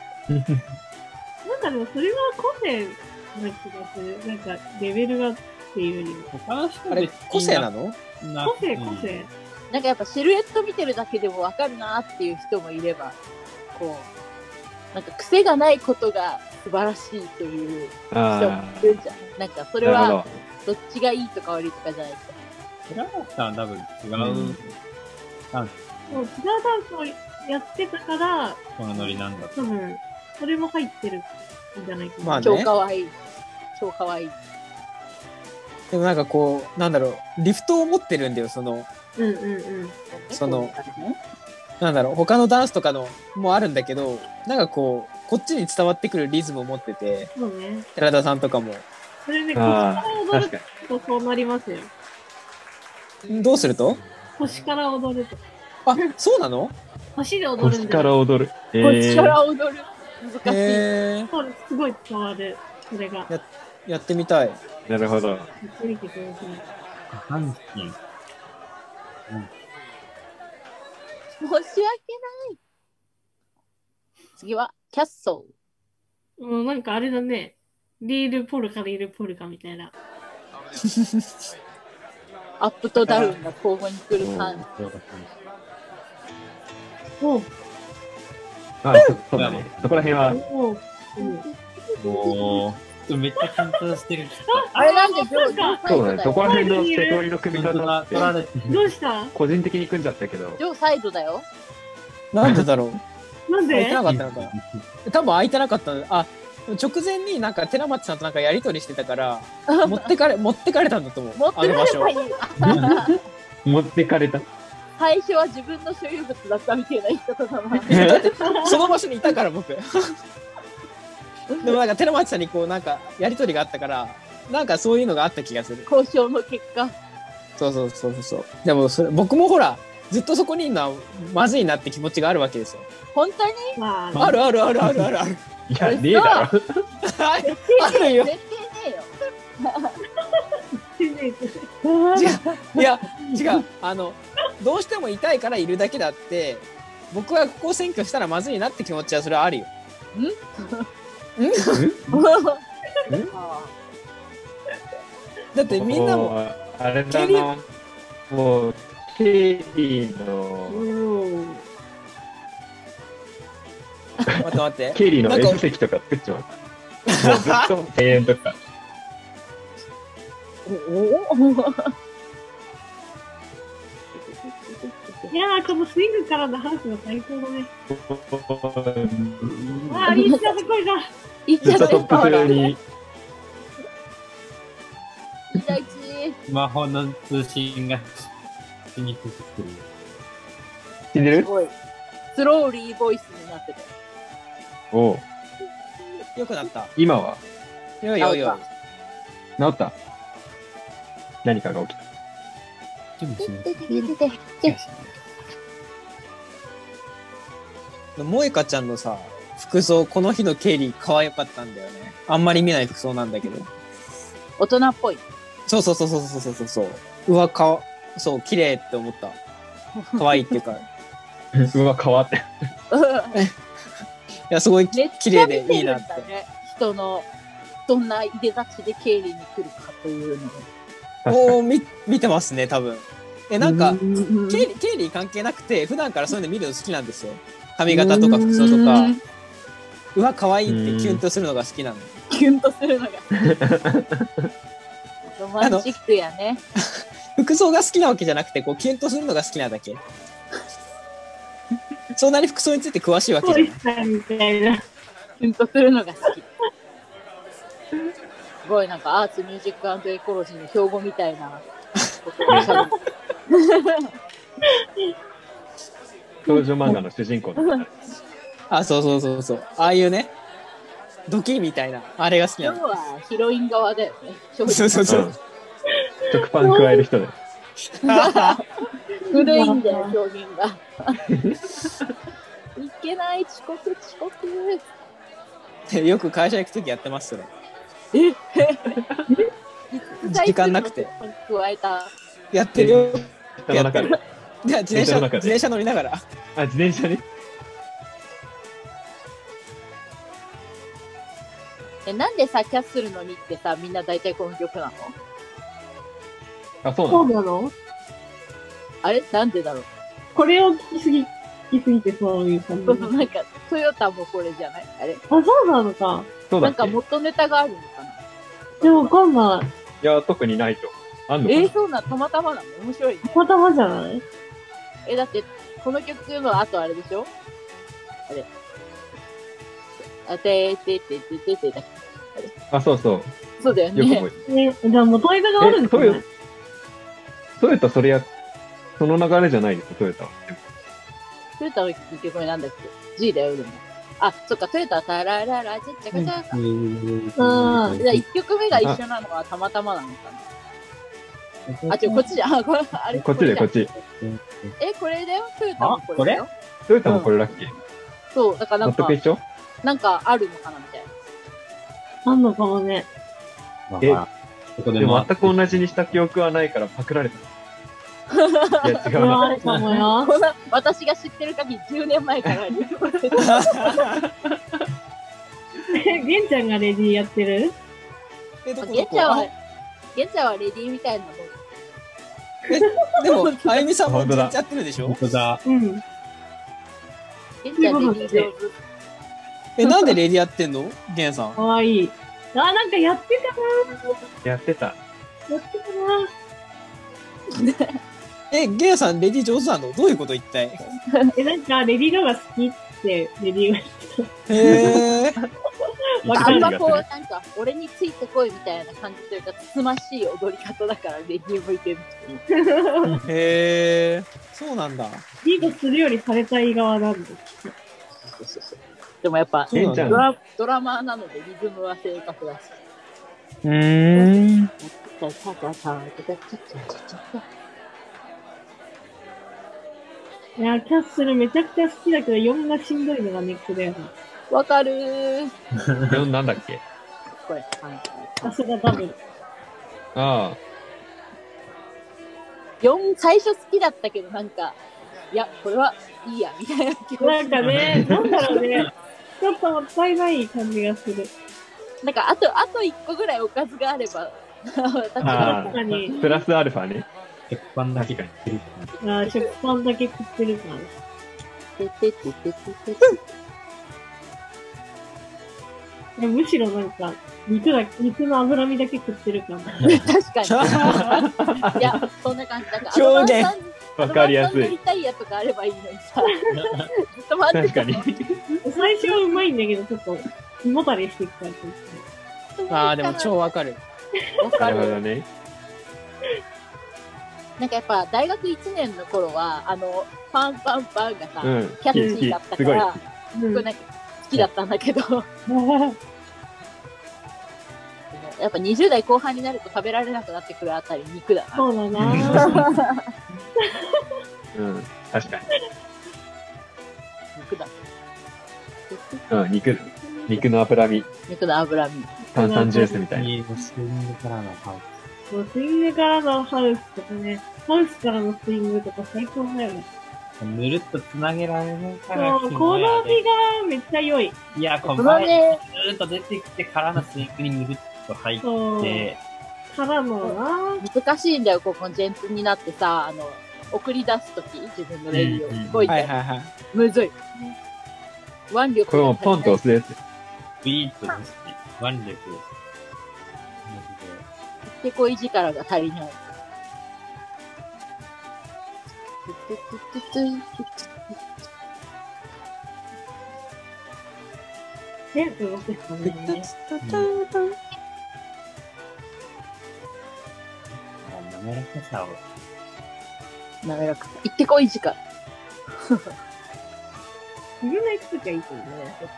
でもそれは個性な気がする。なんかレベルがっていうよりも。 他の人あれ、個性なのな個性、個性。 なんかやっぱシルエット見てるだけでもわかるなっていう人もいれば、こう、なんか癖がないことが素晴らしいという人もあいるじゃん。なんかそあ、 れなるほはどっちがいいとか悪いとかじゃない寺松さんは多分違う、 うんもう違うダンスをやってたから、 このノリなんだと。 多分、それも入ってるんじゃないかな。 まあね超かわいい。超かわいい。 でもなんかこう、なんだろう、リフトを持ってるんだよ、その、 うんうんうん。 そのなんだろう、他のダンスとかのもあるんだけど、なんかこう、こっちに伝わってくるリズムを持ってて、 そうね。 寺田さんとかも。 それね、腰ああ、 から踊確かるとそうなりますよ。 どうすると腰から踊ると。 あ、そうなの腰でに。腰踊るんで。 から踊る。えこっちかー、 ら踊る。難しい。 へそうです。すごい伝わる。それが。やー、やってみたい。 なるほど。 ってみてください。 下半身。 申し訳ない。次は、キャッソもうなんかあれだね。リールポルカ、リールポルカみたいな。 ー。アップとダウンが交互に来る感じ。 そうだそうおうあ、そそうだね。そこら辺は、 おうだおー、めっちゃ緊張してる。 あれなんで上なんかそうだね。そこら辺のいいね瀬戸りの組み本当だ、 方って取、られてる。 どうした個人的に組んじゃったけど、 上サイドだよ。 なんでだろうなん空いてでなかったのか。多分空いてなかったの。あ、直前になんか寺松さんとなんかやりとりしてたから、持ってかれ、持ってかれたんだと思う。 持ってあの場所かればい。い。 持ってかれた。 最初は自分の所有物だったみたいな言い方だな。 だってその場所にいたから僕。でもなんか寺町さんにこうなんかやりとりがあったから、なんかそういうのがあった気がする。 交渉の結果。 そうそうそうそう。でもそれ僕もほらずっとそこにいるのはまずいなって気持ちがあるわけですよ。 本当に？ まあるあるあるあるあるある。 いや、ねえだろ。 あるよ。 絶対ねえよ。 違う。いや、違う。あの、どうしても痛いからいるだけだって、僕はここを占拠したらまずいなって気持ちはそれはあるよ。んんだってみんなも。 あれだな。もう、ケイリーの。 待って待って。 ケイリーの S 席とか作っちまう。もうずっとせんえんとか。 いやー、このスイングからの話が最高だね。あー、リーチだぜ、これが。 いっちゃってずっとトップ中に。 スマホの通信がしにくくてる。 死んでる？ すごい。スローリーボイスになってた。 おう。 よくなった。 今はよいよいよい。 治った？何かが起きた。 萌香ちゃんのさ、服装、この日のケイリー可愛かったんだよね。あんまり見ない服装なんだけど。 大人っぽい。 そうそうそうそうそうそうそう。うわ、か、そう、綺麗って思った。可愛いっていうか。 うわ、変わって。 いや、すごい綺麗でいいなって。 ね、人の、どんないでたちでケイリーに来るかというのを。 おー、み、見てますね、多分。え、なんか、ケイリー、ケイリー関係なくて、普段からそういうの見るの好きなんですよ。髪型とか服装とか。うわ、可愛いってキュンとするのが好きなの。 キュンとするのが。ロマンチックやね。 服装が好きなわけじゃなくて、こう、キュンとするのが好きなだけ。そんなに服装について詳しいわけじゃない。 みたいな。 キュンとするのが好き。すごいなんかアーツミュージック&エコロジーの標語みたいなことをしゃべる。 少女漫画の主人公だった。 あ、そうそうそうそう。ああいうね、ドキみたいな、あれが好きなの。 今日はヒロイン側だよね。 そうそうそう。 食パン加える人だよ。 古いんだよ、表現が。いけない、遅刻、遅刻。 よく会社行くときやってます、それ。 え時間なくて。 加えた。 やってるよ。 人の中で。 じゃあ自転車、自転車乗りながら。 あ、自転車ね。 え、なんでさ、キャッスルのにってさ、みんな大体この曲なの？ あ、そうなの？ そうなの？ あれなんでだろう？ これを聞きすぎ、聞きすぎてそういう感じ。 そうそう、なんか、トヨタもこれじゃないあれ？ あ、そうなのか。 そうだっけ？ なんか元ネタがあるのかな？ でもわかんない。 いや、特にないと。あんのかな？ えー、そうな、たまたまなの？面白いね。 たまたまじゃない？ え、だって、この曲の後あれでしょ？あれ。あてーてーてーてーてーてーだっけ？ あ、そうそう。 そうだよよくね。 覚えてる。 ね、じゃあ元ネタがあるんですトヨね。 トヨタそれや、その流れじゃないですよ、トヨタは。 トヨタの曲なんだっけ？ G だよ、でも。あ、そっか、トヨタタラララチッチャカチャうん。 じゃあいっきょくめが一緒なのはたまたまなのかな？あ、違う、こっちじゃん。あ、これ、あれ。 こっちで、こっち。 え、これだよ。トヨタもこれだよ。 トヨタもこれだっけ？ そう、だからなんか全く、一緒？ なんかあるのかなみたいな。 あんのかもね。 えまあ、そこででもも全く同じにした記憶はないからパクられた。いや、違うな。 これはあるかもよ。 こんな私が知ってる限りじゅうねんまえからある。 え、ゲンちゃんがレディーやってる？ え、どこゲどこンちゃんは、ゲンちゃんはレディーみたいなの。 え、でも、あゆみさんも本当だ全然やってるでしょ本？当だ。 うん。 ゲンちゃんレディー上手。 え、なんでレディやってんのゲンさん。 かわいい。あ、なんかやってやってた。 たな。やってたな。 え、ゲンさんレディ上手なの？どういうこと一体？ え、なんか、レディーのが好きって、レディーが言ってへえ。 あんまこう、なんか、俺についてこいみたいな感じというか、つつましい踊り方だから、レディー向いてる。 へえ、そうなんだ。 リードするよりされたい側なんです。 でもやっぱドラ、ドラマーなのでリズムは正確だし。 うーん。 いや、キャッスルめちゃくちゃ好きだけど、よんがしんどいのがネックだよね。 わかるー。 よんなんだっけこれ、 さすがダブル。 ああ。 よん最初好きだったけど、なんか、いや、これはいいや、みたいな気持ち。 なんかね、なんだろうね。ちょっともったいない感じがする。 なんか、あと、あといっこぐらいおかずがあれば、 確かに。 プラスアルファね。 食パンだけが食ってる。 ああ、食パンだけ食ってるから。 てててててて。 いやむしろなんか、肉だ、肉の脂身だけ食ってるから。 確かに。いや、そんな感じ。なんか、 表現。 わかりやすい。 やりたいやとかあればいいのにさ。ずっと待ってた。 確かに。 最初はうまいんだけど、ちょっと、胃もたれしてきたりとか。ああ、でも超わかる。 わかる。 なるほどね。 なんかやっぱ大学いちねんの頃は、あの、パンパンパンがさ、 うん、 キャッチーだったから、すごいなんか好きだったんだけど、やっぱにじゅう代後半になると食べられなくなってくるあたり肉だな。 そうだなうん、確かに。 肉だ。 うん、肉、肉の脂身。 肉の脂身。 炭酸ジュースみたいな。 スイングからのハウス。もうスイングからのハウスとかね、ハウスからのスイングとか最高だよね。 ぬるっと繋げられるから。 そう、この日がめっちゃ良い。 いや、この前にぬるっと出てきてからのスイングにぬるっと入って。 からのな難しいんだよ、ここジェンツになってさ、あの、送り出すとき、自分のレディを動いて。 はいはいはい。 むずい。腕力。 これもポンと押すやつ。 ビーッとですね。腕力。 結構いい力が足りない。 全部動くしかないね。 滑らかさを。 滑らかさ。行ってこい力。 自分の行くときはいいと思うね。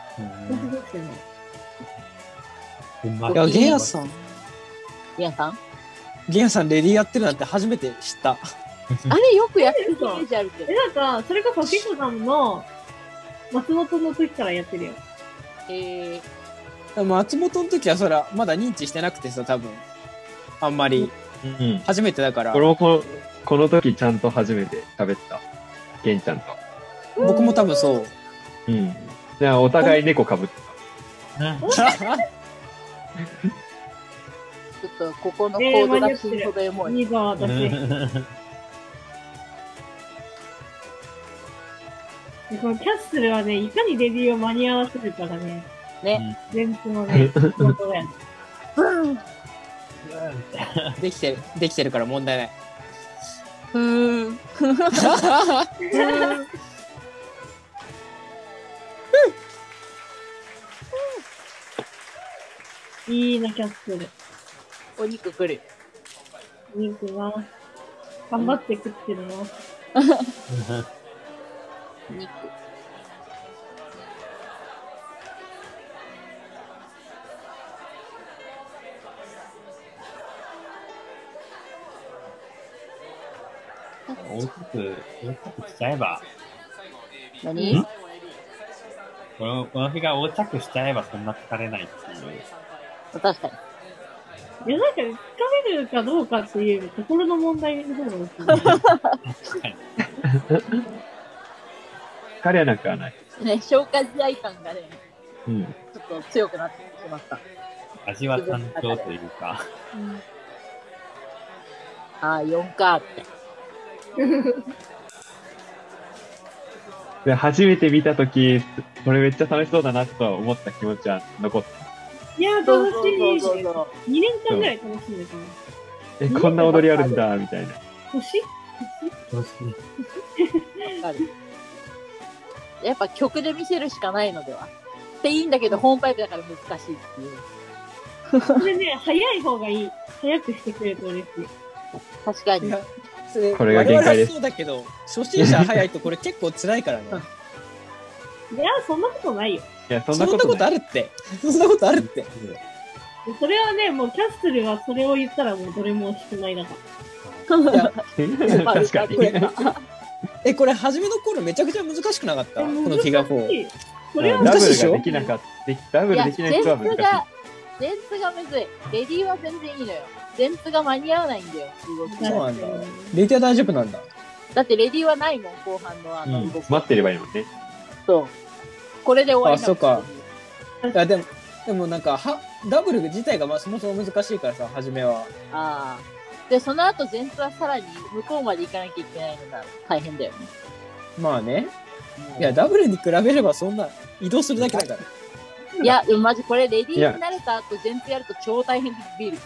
いや、ゲアさん。 ゲアさんゲアさんレディーやってるなんて初めて知った。 あれよくやってるイメージあるけど。 え、なんか、それこそケコさんの松本の時からやってるよ。 へえー。松本の時はそら、まだ認知してなくてさ、多分。あんまり。うん。初めてだから。 この、この、この時ちゃんと初めて喋った。ゲンちゃんと。 僕も多分そう。 うん。じゃあ、お互い猫被ってた。 ちょっと、ここのコードがしんどでもい。 いいぞ、私。このキャッスルはね、いかにレディーを間に合わせるかがね、 ね。 全部のね、仕事だよね。 できてる、できてるから問題ない。 ふーん。 いいな、キャッスル。 お肉来る。 お肉な。頑張って食ってるな。 肉。 大きく、大きくしちゃえば。 何？ この、この日が横着しちゃえばそんな疲れないっていう。 確かに。 いや、なんか、疲れるかどうかっていう心の問題の方なんですよね。 確かに。 疲れなくはない。 ね、消化試合感がね、 うん。 ちょっと強くなってしまった。 味は単調というか。 うん、ああ、よんかって。 で初めて見たとき、これめっちゃ楽しそうだなと思った気持ちは残った。 いや、楽しい。にねんかんぐらい楽しんでたえ、こんな踊りあるんだ、みたいな。 星楽しい。 わかる。やっぱ曲で見せるしかないのでは。 っていいんだけど、ホームパイプだから難しいっていう。 それね、早い方がいい。早くしてくれると嬉しい。 確かに。 これが限界です。 そうだけど、初心者早いとこれ結構辛いからね。 いや、そんなことないよ。 いや、そんなことあるって。そんなことあるって。 それはね、もうキャッスルはそれを言ったらもうどれもおしくないだから。いや、 確かに。 え、これ初めの頃めちゃくちゃ難しくなかったこのフィガフォー。 これはダブルができなかった。ダブルできない人は難しい。 ジェンツがむずい。レディーは全然いいのよ。ジェンツが間に合わないんだよ。 そうなんだ。レディーは大丈夫なんだ。 だってレディーはないもん、後半のあの動き。 待ってればいいもんね。 そう。これで終わりなの。あ、そうか。いや、でも、でもなんか、は、ダブル自体がまあそもそも難しいからさ、初めは。 ああ。で、その後、ジェンツはさらに向こうまで行かなきゃいけないのが大変だよね。 まあね。いや、ダブルに比べればそんな移動するだけだから。 いや、でもマジこれレディーになれた後、ジェンツやると超大変でビール。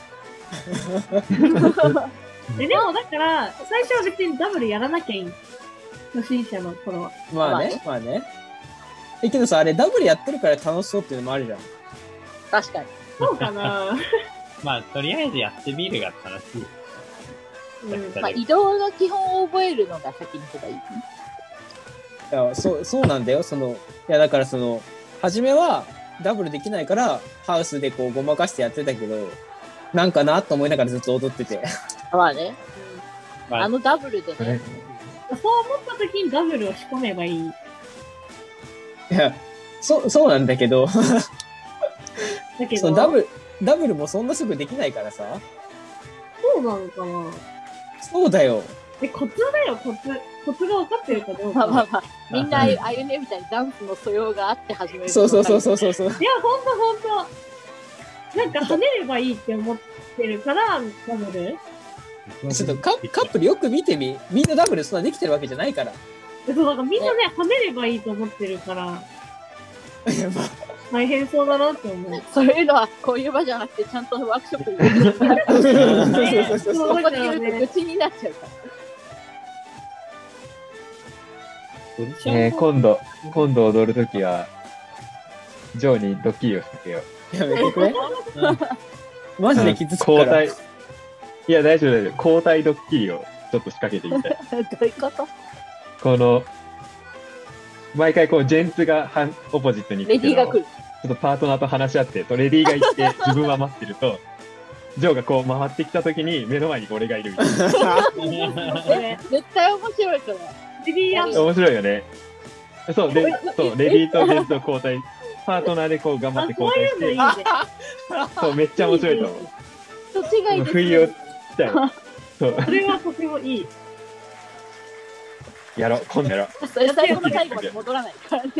えでもだから、最初は別にダブルやらなきゃいい。初心者の頃は。 まあね、まあね。え、けどさ、あれダブルやってるから楽しそうっていうのもあるじゃん。 確かに。 そうかなまあ、とりあえずやってみるが楽しい。 うん、まあ、移動の基本を覚えるのが先に方がいい。 いや、そう、そうなんだよ。その、いや、だからその、初めはダブルできないから、ハウスでこうごまかしてやってたけど、なんかなと思いながらずっと踊ってて。 まあね。うん、あのダブルでね。 そう思った時にダブルを仕込めばいい。 いや、そ、そうなんだけど。 だけど。 ダブル、ダブルもそんなすぐできないからさ。 そうなのかな。 そうだよ。 え、コツだよ、コツ。コツが分かってるかどうか。 まあまあまあ。みんなあゆねみたいにダンスの素養があって始める。 そうそうそうそうそうそう。いや、ほんとほんと。なんか跳ねればいいって思ってるから、ダブルちょっとカカップルよく見てみ。みんなダブルそんなできてるわけじゃないから。 そう、なんかみんなね、跳ねればいいと思ってるから。大変そうだなって思う。 そういうのはこういう場じゃなくてちゃんとワークショップに入れてもらう。そうそうそうそう。ここで言うと愚痴になっちゃうから。 えー、今度、今度踊るときは、ジョーにドッキリをしてけよう。やめてくれ。マジで傷つくから。 交代。いや、大丈夫大丈夫。交代ドッキリをちょっと仕掛けてみたい。 どういうこと？ この、毎回こう、ジェンツがはんオポジットに行って、 レディーが来る。 ちょっとパートナーと話し合って、とレディーが行って、自分は待ってると、ジョーがこう回ってきたときに、目の前に俺がいるみたいな。 絶対面白いと思う。 レディーや面白いよね。そう、で、そう、レディーとジェンツを交代、パートナーでこう頑張って交代して、そう、めっちゃ面白いと思う。 土地がいいですね。 不意をしたい。そう。 それはとてもいい。 やろう、今度やろう。 それ最後の最後まで戻らないからね。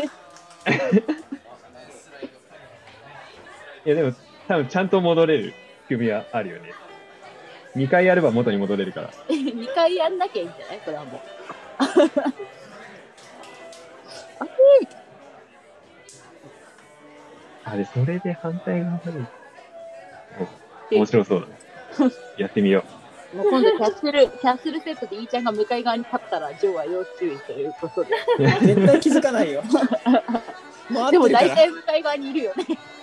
いや、でも、多分ちゃんと戻れる仕組みはあるよね。にかいやれば元に戻れるから。 にかいやんなきゃいいんじゃないこれはもう。 あれ、それで反対側まで。面白そうだ。やってみよう。もう今度キャッスル、キャッスルセットでイーちゃんが向かい側に立ったら、ジョーは要注意ということで。 絶対気づかないよ。 でも大体向かい側にいるよね。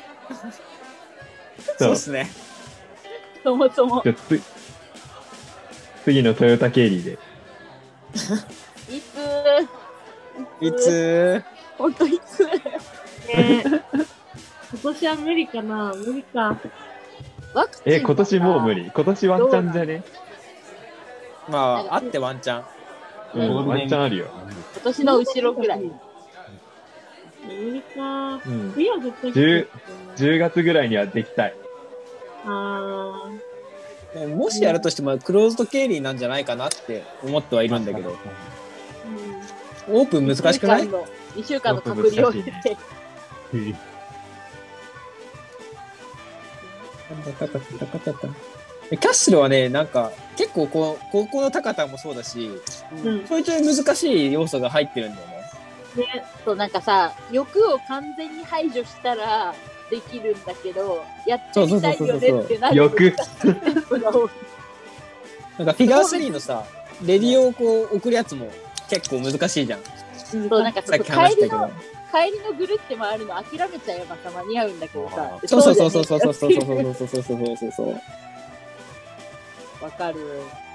そうっすね。 そもそも。 つ次のトヨタケイリーで。 いついつほんといつえー、今年は無理かな無理か。 ワクチンえ、今年もう無理。今年ワンチャンじゃね。 まあ、あってワンチャン。 うん、ワンチャンあるよ。 今年の後ろくらい。 無理か。 うん。 冬は絶対じゅうがつぐらいにはできたい。 あー。もしやるとしても、クローズドケイリーなんじゃないかなって思ってはいるんだけど。うん、オープン難しくない？ にしゅうかんの隔離をしてて。 キャッスルはね、なんか結構こう高校の高田もそうだし、うん、ちょいちょい難しい要素が入ってるんだよね。 ね、そうなんかさ、欲を完全に排除したらできるんだけど、やってみたいよねってなる。 欲。 なんかフィガースリーのさ、レディをこう送るやつも結構難しいじゃん。 そうなんかさ、帰りの帰りのぐるって回るの諦めちゃえばさ、間に合うんだけどさ。 そうそうそうそうそうそうそうそうそうそうそうそうそう。 わかる。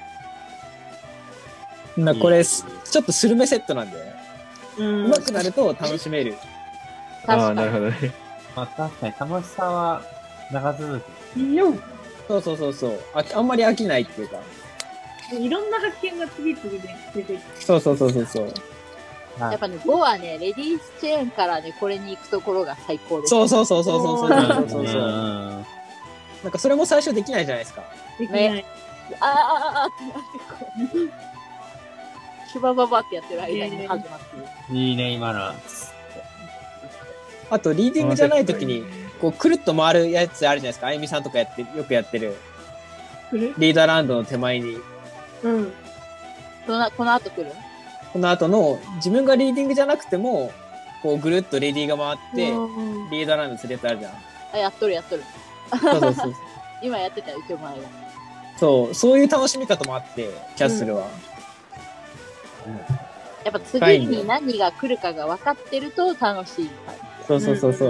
なこれちょっとスルメセットなんで、 うん。 うまくなると楽しめる。 ああ、 確かに。 なるほどね。 まあ確かに楽しさは長続き。 いいよ。 そうそうそうそう。あ、あんまり飽きないっていうか。 いろんな発見が次々で出てきて。 そうそうそうそうそう。 やっぱね、ごはね、レディースチェーンからね、これに行くところが最高です。 そうそうそうそうそうそうそうそうそう。 んなんかそれも最初できないじゃないですか。 できない。 ね、あーあーあーってなってこう。シュバババってやってる間に始まってる。 いいね、今の。 あと、リーディングじゃないときに、こう、くるっと回るやつあるじゃないですか。あゆみさんとかやって、よくやってる。リードアラウンドの手前に。 うん。 この、この後来るこの後の、自分がリーディングじゃなくても、こう、ぐるっとレディーが回って、リードアラウンドするやつあるじゃん。 あ、やっとるやっとる。 そうそうそう。 今やってたよ、一応前は。 そう、そういう楽しみ方もあって、キャッスルは。 うん、やっぱ次に何が来るかが分かってると楽しい感じ。 そうそうそうそう。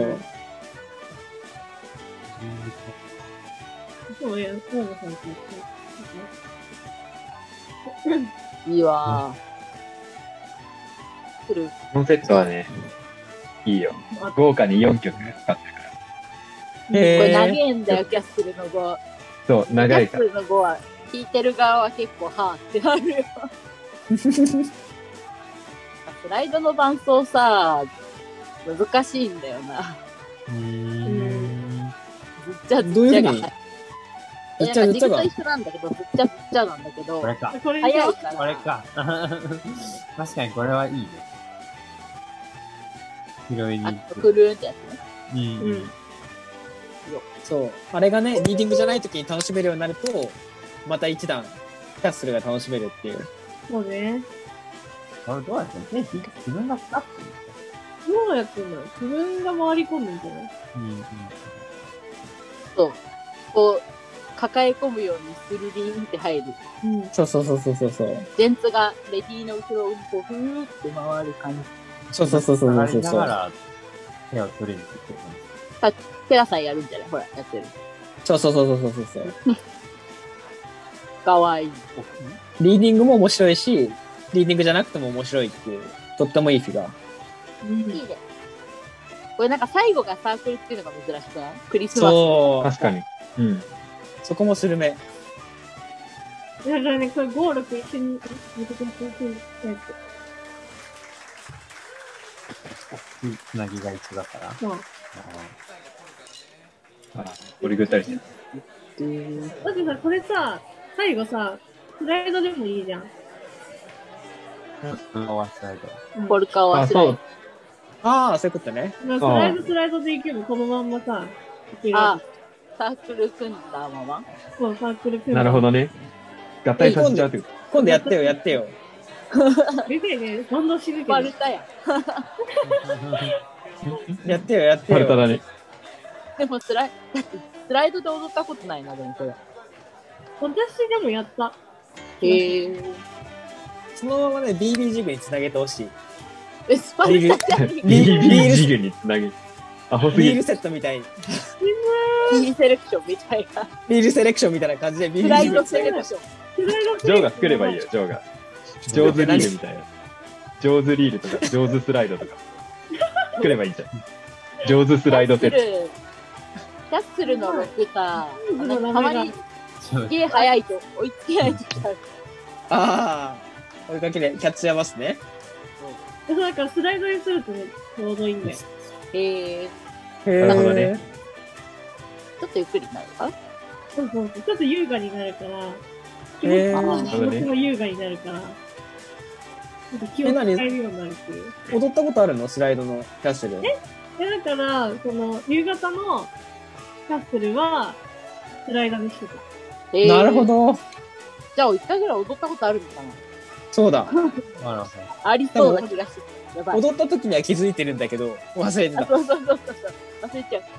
そうや、そうだ、そうだ。いいわー。来る。 このセットはね、いいよ。豪華によんきょく使ってるから。 これ長いんだよ、キャッスルのご。 そう、長いから。 キャッスルのごは、弾いてる側は結構、はぁってなるよ。スライドの伴奏さ、難しいんだよな。 うーん。 ずっちゃずっちゃが。ずっちゃずっちゃが。一緒なんだけど、ずっちゃずっちゃなんだけど。 これか。 早いから。 これか。確かにこれはいいね。拾いに。 あと、くるーってやつね。 うん。うん。 そう。あれがね、リーディングじゃない時に楽しめるようになると、また一段、キャッスルが楽しめるっていう。 そうね。 これどうやってんの？自分が使ってるんですか？ どうやってんの？自分が回り込むんじゃない？ うんうん。 そう。こう、抱え込むようにスルリンって入る。 うん。 そうそうそうそうそうそう。 ジェンツがレディーの後ろにこう、ふーって回る感じ。 そうそうそうそうそうそう。 ながら手を取れるって感じ。あ、テラさんやるんじゃない？ほら、やってる。 そうそうそうそうそうそう。 かわいい。 リーディングも面白いし、リーディングじゃなくても面白いっていう、とってもいいフィガー。 うん、いいね。これなんか最後がサークルっていうのが珍しくない？クリスマス。 そう。 確かに。うん。 そこもスルメ。 だからね、これご、ろく一緒に見てください。 つなぎが一緒だから。 そう。 ああ、俺ぐったりしてる。 だってさ、これさ、最後さ、スライドでもいいじゃん。 うん、ワンスライド。 ポルカはスライド。 ああ、そういうことね。 スライドスライドでいけばこのまんまさ、いける。 あ、サークル組んだまま？ そう、サークル組んだ。 なるほどね。合体させちゃうってこと。 今度やってよ、やってよ。 出てね、どんどん死ぬけど。 マルタや。 やってよ、やってよ。 マルタだね。 でもスライ、スライドで踊ったことないな、でもこれ。 私でもやった。 へえ。 そのままね、ビービー ジグにつなげてほしい。 え、スパルタじゃん。 ビービー ジグにつなげ。アホすぎる。 ビールセットみたいに。 ビールセレクションみたいな。 ビールセレクションみたいな感じでビールスライドセレクション。 ジョーが作ればいいよ、ジョーが。ジョーズリールみたいな。ジョーズリールとか、ジョーズスライドとか。作ればいいじゃん。ジョーズスライドセット。 キャッスルのロックさ、たまにすげえ速いと追いつけないときある。 ああ、追いかけでキャッチやますね。 そう、だからスライドにするとね、ちょうどいいんだよ。 へえ。 へなるほどね。 ちょっとゆっくりになるか？ そうそうそう。ちょっと優雅になるから、気持ちも気持ちも優雅になるから、気を使えるようになるっていう。 踊ったことあるの？スライドのキャッスル。 ええ、だから、その、夕方のキャッスルは、スライダーにしてた。 えー、 なるほど。 じゃあ、一回ぐらい踊ったことあるのかな？ そうだ。 ありそうな気がして。やばい。 踊った時には気づいてるんだけど、忘れてた。 そうそうそうそう。忘れちゃう。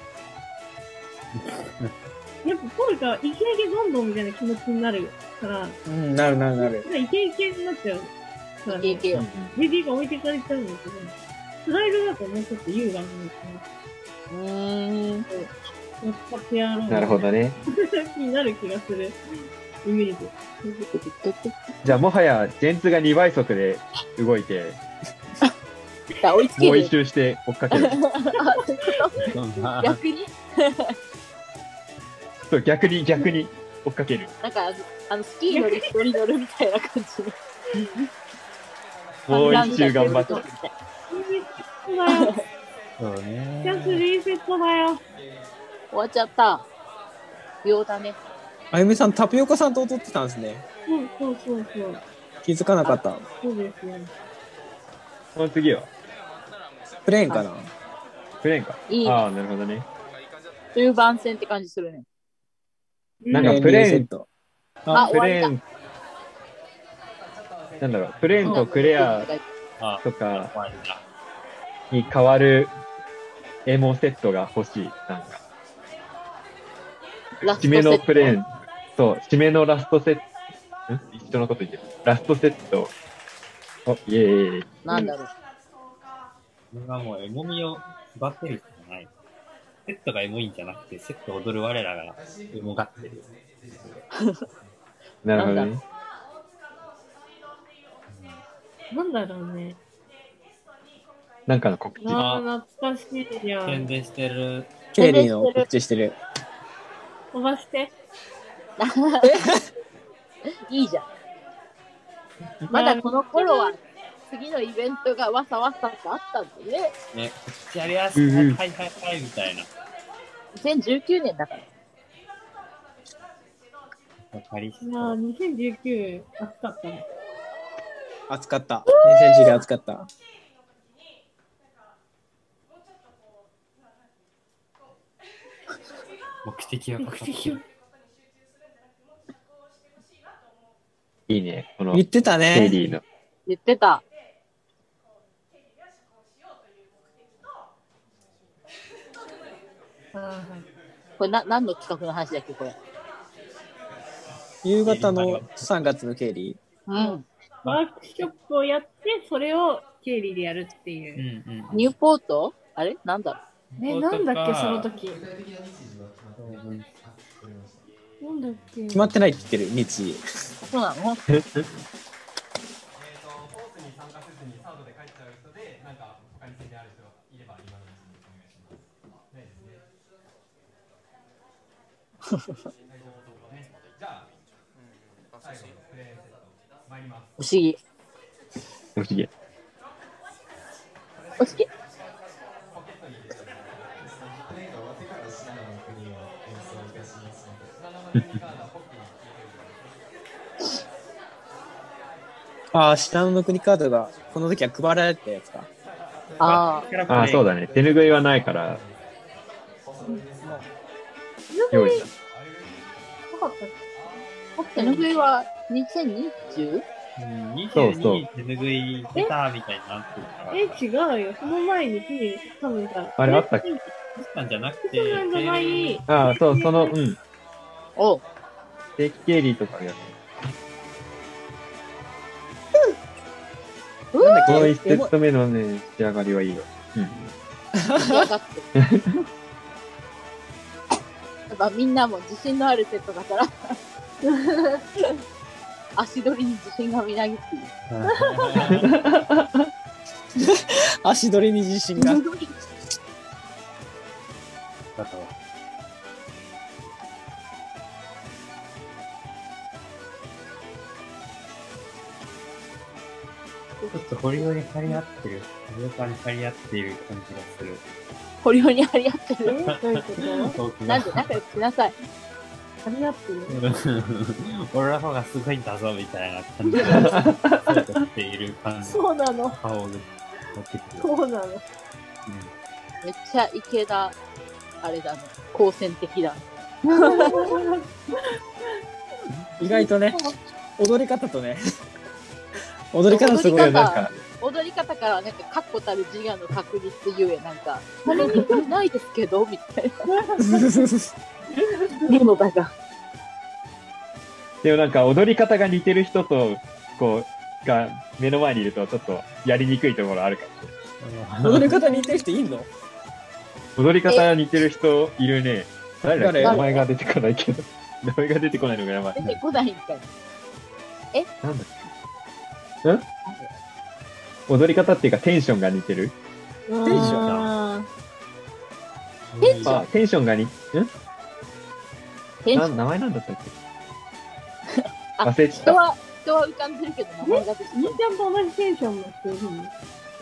やっぱ、ポルカはイケイケどんどんみたいな気持ちになるから。 うん、なるなるなる。 イケイケになっちゃう。 イケイケよ。 レディーが置いてかれちゃうんですけど。 スライドだともうちょっと優雅に見えてうーん。 やってやろう。 なるほどね。 気になる気がする。イメージ。 じゃあもはや、ジェンツがにばい速で動いて、 あ追いつけるもう一。周して追っかける。 あそういうこと逆にそう逆に逆に追っかける。 なんか、あの、スキーのリフトに乗るみたいな感じで。 もう一周頑張って。 そうだよ。 そうね。 チャンスリーセットだよ。 終わっちゃった。秒だね。 あゆみさん、タピオカさんと踊ってたんですね。 そうそうそうそう。 気づかなかった。 そうですよ。 その次はプレーンかな。 プレーンか。 いいねああ、なるほどね。 中盤戦って感じするね。 なんかプレーン、 ト。 あ、 プ終わりだ。 レーン、なんだろう、プレーンとクレアあ、 とか終わりだ。 に変わるエモセットが欲しい。なんか、 ラスト締めのプレーン。 ン、そう、締めのラストセット、ん一緒のこと言ってる。ラストセット、お、イエーイ。 なんだろう。 これはもうエモみを育てるしかない。セットがエモいんじゃなくて、セット踊る我らがエモがってる。 なるほどなんね。 なんだろうね。 なんかの告知。 ああ、懐かしいじゃん。 宣伝してる。 ケイリーの告知してる。 飛ばして。 いいじゃん。まだこの頃は、次のイベントがわさわさってあったんだね。 ね、こっちやりやすい。 うんうんはいはいはい、みたいな。 にせんじゅうきゅうねんだから。 わかりいやー、にせんじゅうきゅう、暑かったね。 暑かった。にせんじゅうきゅう暑かった。 目的は分かってる。 いいね。この言ってたケイね。 リーの。 言ってた。これな、何の企画の話だっけ、これ。 夕方のさんがつのケイリうん。 ワークショップをやって、それを経理でやるってういう。 んうん。 ニューポートあれなんだろえ、なんだっけ、その時。なんだっけ。 ー。決まってないって言ってる、日。 うそうなの不思議。 不思議。 おしけ。 ああ、下の国カードがこの時は配られたやつか。 ああ。 ああ、そうだね。手ぬぐいはないから、用意した。 なかったっ手ぬぐいはにせんにじゅう？ うん、 そうそうにじゅうに手ぬぐい出たみたいになってるから。 けえ、違うよ。その前に手に多分さ。 あれあったっけ出たんじゃなくて、 そうなんじゃないああ、そう、その、うん。 おう。 定期経理とかやって。 なんだっけこの一セット目のね、仕上がりはいいよ。うん。 仕上がってる。やっぱみんなも自信のあるセットだから足取りに自信がみなぎっている。 足取りに自信が。 だからちょっとホリオに張り合ってる。ホリオカに張り合っている感じがする。 ホリホリに張り合ってる。 えどういうこと僕がなんで仲良くしなさい。 張り合ってる俺の方がすごいんだぞみたいな感じでそうとしている感じそうなの。 顔を持ってくる。 そうなの。 めっちゃ池田、あれだね。好戦的だ。 意外とね、踊り方とね、踊り方すごいよ。 踊り方なんか、 踊り方からなんか確固たる自我の確率ゆえ、なんか、これに興味ないですけど、みたいなものだが。 でもなんか踊り方が似てる人と、こう、が目の前にいるとちょっとやりにくいところあるかもしれない。 踊り方似てる人いんの？ 踊り方似てる人いるね。誰だっけ？ 誰名前が出てこないけど。名前が出てこないのがやばい。 出てこないんかい。 なんだっけ？ん踊り方っていうかテンションが似てる？ テンテンションョン。 テンションあ、テンションが似、んテンションな名前なんだったっけ？ あ忘れてた。 人は、人は浮かんでるけど、名前が出てこみーちゃんと同じテンションの人いるの？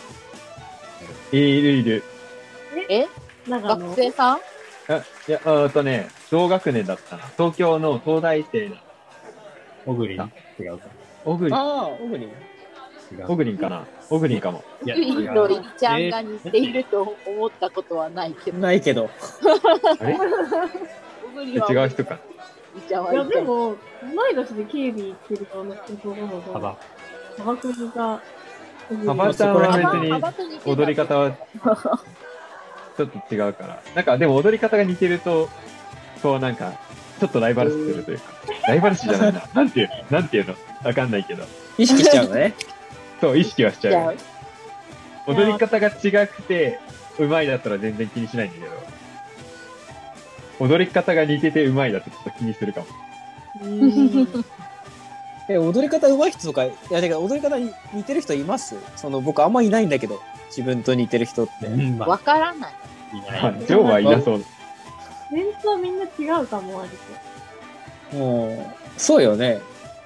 いるいる。 えなんかあの学、生さんあ、いや、あとね、同学年だったな。東京の東大生の、 オグリン違うか。 オグリン、 ああ、オグリン。 違う。 オグリンかな？オグリンかも。 いや、 ウイ違とイう。 ちゃんが似ていると思ったことはないけど。 ないけど。 あれ小栗は違う人か。 イちゃんはいや、 いけど。 でも、同い年で警備行ってるような人と思うと、 幅。 幅くんが、 幅ちゃんは別幅に幅と似てた踊り方はちょっと違うから。なんかでも踊り方が似てると、こうなんか、ちょっとライバル視するというか、ライバル視じゃないな。なんていう、なんていうのわかんないけど。 意識しちゃうのね。 そう、意識はしちじゃあゃう。踊り方が違くて、上手いだったら全然気にしないんだけど、踊り方が似てて上手いだとちょっと気にするかも。 うーん。 え、踊り方上手い人とか、いや、だから踊り方に似てる人います？その、僕あんまいないんだけど、自分と似てる人って。 うん、まわあ、 からない。 いない。 ジョーはいなそう。 メンツはみんな違うかも、割と。 もう、そうよね。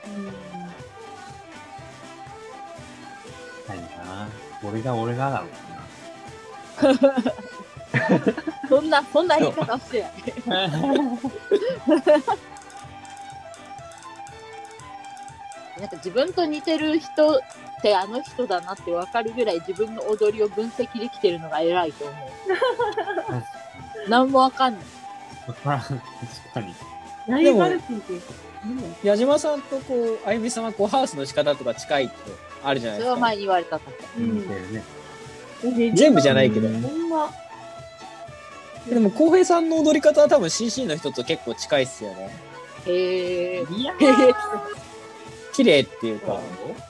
ないな。俺が俺がだろうそんな、そんな言い方してない。 な。 なんか自分と似てる人ってあの人だなってわかるぐらい自分の踊りを分析できてるのが偉いと思う。なんもわかんない。 わからん。確かに。 ライバル心っていうか、なんだろ矢島さんとこう、あゆみさんはこう、ハウスの仕方とか近いってあるじゃないですか。 それは前に言われたと。 う。 似てるね。 うん。 全部じゃないけど。 ほんま。 でも、浩平さんの踊り方は多分 シーシー の人と結構近いっすよね。 へえ。 いやへへ綺麗っていうか、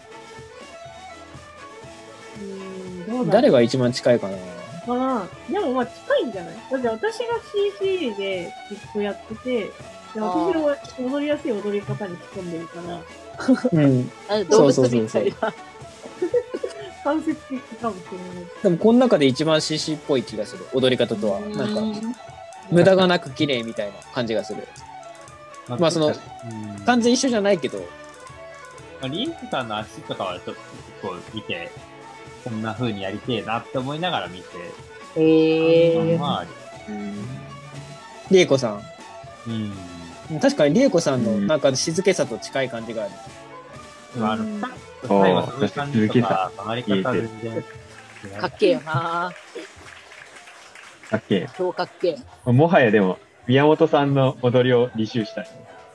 うん、どうだろう誰が一番近いかな。 かな。でもまあ近いんじゃない？だって私が シーシー でずっとやってて、で私の踊りやすい踊り方に仕込んでるから、 うん。 なんか動物みたいな。 間接的かもしれない。 でも、この中で一番 シーシー っぽい気がする。踊り方とは。なんか、無駄がなく綺麗みたいな感じがする。まあそのうん完全一緒じゃないけど、 まあ、リンクさんの足とかはちょっと結構見て、こんな風にやりてえなって思いながら見て、 へえ。 まあ、 りえこさん。 うん。 確かにりえこさんのうんなんか静けさと近い感じがある。 まあ、あの、 うん最後そういう感じとか、曲がり方全然違う。 かっけえよな。 だっけ？ 超かっけえ。 もはやでも、宮本さんの踊りを履修したい。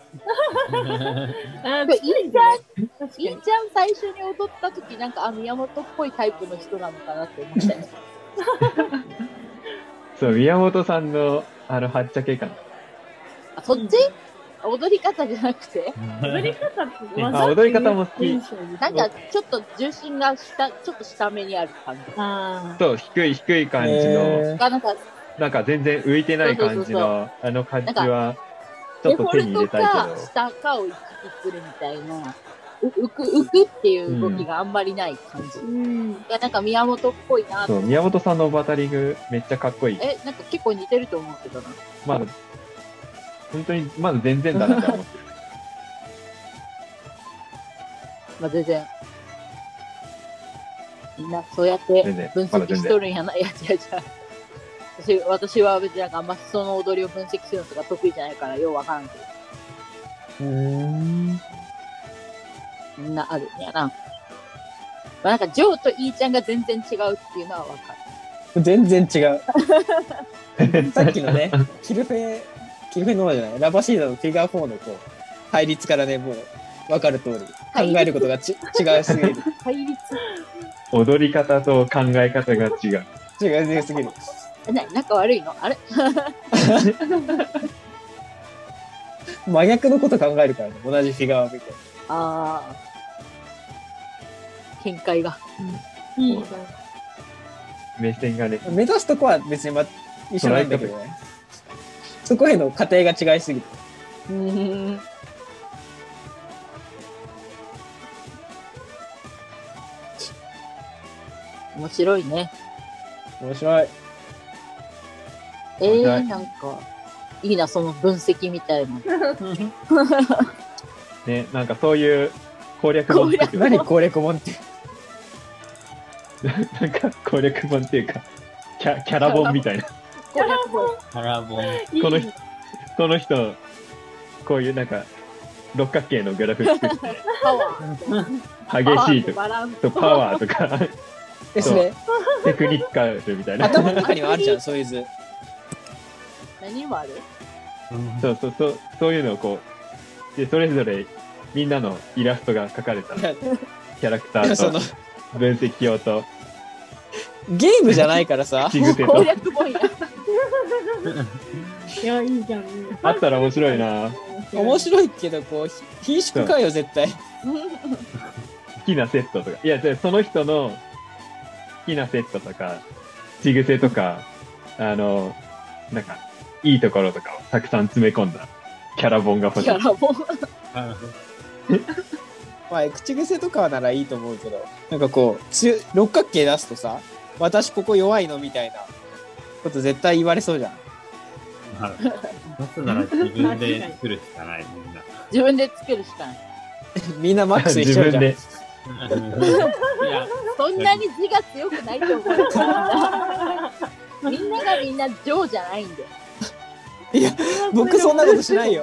あこれいいじゃん。 確かに。 いいちゃん最初に踊った時なんかあ宮本っぽいタイプの人なのかなって思ったよ。 そう、宮本さんの、あの、はっちゃけ感。 あ、そっち踊り方じゃなくて踊り方ってあ踊り方も好きなんかちょっと重心が下、ちょっと下目にある感じ。 ああ。 そう、低い低い感じの、 へがなんかなんか全然浮いてない感じそうそうそうの、あの感じなんは、ちょデっと手フォルトに入れたいけかど。 下かを行き来するみたいな。う浮く、浮くっていう動きがあんまりない感じ。いうん。 や、なんか宮本っぽいなとそう、宮本さんのバタリングめっちゃかっこいい。 え、なんか結構似てると思うけどな。 まだ、本当に、まだ全然だなって思ってる。 まあ、全然。みんなそうやって全然分析しとるんやな。いや、違う違う。私、私は別になんかあんまその踊りを分析するのとか得意じゃないからようわからんけど。 ーうん。 みんなあるんやな。まあ、なんか、ジョーとイーちゃんが全然違うっていうのはわかる。 全然違う。さっきのね、キルフェ、キルフェノアじゃない、ラバシーダのフィギュアフォーのこう、対立からね、もう、わかる通り、考えることがち違うすぎる。 対立踊り方と考え方が違う。 違うすぎる。 え、な、仲悪いのあれ真逆のこと考えるからね、同じフィギュアを見て。 ああ。見解が。 いいじゃん。 目線がね。 目指すとこは別に、ま、一緒なんだけどね。そこへの過程が違いすぎて。 うん。面白いね。 面白い。 えー、なんか、いいな、その分析みたいな。 ね、なんかそういう攻略本っていうか何攻略本って。 なんか攻略本っていうか、キャキャラ本みたいな。 攻略本。 カラボン。 この人、この人、こういうなんか、六角形のグラフ作って、 パワー。 激しいとか、 バランスとパワーとか、 ですね。 テクニックみたいな。 頭の中にはあるじゃん、そういう図。 何もあるそうそうそう、そういうのをこう、で、それぞれみんなのイラストが描かれたキャラクタそのーと分析表とゲームじゃないからさ。 口癖攻と略本や。 いや、いいじゃんね。 あったら面白いな。 面白いけど、こう、ひ品種かよ、絶対。 好きなセットとか。いや、じゃあその人の好きなセットとか、口癖とか、あの、なんか、いいところとかをたくさん詰め込んだキャラ本が欲しい。 キャラ本。 まあ、口癖とかはならいいと思うけど、なんかこう、つ六角形出すとさ、私ここ弱いのみたいなこと絶対言われそうじゃん。 出すなら自分で作るしかない、みんな。 自分で作るしかない。 みんなマックス一自緒じゃん。 分で。 いや、 そんなに字が強くないと思うよ。みんながみんなジョーじゃないんだよ。 いや、僕そんなことしないよ。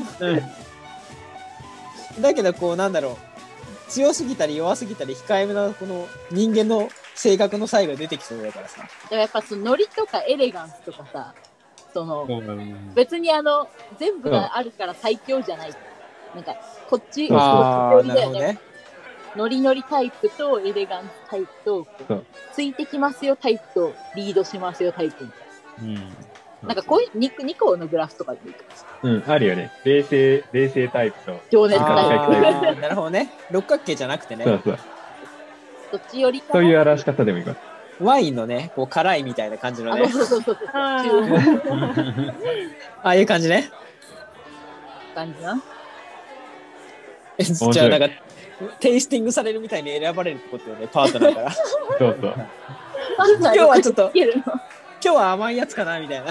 だけど、こう、なんだろう。強すぎたり弱すぎたり控えめな、この人間の性格の差異が出てきそうだからさ。 だからやっぱそのノリとかエレガンスとかさ、その、 うん別にあの、全部があるから最強じゃない。なんか、こっち、 ああ、 こっち寄りだよね。 なるほどね。 ノリノリタイプとエレガンスタイプとそう、 ついてきますよタイプとリードしますよタイプ。 うん。 なんかこういう 2, 2個のグラフとかでいいかもしれない。 うん、あるよね。冷静、冷静タイプと。 情熱あタイーなるほどね。六角形じゃなくてね。 そうそう。 プ。どっち寄りかな。 そういう表し方でもいいか。 ワインのね、こう辛いみたいな感じのあ、 ね。 そうそうそうそう。 あ中ーああいう感じね。 感じな。 え白いじゃあなんか、テイスティングされるみたいに選ばれるってことよね、パートナーから。 そうそう。 今日はちょっといけるの。 今日は甘いやつかなみたいな。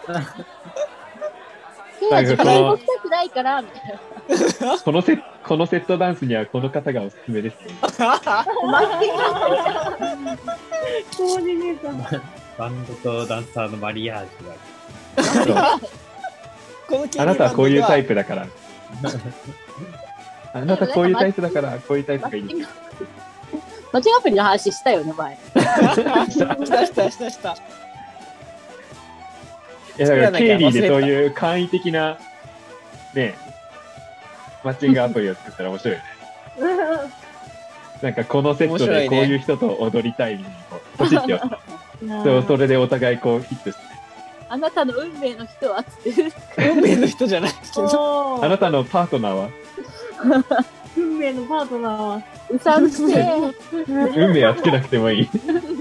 今日は自分で動きたくないからみたいな。 このセこのセットダンスにはこの方がおすすめです。 コーディネーター。 バンドとダンサーのマリアージが。 このあなたはこういうタイプ。 プだから。あなたこういうタイプだから、こういうタイプがいい。 マッチングアプリの話したよね、前。 したしたしたした。 いやだから経理でそういう簡易的なねマッチングアプリを作ったら面白いよね。なんかこのセットでこういう人と踊りたいみたいにこうポチってよ。そうそれでお互いこうヒットして。 あなたの運命の人はつって運命の人じゃないけど。 おーあなたのパートナーは運命のパートナーは。 うさんくせえ。 運命はつけなくてもいい。 い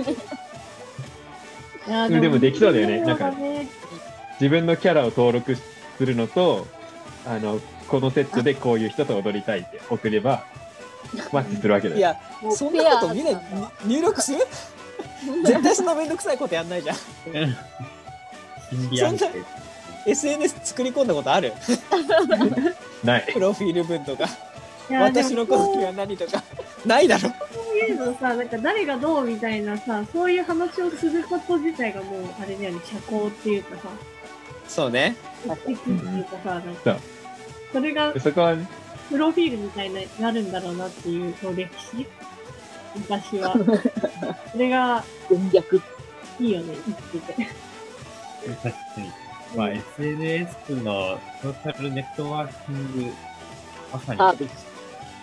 やでもできそうだよね運命は自分のキャラを登録するのと、あの、このセットでこういう人と踊りたいって送れば、マッチするわけだよ。 いや、そんなことみんな入力する絶対そんなめんどくさいことやんないじゃん。 心理案件。 エスエヌエス 作り込んだことあるない。 プロフィール文とか。 いや私の好みは何とか。ないだろ。 そういうのさ、なんか誰がどうみたいなさ、そういう話をすること自体がもう、あれだよね、社交っていうかさ、 そうね。 目的っていうかさ、なんそうか、それがそこはね、 プロフィールみたいになるんだろうなっていう、こう歴史昔は。それが戦略。 いいよね、生きてて。 確かに。まあ、エスエヌエス のトータルネットワーキング、まさにサービス。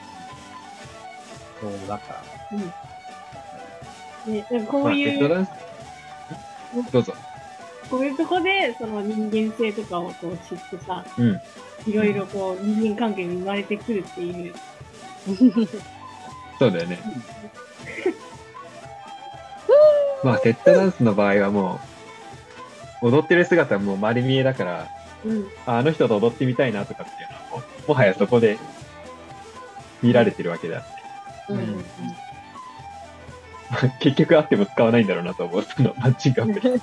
そうだから。 ね、なんかこまあ、 ういう、 ネットダンス、どうぞ。 こういうとこで、その人間性とかをこう知ってさ、 うん。 いろいろこう人間関係に生まれてくるっていう。 そうだよね。 まあ、セットダンスの場合はもう、踊ってる姿はもう丸見えだから、 うん。 ああの人と踊ってみたいなとかっていうのはもう、もはやそこで見られてるわけであって、 うん。 うん結局あっても使わないんだろうなと思う、そのマッチングアプリ。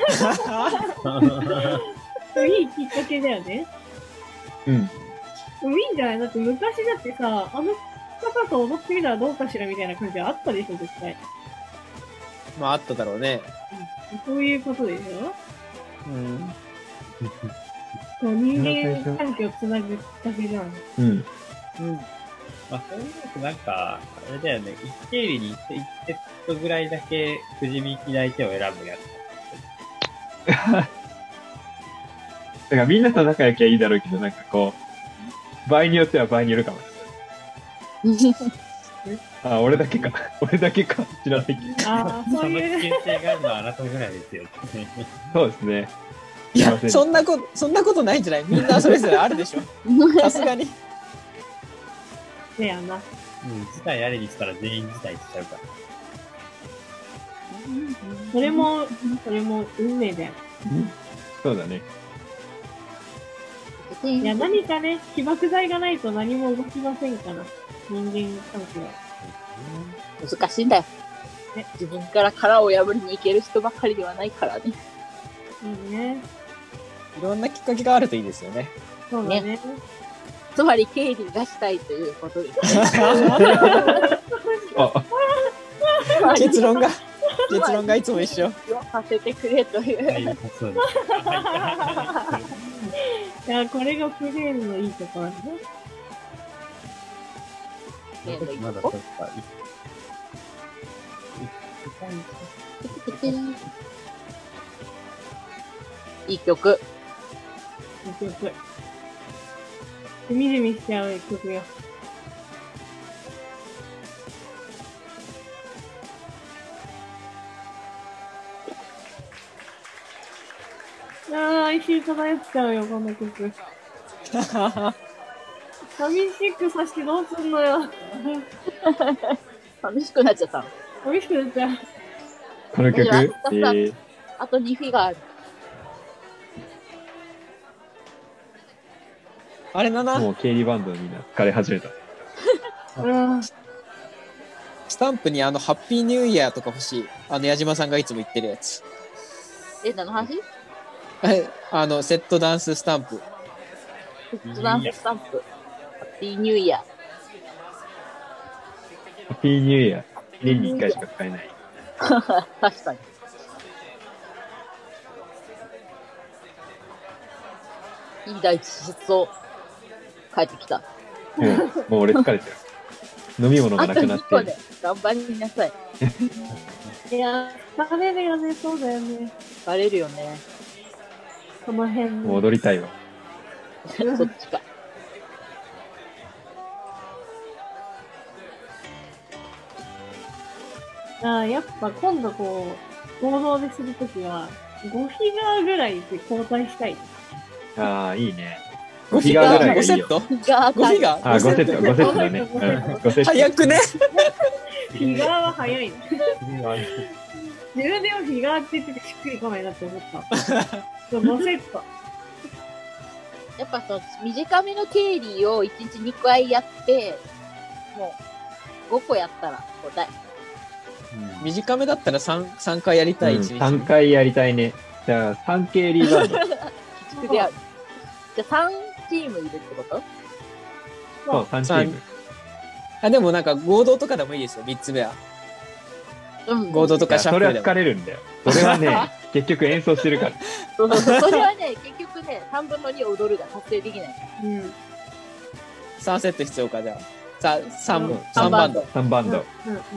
いいきっかけだよね。 うん。 でもいいんじゃない？だって昔だってさ、あの方と踊ってみたらどうかしらみたいな感じはあったでしょ、絶対。 まああっただろうね。 そういうことでしょ？ うん。 そう、人間関係をつなぐきっかけじゃん。 うん。 うん。 まあ、そういうのなんか、あれだよね、一経理にいちセットぐらいだけくじ引きで相手を選ぶやつ。 だからみんなと仲良きゃいいだろうけど、なんかこう、場合によっては場合によるかもしれない。あ、俺だけか。俺だけか。知らないけど。 ああ、 その危そういうね。 険性があるのはあなたぐらいですよ。 そうですね。 いやすいませんそんなことそんなことないんじゃない？みんなそれぞれあるでしょ。さすがに。 だよな。 うん、事態ありにしたら全員事態しちゃうから。 それも、それも運命だよ。 そうだね。 いや、何かね、起爆剤がないと何も動きませんから。人間関係は。 難しいんだよ。ね、自分から殻を破りに行ける人ばっかりではないからね。 いいね。 いろんなきっかけがあるといいですよね。 そうだね。 つまり経理がしたいということですね。 あ、 結論が結論がいつも一緒。 させてくれという。 はい、そうです。 いや、これがプレーンのいいところだね。 まだちょっと、 いい曲。 いい曲。しみじみしちゃう曲よ。ああ、哀愁漂っちゃうよ、この曲。寂しくさしてどうすんのよ。 寂しくなっちゃったの。 寂しくなっちゃう。 この曲、えいやー、 あとにフィがある。 あれだな。 もう経理バンドみんな疲れ始めた。 うん。 スタンプにあのハッピーニューイヤーとか欲しい。あの矢島さんがいつも言ってるやつ。 え、何の話？ はい、あのセットダンススタンプ。 フットダンススタンプ。ハッピーニューイヤハッピーニューイヤー。年にいっかいしか使えない。 ー。確かに。いい第一失踪。帰ってきた。 もう、もう俺疲れてる。飲み物があとなくなっにこでて。 頑張りなさい。 いや、疲れるよね、そうだよね。 バレるよね。 この辺もうの。 踊りたいわ。 そっちか。 ああ、やっぱ今度こう、合同でするときは、ごフィガーぐらいで交代したい。 ああ、いいね。 ごごフィガーぐらいがごいいよ。 セット？ フィガーごフィガー？ ああ、ごセット、ごセットだね。 ごセットうん、ごセット。 早くね。 フィガーは早い。自分でもフィガーって言っててしっくりこないなって思った。そう、ごセット。 やっぱその短めの経理をいちにちにかいやって、もうごこやったら答え。 短めだったら 3, 3回やりたい、 うん、 一日さんかいやりたいね。じゃあ、さん経理バンド。 鬼畜である。じゃあさんチームいるってことそう、さんチーム。 あ、でもなんか合同とかでもいいですよ、みっつめは。 うん。 合同といやかシャッフルでもそれは疲。れるんだよ。それはね、結局演奏してるから。 そうそうそう。それはね、結局ね、さんぶんのに踊るが達成できない。 うん。 さんセット必要か、じゃあ。さ、三うん三バンド。 さんバンド。 うんうん。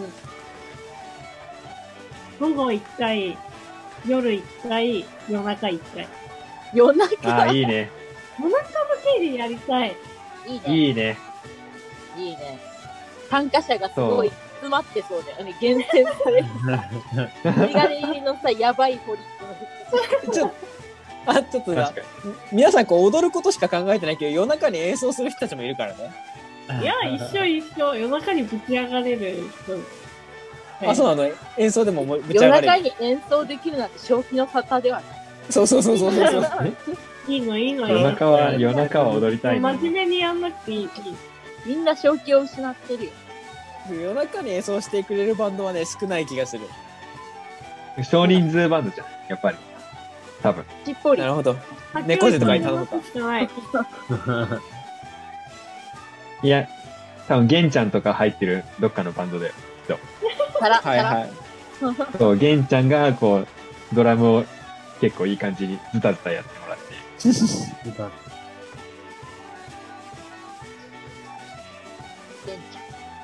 午後いっかい、夜いっかい、夜中いっかい。 夜中ああ、いいね。 夜中の経理やりたい。 いいね。 いいね。 いいね。参加者がすごい詰まってそうだよね。厳選される。メガネ入りのさ、やばいホリップちょあ、ちょっとな確かに。 皆さんこう踊ることしか考えてないけど、夜中に演奏する人たちもいるからね。 いや、一緒一緒。夜中にぶち上がれる人。 あ、そうなの。演奏でもぶち夜上がれる。 中に演奏できるなんて正気の沙汰ではない。 そうそうそうそうそうそう。 いいの、いいの、いい夜の。 中は、夜中は踊りたいな。 真面目にやんなくていい。いいみんな正気を失ってるよ。 夜中に演奏してくれるバンドはね、少ない気がする。 少人数バンドじゃん、やっぱり。多分。 ちっぽりな。るほど。猫背とかに頼むか。 してない。 いや、多分、ゲンちゃんとか入ってるどっかのバンドで。 さら、 はいはさら。 い。 そう、ゲンちゃんが、こう、ドラムを結構いい感じにズタズタやってもらって。 ケンち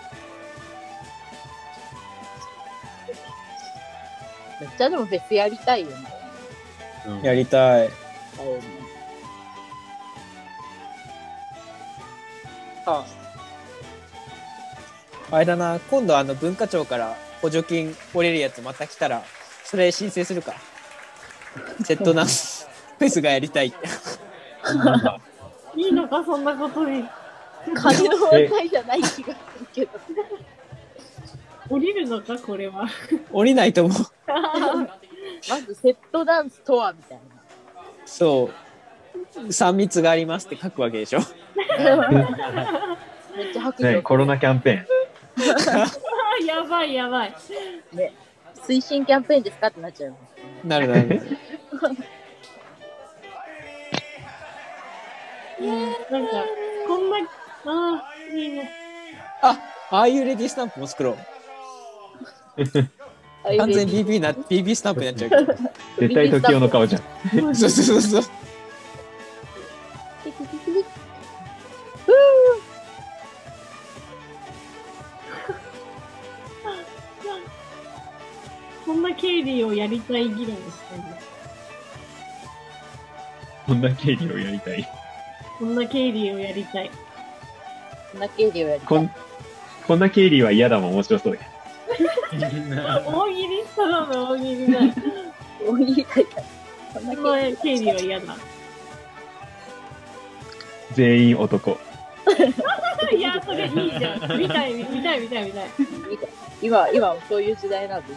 ゃん。めっちゃでもフェスやりたいよね。 やりたい。 だよね。 あ、あれだな、今度あの文化庁から補助金折れるやつまた来たら、それ申請するか。セットダンスフェスがやりたいって。 いいのか、そんなことに。 金の問題じゃない気がするけど。 降りるのか、これは。 降りないと思う。 まずセットダンスとはみたいな。 そう。さん密がありますって書くわけでしょ。 めっちゃ白状。 ね、コロナキャンペやばい、やばい。 ね、推進キャンペーンですかってなっちゃう。 なるなる。 なんか、こんな、ああ、いいね。 あ、ああいうレディースタンプも作ろう。完全に ビービー な、ビービー スタンプになっちゃうけど。 ーン。絶対時代の顔じゃん。 そうそうそうそう。 こんな経理をやりたい議論をしてる。 こんな経理をやりたい。 こんな経理をやりたい。 こんな経理をやりたい。 こん、こんな経理は嫌だもん、面白そうだけ大喜利したらの大喜利だ。 大喜利大会。こんなこん経な経理は嫌だ。 ど。全員男。 いや、それいいじゃん。見たい、見たい、見たい、見たい。 理。今、今もそういう時代なんで。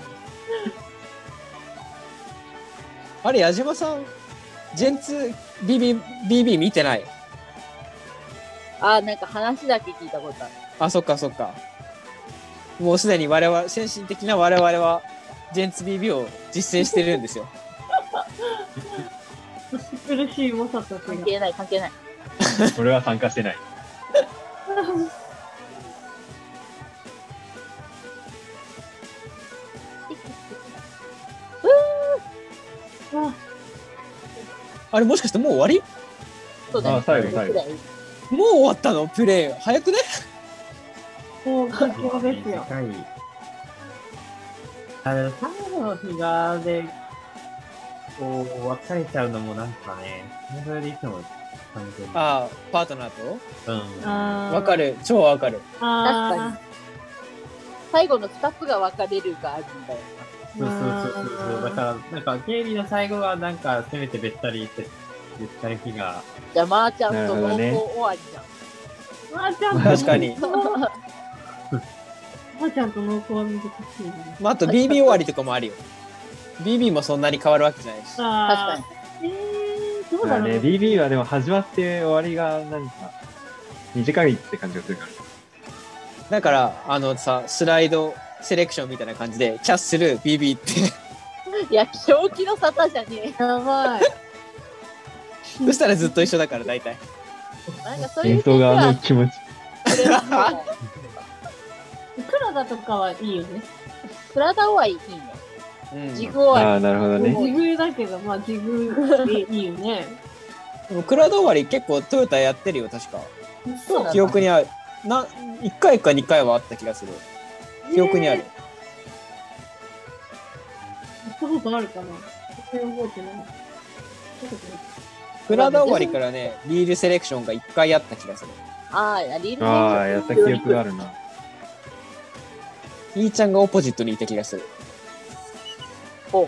あれ、矢島さん、ジェンツ ビービー、ビービー 見てない？ あー、なんか話だけ聞いたことある。 あ、そっかそっか。もうすでに我々、先進的な我々は、ジェンツ ビービー を実践してるんですよ。 苦しい猛者たちが。 関係ない、関係ない。 俺は参加してない。 あ、 あれ、もしかしてもう終わり？ そうだね。 あ最後最後そうだよもう終わったの？プレイ。早くね？ もう佳境ですよ。 はい。あの、最後の日がで、こう、別れちゃうのもなんかね、それでいつも完全に。 ああ、パートナーと？ うん。 あーわか。る。超わかる。 あ最後の二つが分かれるがあるんだよそうそうそうそう。だから、なんか、経理の最後はなんか、せめてべったりって、べったり日が、 な。じゃあ、まーちゃんと濃厚なるほどね終わりじゃん。 ー。まーちゃんと。 確かに。 まーちゃんと濃厚は難しいね。 まあ、あと ビービー 終わりとかもあるよ。ビービー もそんなに変わるわけじゃないし。 あ確かー。えー、どうだろう。 まあね、ビービー はでも始まって終わりがなんか短いって感じがするから。 だから、あのさ、スライドセレクションみたいな感じで、キャッスル ビービー って。 いや、正気の沙汰じゃねやばい。 そしたらずっと一緒だから、大体。 え。なんかそういう演奏側の気持ち。 それはもクラダとかはいいよね。 う、プラダ終わりいいね。 うん。 ジグ終わああ、なるほどね。 ジグだけど、まあジグでいいよね。 でもクラウド終わり結構トヨタやってるよ、確か。 り。そうなんだ。 記憶にある。な、いっかいかにかいはあった気がする。記憶にある。 やったことあるかな。全然覚えてない。 クラウド終わりからね、リールセレクションがいっかいあった気がする。 ああ、リールああ、やった記憶があるな。 いーちゃんがオポジットにいた気がする。 ほう。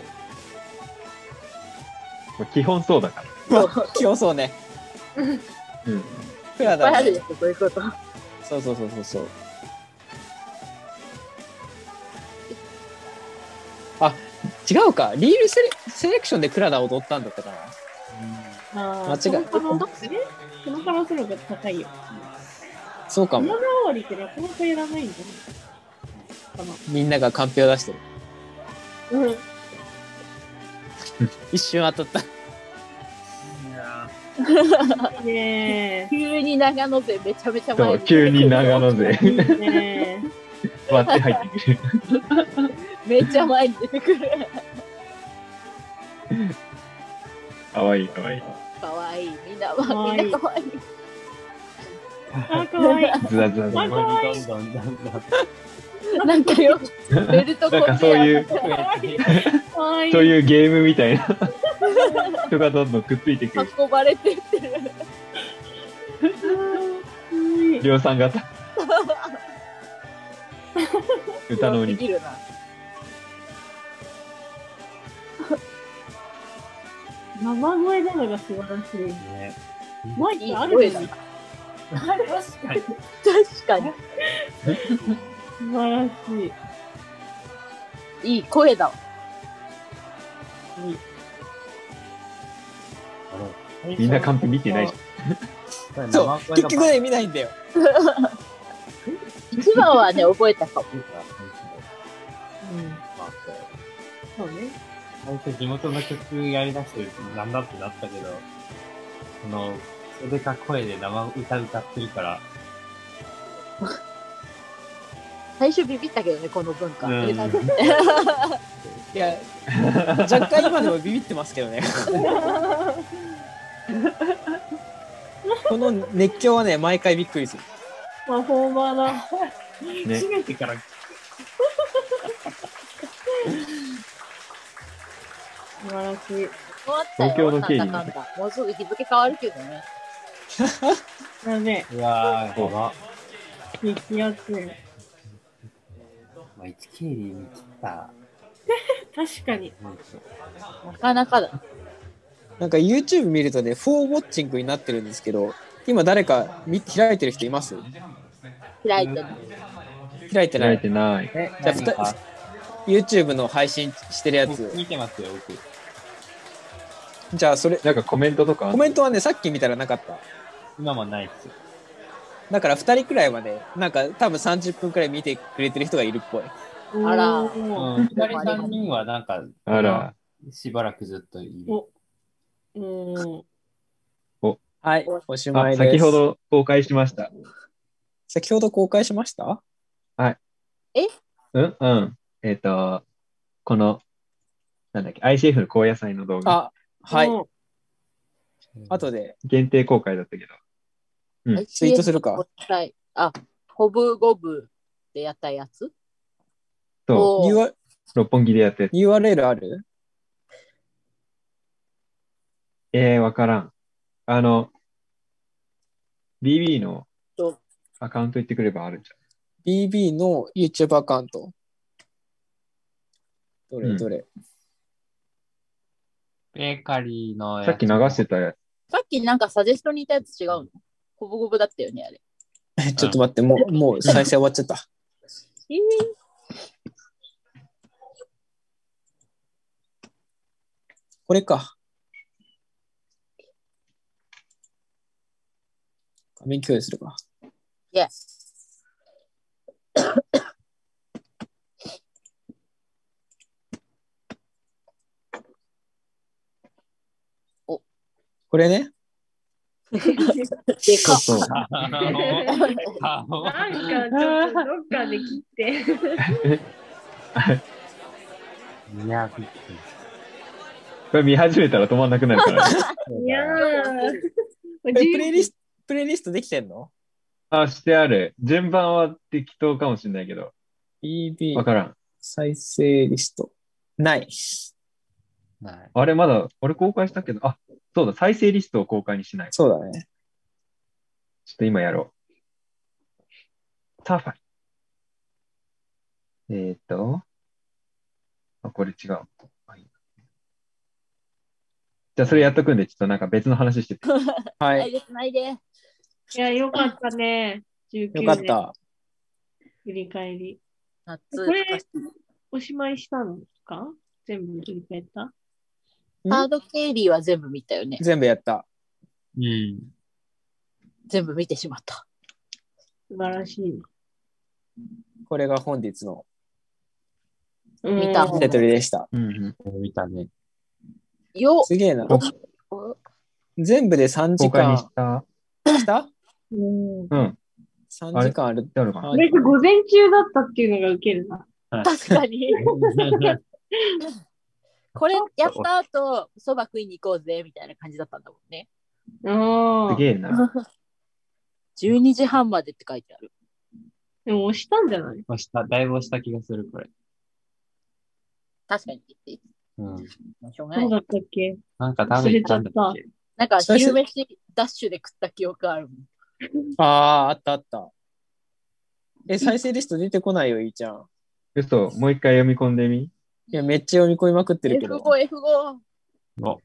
もう基本そうだから。 そう。 基本そうね。 うん。 クラウドはねいっぱいあるで。すよ、そういうこと。 そうそうそうそうそう。 あ、違うか。リールセレセレクションでクラダ踊ったんだったかな。 ああ、 間違いその可能えその可能性の方が高いよ。 そうかも。 今の終わりってなかなかやらないんじゃないかな。 みんながカンペを出してる。 うん。 一瞬当たった。 いいね急に長野勢めちゃめちゃそう、 前に急に長野勢ー。いいね割って入ってくる。 めっちゃ前に出てくる。 かわいいかわいい。 かわいい。みんな、みんかわいいなかわいい。 あ、かわいい。 ずらずらずら。 あかわいいどんどんどんどん。 なんかよ、ベルトなんかそういう、 かわいい。 そういうゲームみたいな人がどんどんくっついてくる。 運ばれてってる。 量産型。歌の鬼。 できるな。 生声なのが素晴らしい。 ね。 マイいいクあるのに。 声だな。 確かに。 確かに。 素晴らしい。 いい声だわ。 みんなカンペ見てないし。 そう、結局ね、見ないんだよ。 一番はね、覚えたかも。 そうね。 最初地元の曲やりだしてなんだってなったけど、その、それか声で生歌歌ってるから、 最初ビビったけどね、この文化。 うんえなんでいや、若干今でもビビってますけどね。この熱狂はね、毎回びっくりする。 パフォーマーだ。 ね閉めてから、 素晴らしい。 終わったよ、 東京の経理なんだかんだ。もうすぐ日付変わるけどね。 だね。 うわー、やば。 激アツ。 まあ、いち経理に切った。 確かに。 なかなかだ。 なんか YouTube 見るとね、フォーウォッチングになってるんですけど、今誰か見開いてる人います？ 開いてない。 開いてない。 開いてない。 え、 じゃあふた YouTube の配信してるやつ。 見てますよ、僕。 じゃあそれ、 なんかコメントとかコメントはね、さっき見たらなかった。 今もないっすよ。 だからふたりくらいはね、なんか多分さんじゅっぷんくらい見てくれてる人がいるっぽい。 あらおうーん、二人三人はなんか、 あら、 しばらくずっといる。 おうん。 はい、おしまあ、 いです。 先ほど公開しました。 先ほど公開しました？ うんうん。えっと、この、なんだっけ、アイシーエフ の高野菜の動画。 あ、はい。 お後で限定公開だったけど。うんツイートするか。 はい。あ、ホブゴブでやったやつそおーユーアールう、六本木でやって。 ユーアールエル ある？ えー、わからん。あの、ビービー のとアカウント行ってくればあるじビービー の YouTube アカウント。どれどれ、 ベーカリーのゃん。 やつさっき流してたやつ。 さっきなんかサジェストにいたやつ違うの？ホブゴブだったよね、あれ。 ちょっと待って、もう、もう再生終わっちゃった。 えーこれか。画面共有するか。 Yes。 これね。 でかっ。 そうそう。 あのなんか、ちょっとどっかで切って。 いや、びっくりこれ見始めたら止まんなくなるから。 したいやー。 えプレイリスト、プレイリストできてんの？ あ、してある。順番は適当かもしれないけど。 ビービーわからん。 再生リスト。ない。 ない。 あれまだ、俺公開したけど、あ、そうだ、再生リストを公開にしない。 そうだね。 ちょっと今やろう。サーファイ。えーっと、あ、これ違う。あいいじゃあそれやっとくんで、ちょっとなんか別の話してて。 はないい。 でないで。 いや、よかったね。じゅうきゅうよねんかった。 振り返り。 夏これおしまいしたの？ か全部振り返った？ ハード経理は全部見たよね。 全部やった。 うん。 全部見てしまった。 素晴らしい。 これが本日の見た。 セトリでした。 うんうん。 見たね。 よすげえな。全部でさんじかん。 公開にしたしたうん。 うん。 さんじかんある。 あるかな。 これが午前中だったっていうのがウケるな。 確かに。これやった後、そば食いに行こうぜ、みたいな感じだったんだもんね。 ああ。 すげえな。 じゅうにじはんまでって書いてある。 でも押したんじゃない？ 押した、だいぶ押した気がする、これ。 確かに。 うん。 しょうがない。 どうだったっけ？ なんか食べたんだっけ？ なんか昼飯ダッシュで食った記憶あるもん。 ああ、あったあった。え、再生リスト出てこないよ、いいちゃん。 嘘、もう一回読み込んでみ。 いや、めっちゃ読み込みまくってるけど。 エフご、エフご。 お。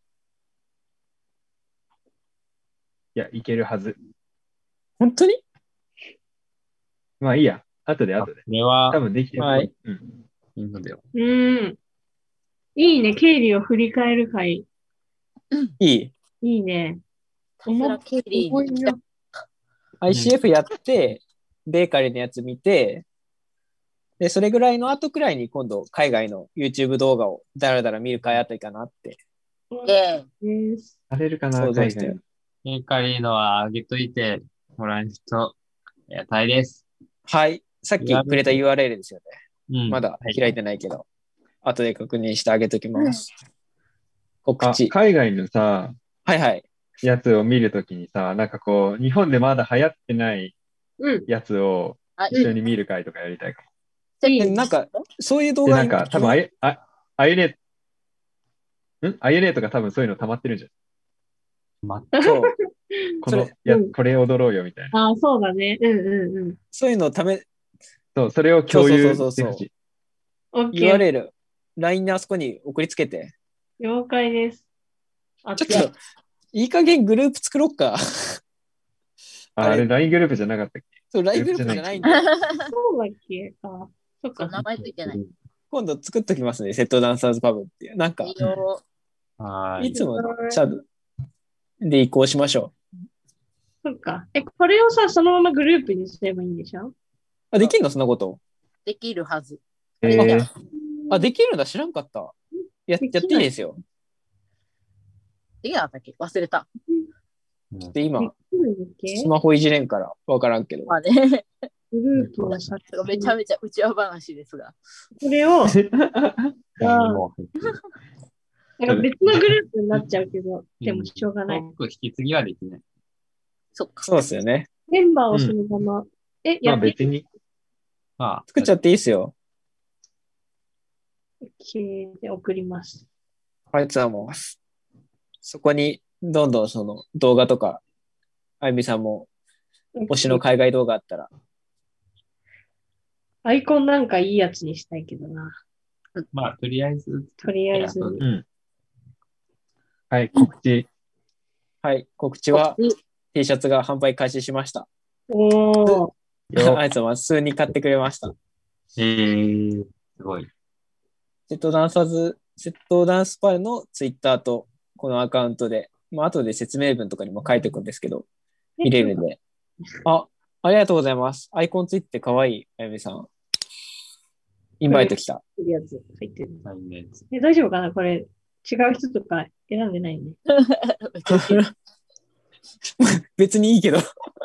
いや、いけるはず。 本当に？ まあいいや。後で後で。 これは、 多分できてる。 はい。 うん。 いいのだよ。 うん。いいね。経理を振り返る会。 いい？ いいね。 さすが経理重いな。 アイシーエフ やって、ベーカリーのやつ見て、で、それぐらいの後くらいに今度海外の YouTube 動画をだらだら見る会あったりかなって。 で、 されるかな、 想像して海外。 ベーカリーのはあげといてもらえる人、やたいです。 はい。さっきくれた ユーアールエル ですよね。 うん。 まだ開いてないけど。後で確認してあげときます。告あ、 知。 海外のさ、 はいはい。 やつを見るときにさ、なんかこう、日本でまだ流行ってないうん。 やつをあ、 一緒に見る会とかやりたいかいいえなんか、そういう動も。で、 画なんか多分あゆ、あ、あゆれ、んあゆれとか多分そういうの溜まってるんじゃん。 ま、 そう。 このそれ、 や、 うんこれ踊ろうよみたいな。 ああ、そうだね。うんうんうん。 そういうのをため、 そう、それを共有そうそうそうそうしてほしい。 オッケー。 ユーアールエル、ライン であそこに送りつけて。 了解です。あちょっと、いい加減グループ作ろっか。 あ、 あれあれ、ライン グループじゃなかったっけ？ そう、ライングループじゃないんだよ。 そうだっけ？あ、そっか。 名前ついてない。 今度作っときますね、セットダンサーズパブっていう。なんか、 いいよ。 はいい。 つもチャドで移行しましょそっか。え、これをさ、そのままグループにすればいいんでしょ？ う。あ、できんのそんなこと？ できるはず。 えー、 あ、できるんだ、知らんかった。ややっていいですよ。 できなかったっけ？忘れた。 で、今、 できるんだっけ？ スマホいじれんからわからんけど。 まあね。 グループをさ、 めちゃめちゃ内輪話ですが。 これを、あもう入ってるなんか別のグループになっちゃうけど、でもしょうがない。 僕、引き継ぎはできない。 そっか。 そうですよね。 メンバーをそのまま、え、 まやってあ別に。 まあ、 作っちゃっていいですよ。 系で送ります。 ありがとうございます。そこに、どんどんその動画とか、あゆみさんも推しの海外動画あったら。 アイコンなんかいいやつにしたいけどな。 まあ、とりあえず。 とりあえず。 うん。はい、告知。 はい、告知は T シャツが販売開始しました。 おー。 ありがとうございます。普通に買ってくれました。 えー、すごい。 セットダンサーズ、セットダンスパルのツイッターとこのアカウントで、まあ後で説明文とかにも書いておくんですけど、見れるんで。あ、ありがとうございます。アイコンついててかわいい、あゆみさん。インバイト来た。 やつ入ってる。 来年。 え、大丈夫かなこれ、違う人とか選んでないね。 別にいいけど。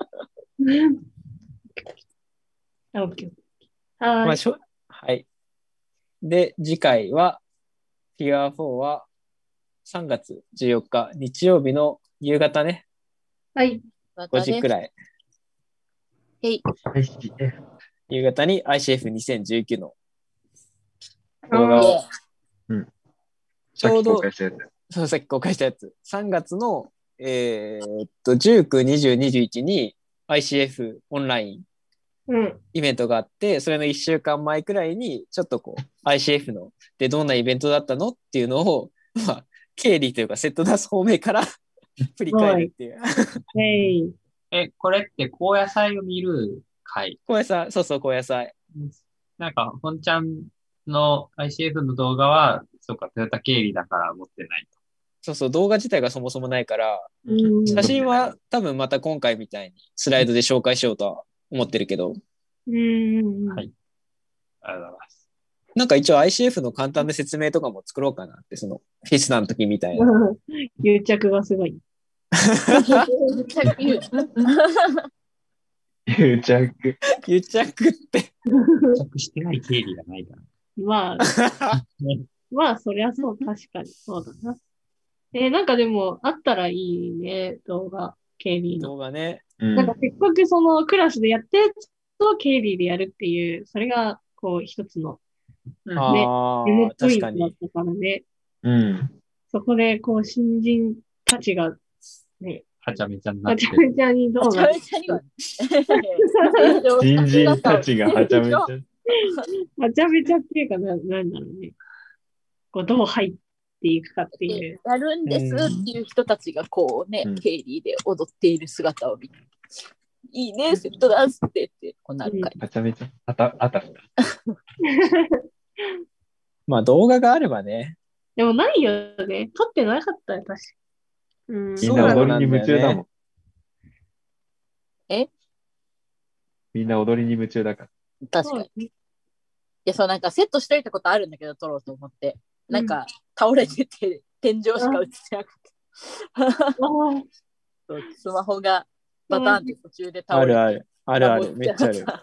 あ、オッケー。はーい。 まあしょはい。で、次回は、フィギュアフォーはさんがつじゅうよっか日曜日の夕方ね、 はい。 ごじくらい。 へい。 夕方に アイシーエフにせんじゅうきゅう の動画を、 うん。 ちょうどさっき公開したやつ。 そう、さっき公開したやつ。さんがつの、えーっと、じゅうく、にじゅう、にじゅういちに アイシーエフ オンラインうん。 イベントがあって、それのいっしゅうかんまえくらいに、ちょっとこう、アイシーエフ の、で、どんなイベントだったのっていうのを、まあ、経理というか、セット出す方面から振り返るっていう。 えい。 え、これって高野菜を見る回。 高野菜、そうそう、高野菜。 なんか、本ちゃんの アイシーエフ の動画は、そうか、トヨタ経理だから持ってないと。 そうそう、動画自体がそもそもないから、 うん写真は多分また今回みたいにスライドで紹介しようとは思ってるけど、 うん。 はい。ありがとうございます。 なんか一応 アイシーエフ の簡単な説明とかも作ろうかなって、そのフィスナーの時みたいな。 癒着がすごい。 癒着。 癒着って。 着してない経理がないから。 まあ、まあ、そりゃそう、確かにそうだな。えーなんかでも、あったらいいね、動画、経理の。 動画ね。 うんなんかせっかくそのクラスでやったやつと経理でやるっていう、それが、こう、一つの、 あデモあ、 ポイントだっ確かに。 たからね。 うん。 そこで、こう、新人たちが、ね、 はちゃめちゃになってめちゃめちゃにどうなるめちゃめちゃにはね。 新人たちがはちゃめちゃ。 めちゃめちゃっていうかな、なんだろうね。こう、どう入っていくかっていう。 やるんですっていう人たちがこうね、 うん経理で踊っている姿を見て、いいね、セットダンスってってこうなるかい。 はちゃめちゃ。あた、あたふた。 まあ動画があればね。 でもないよね。撮ってなかったよ、確か。うん。 みんな踊りに夢中だもん。 えみんな踊りに夢中だから。 確かに。いに。 や、そうなんかセットしといたことあるんだけど、撮ろうと思って。なんか倒れてて、天井しか映ってなくて。そうスマホがバタンって途中で倒れて。 あるある。あるある。めっちゃある。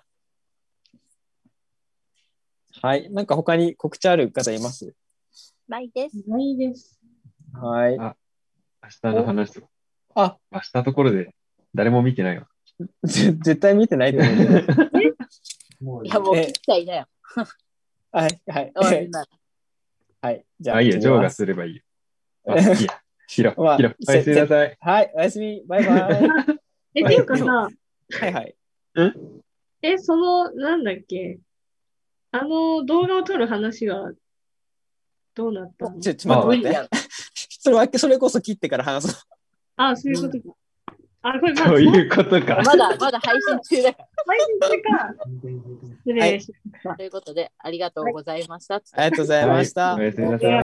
はい。なんか他に告知ある方います？ ないです。 ないです。 はい。 あ明日の話とか。 あ、 明日のところで誰も見てないわ。 ぜ絶対見てないと思うけど。 もういや、もう聞きたいなよ。 はい。はい。 終わりならはい。じゃあ、 あ、いいよ、ジョーが切りますすればいいよ。あ、いいや。ヒロ、 まあヒロ、おやすみなさい。 はい。おやすみ。バイバイ。 え、っていうかさ、 はいはい。 え、その、なんだっけ、あの動画を撮る話はどうなったの？ ちょ、ちょ、待って待って。それは、それこそ切ってから話そう。 あ、そういうことか。あ、これまあ、 そういうことか。 まだまだ配信中だから。 配信中か。失礼しました。 ということで、ありがとうございました。 ありがとうございました。 おやすみなさい。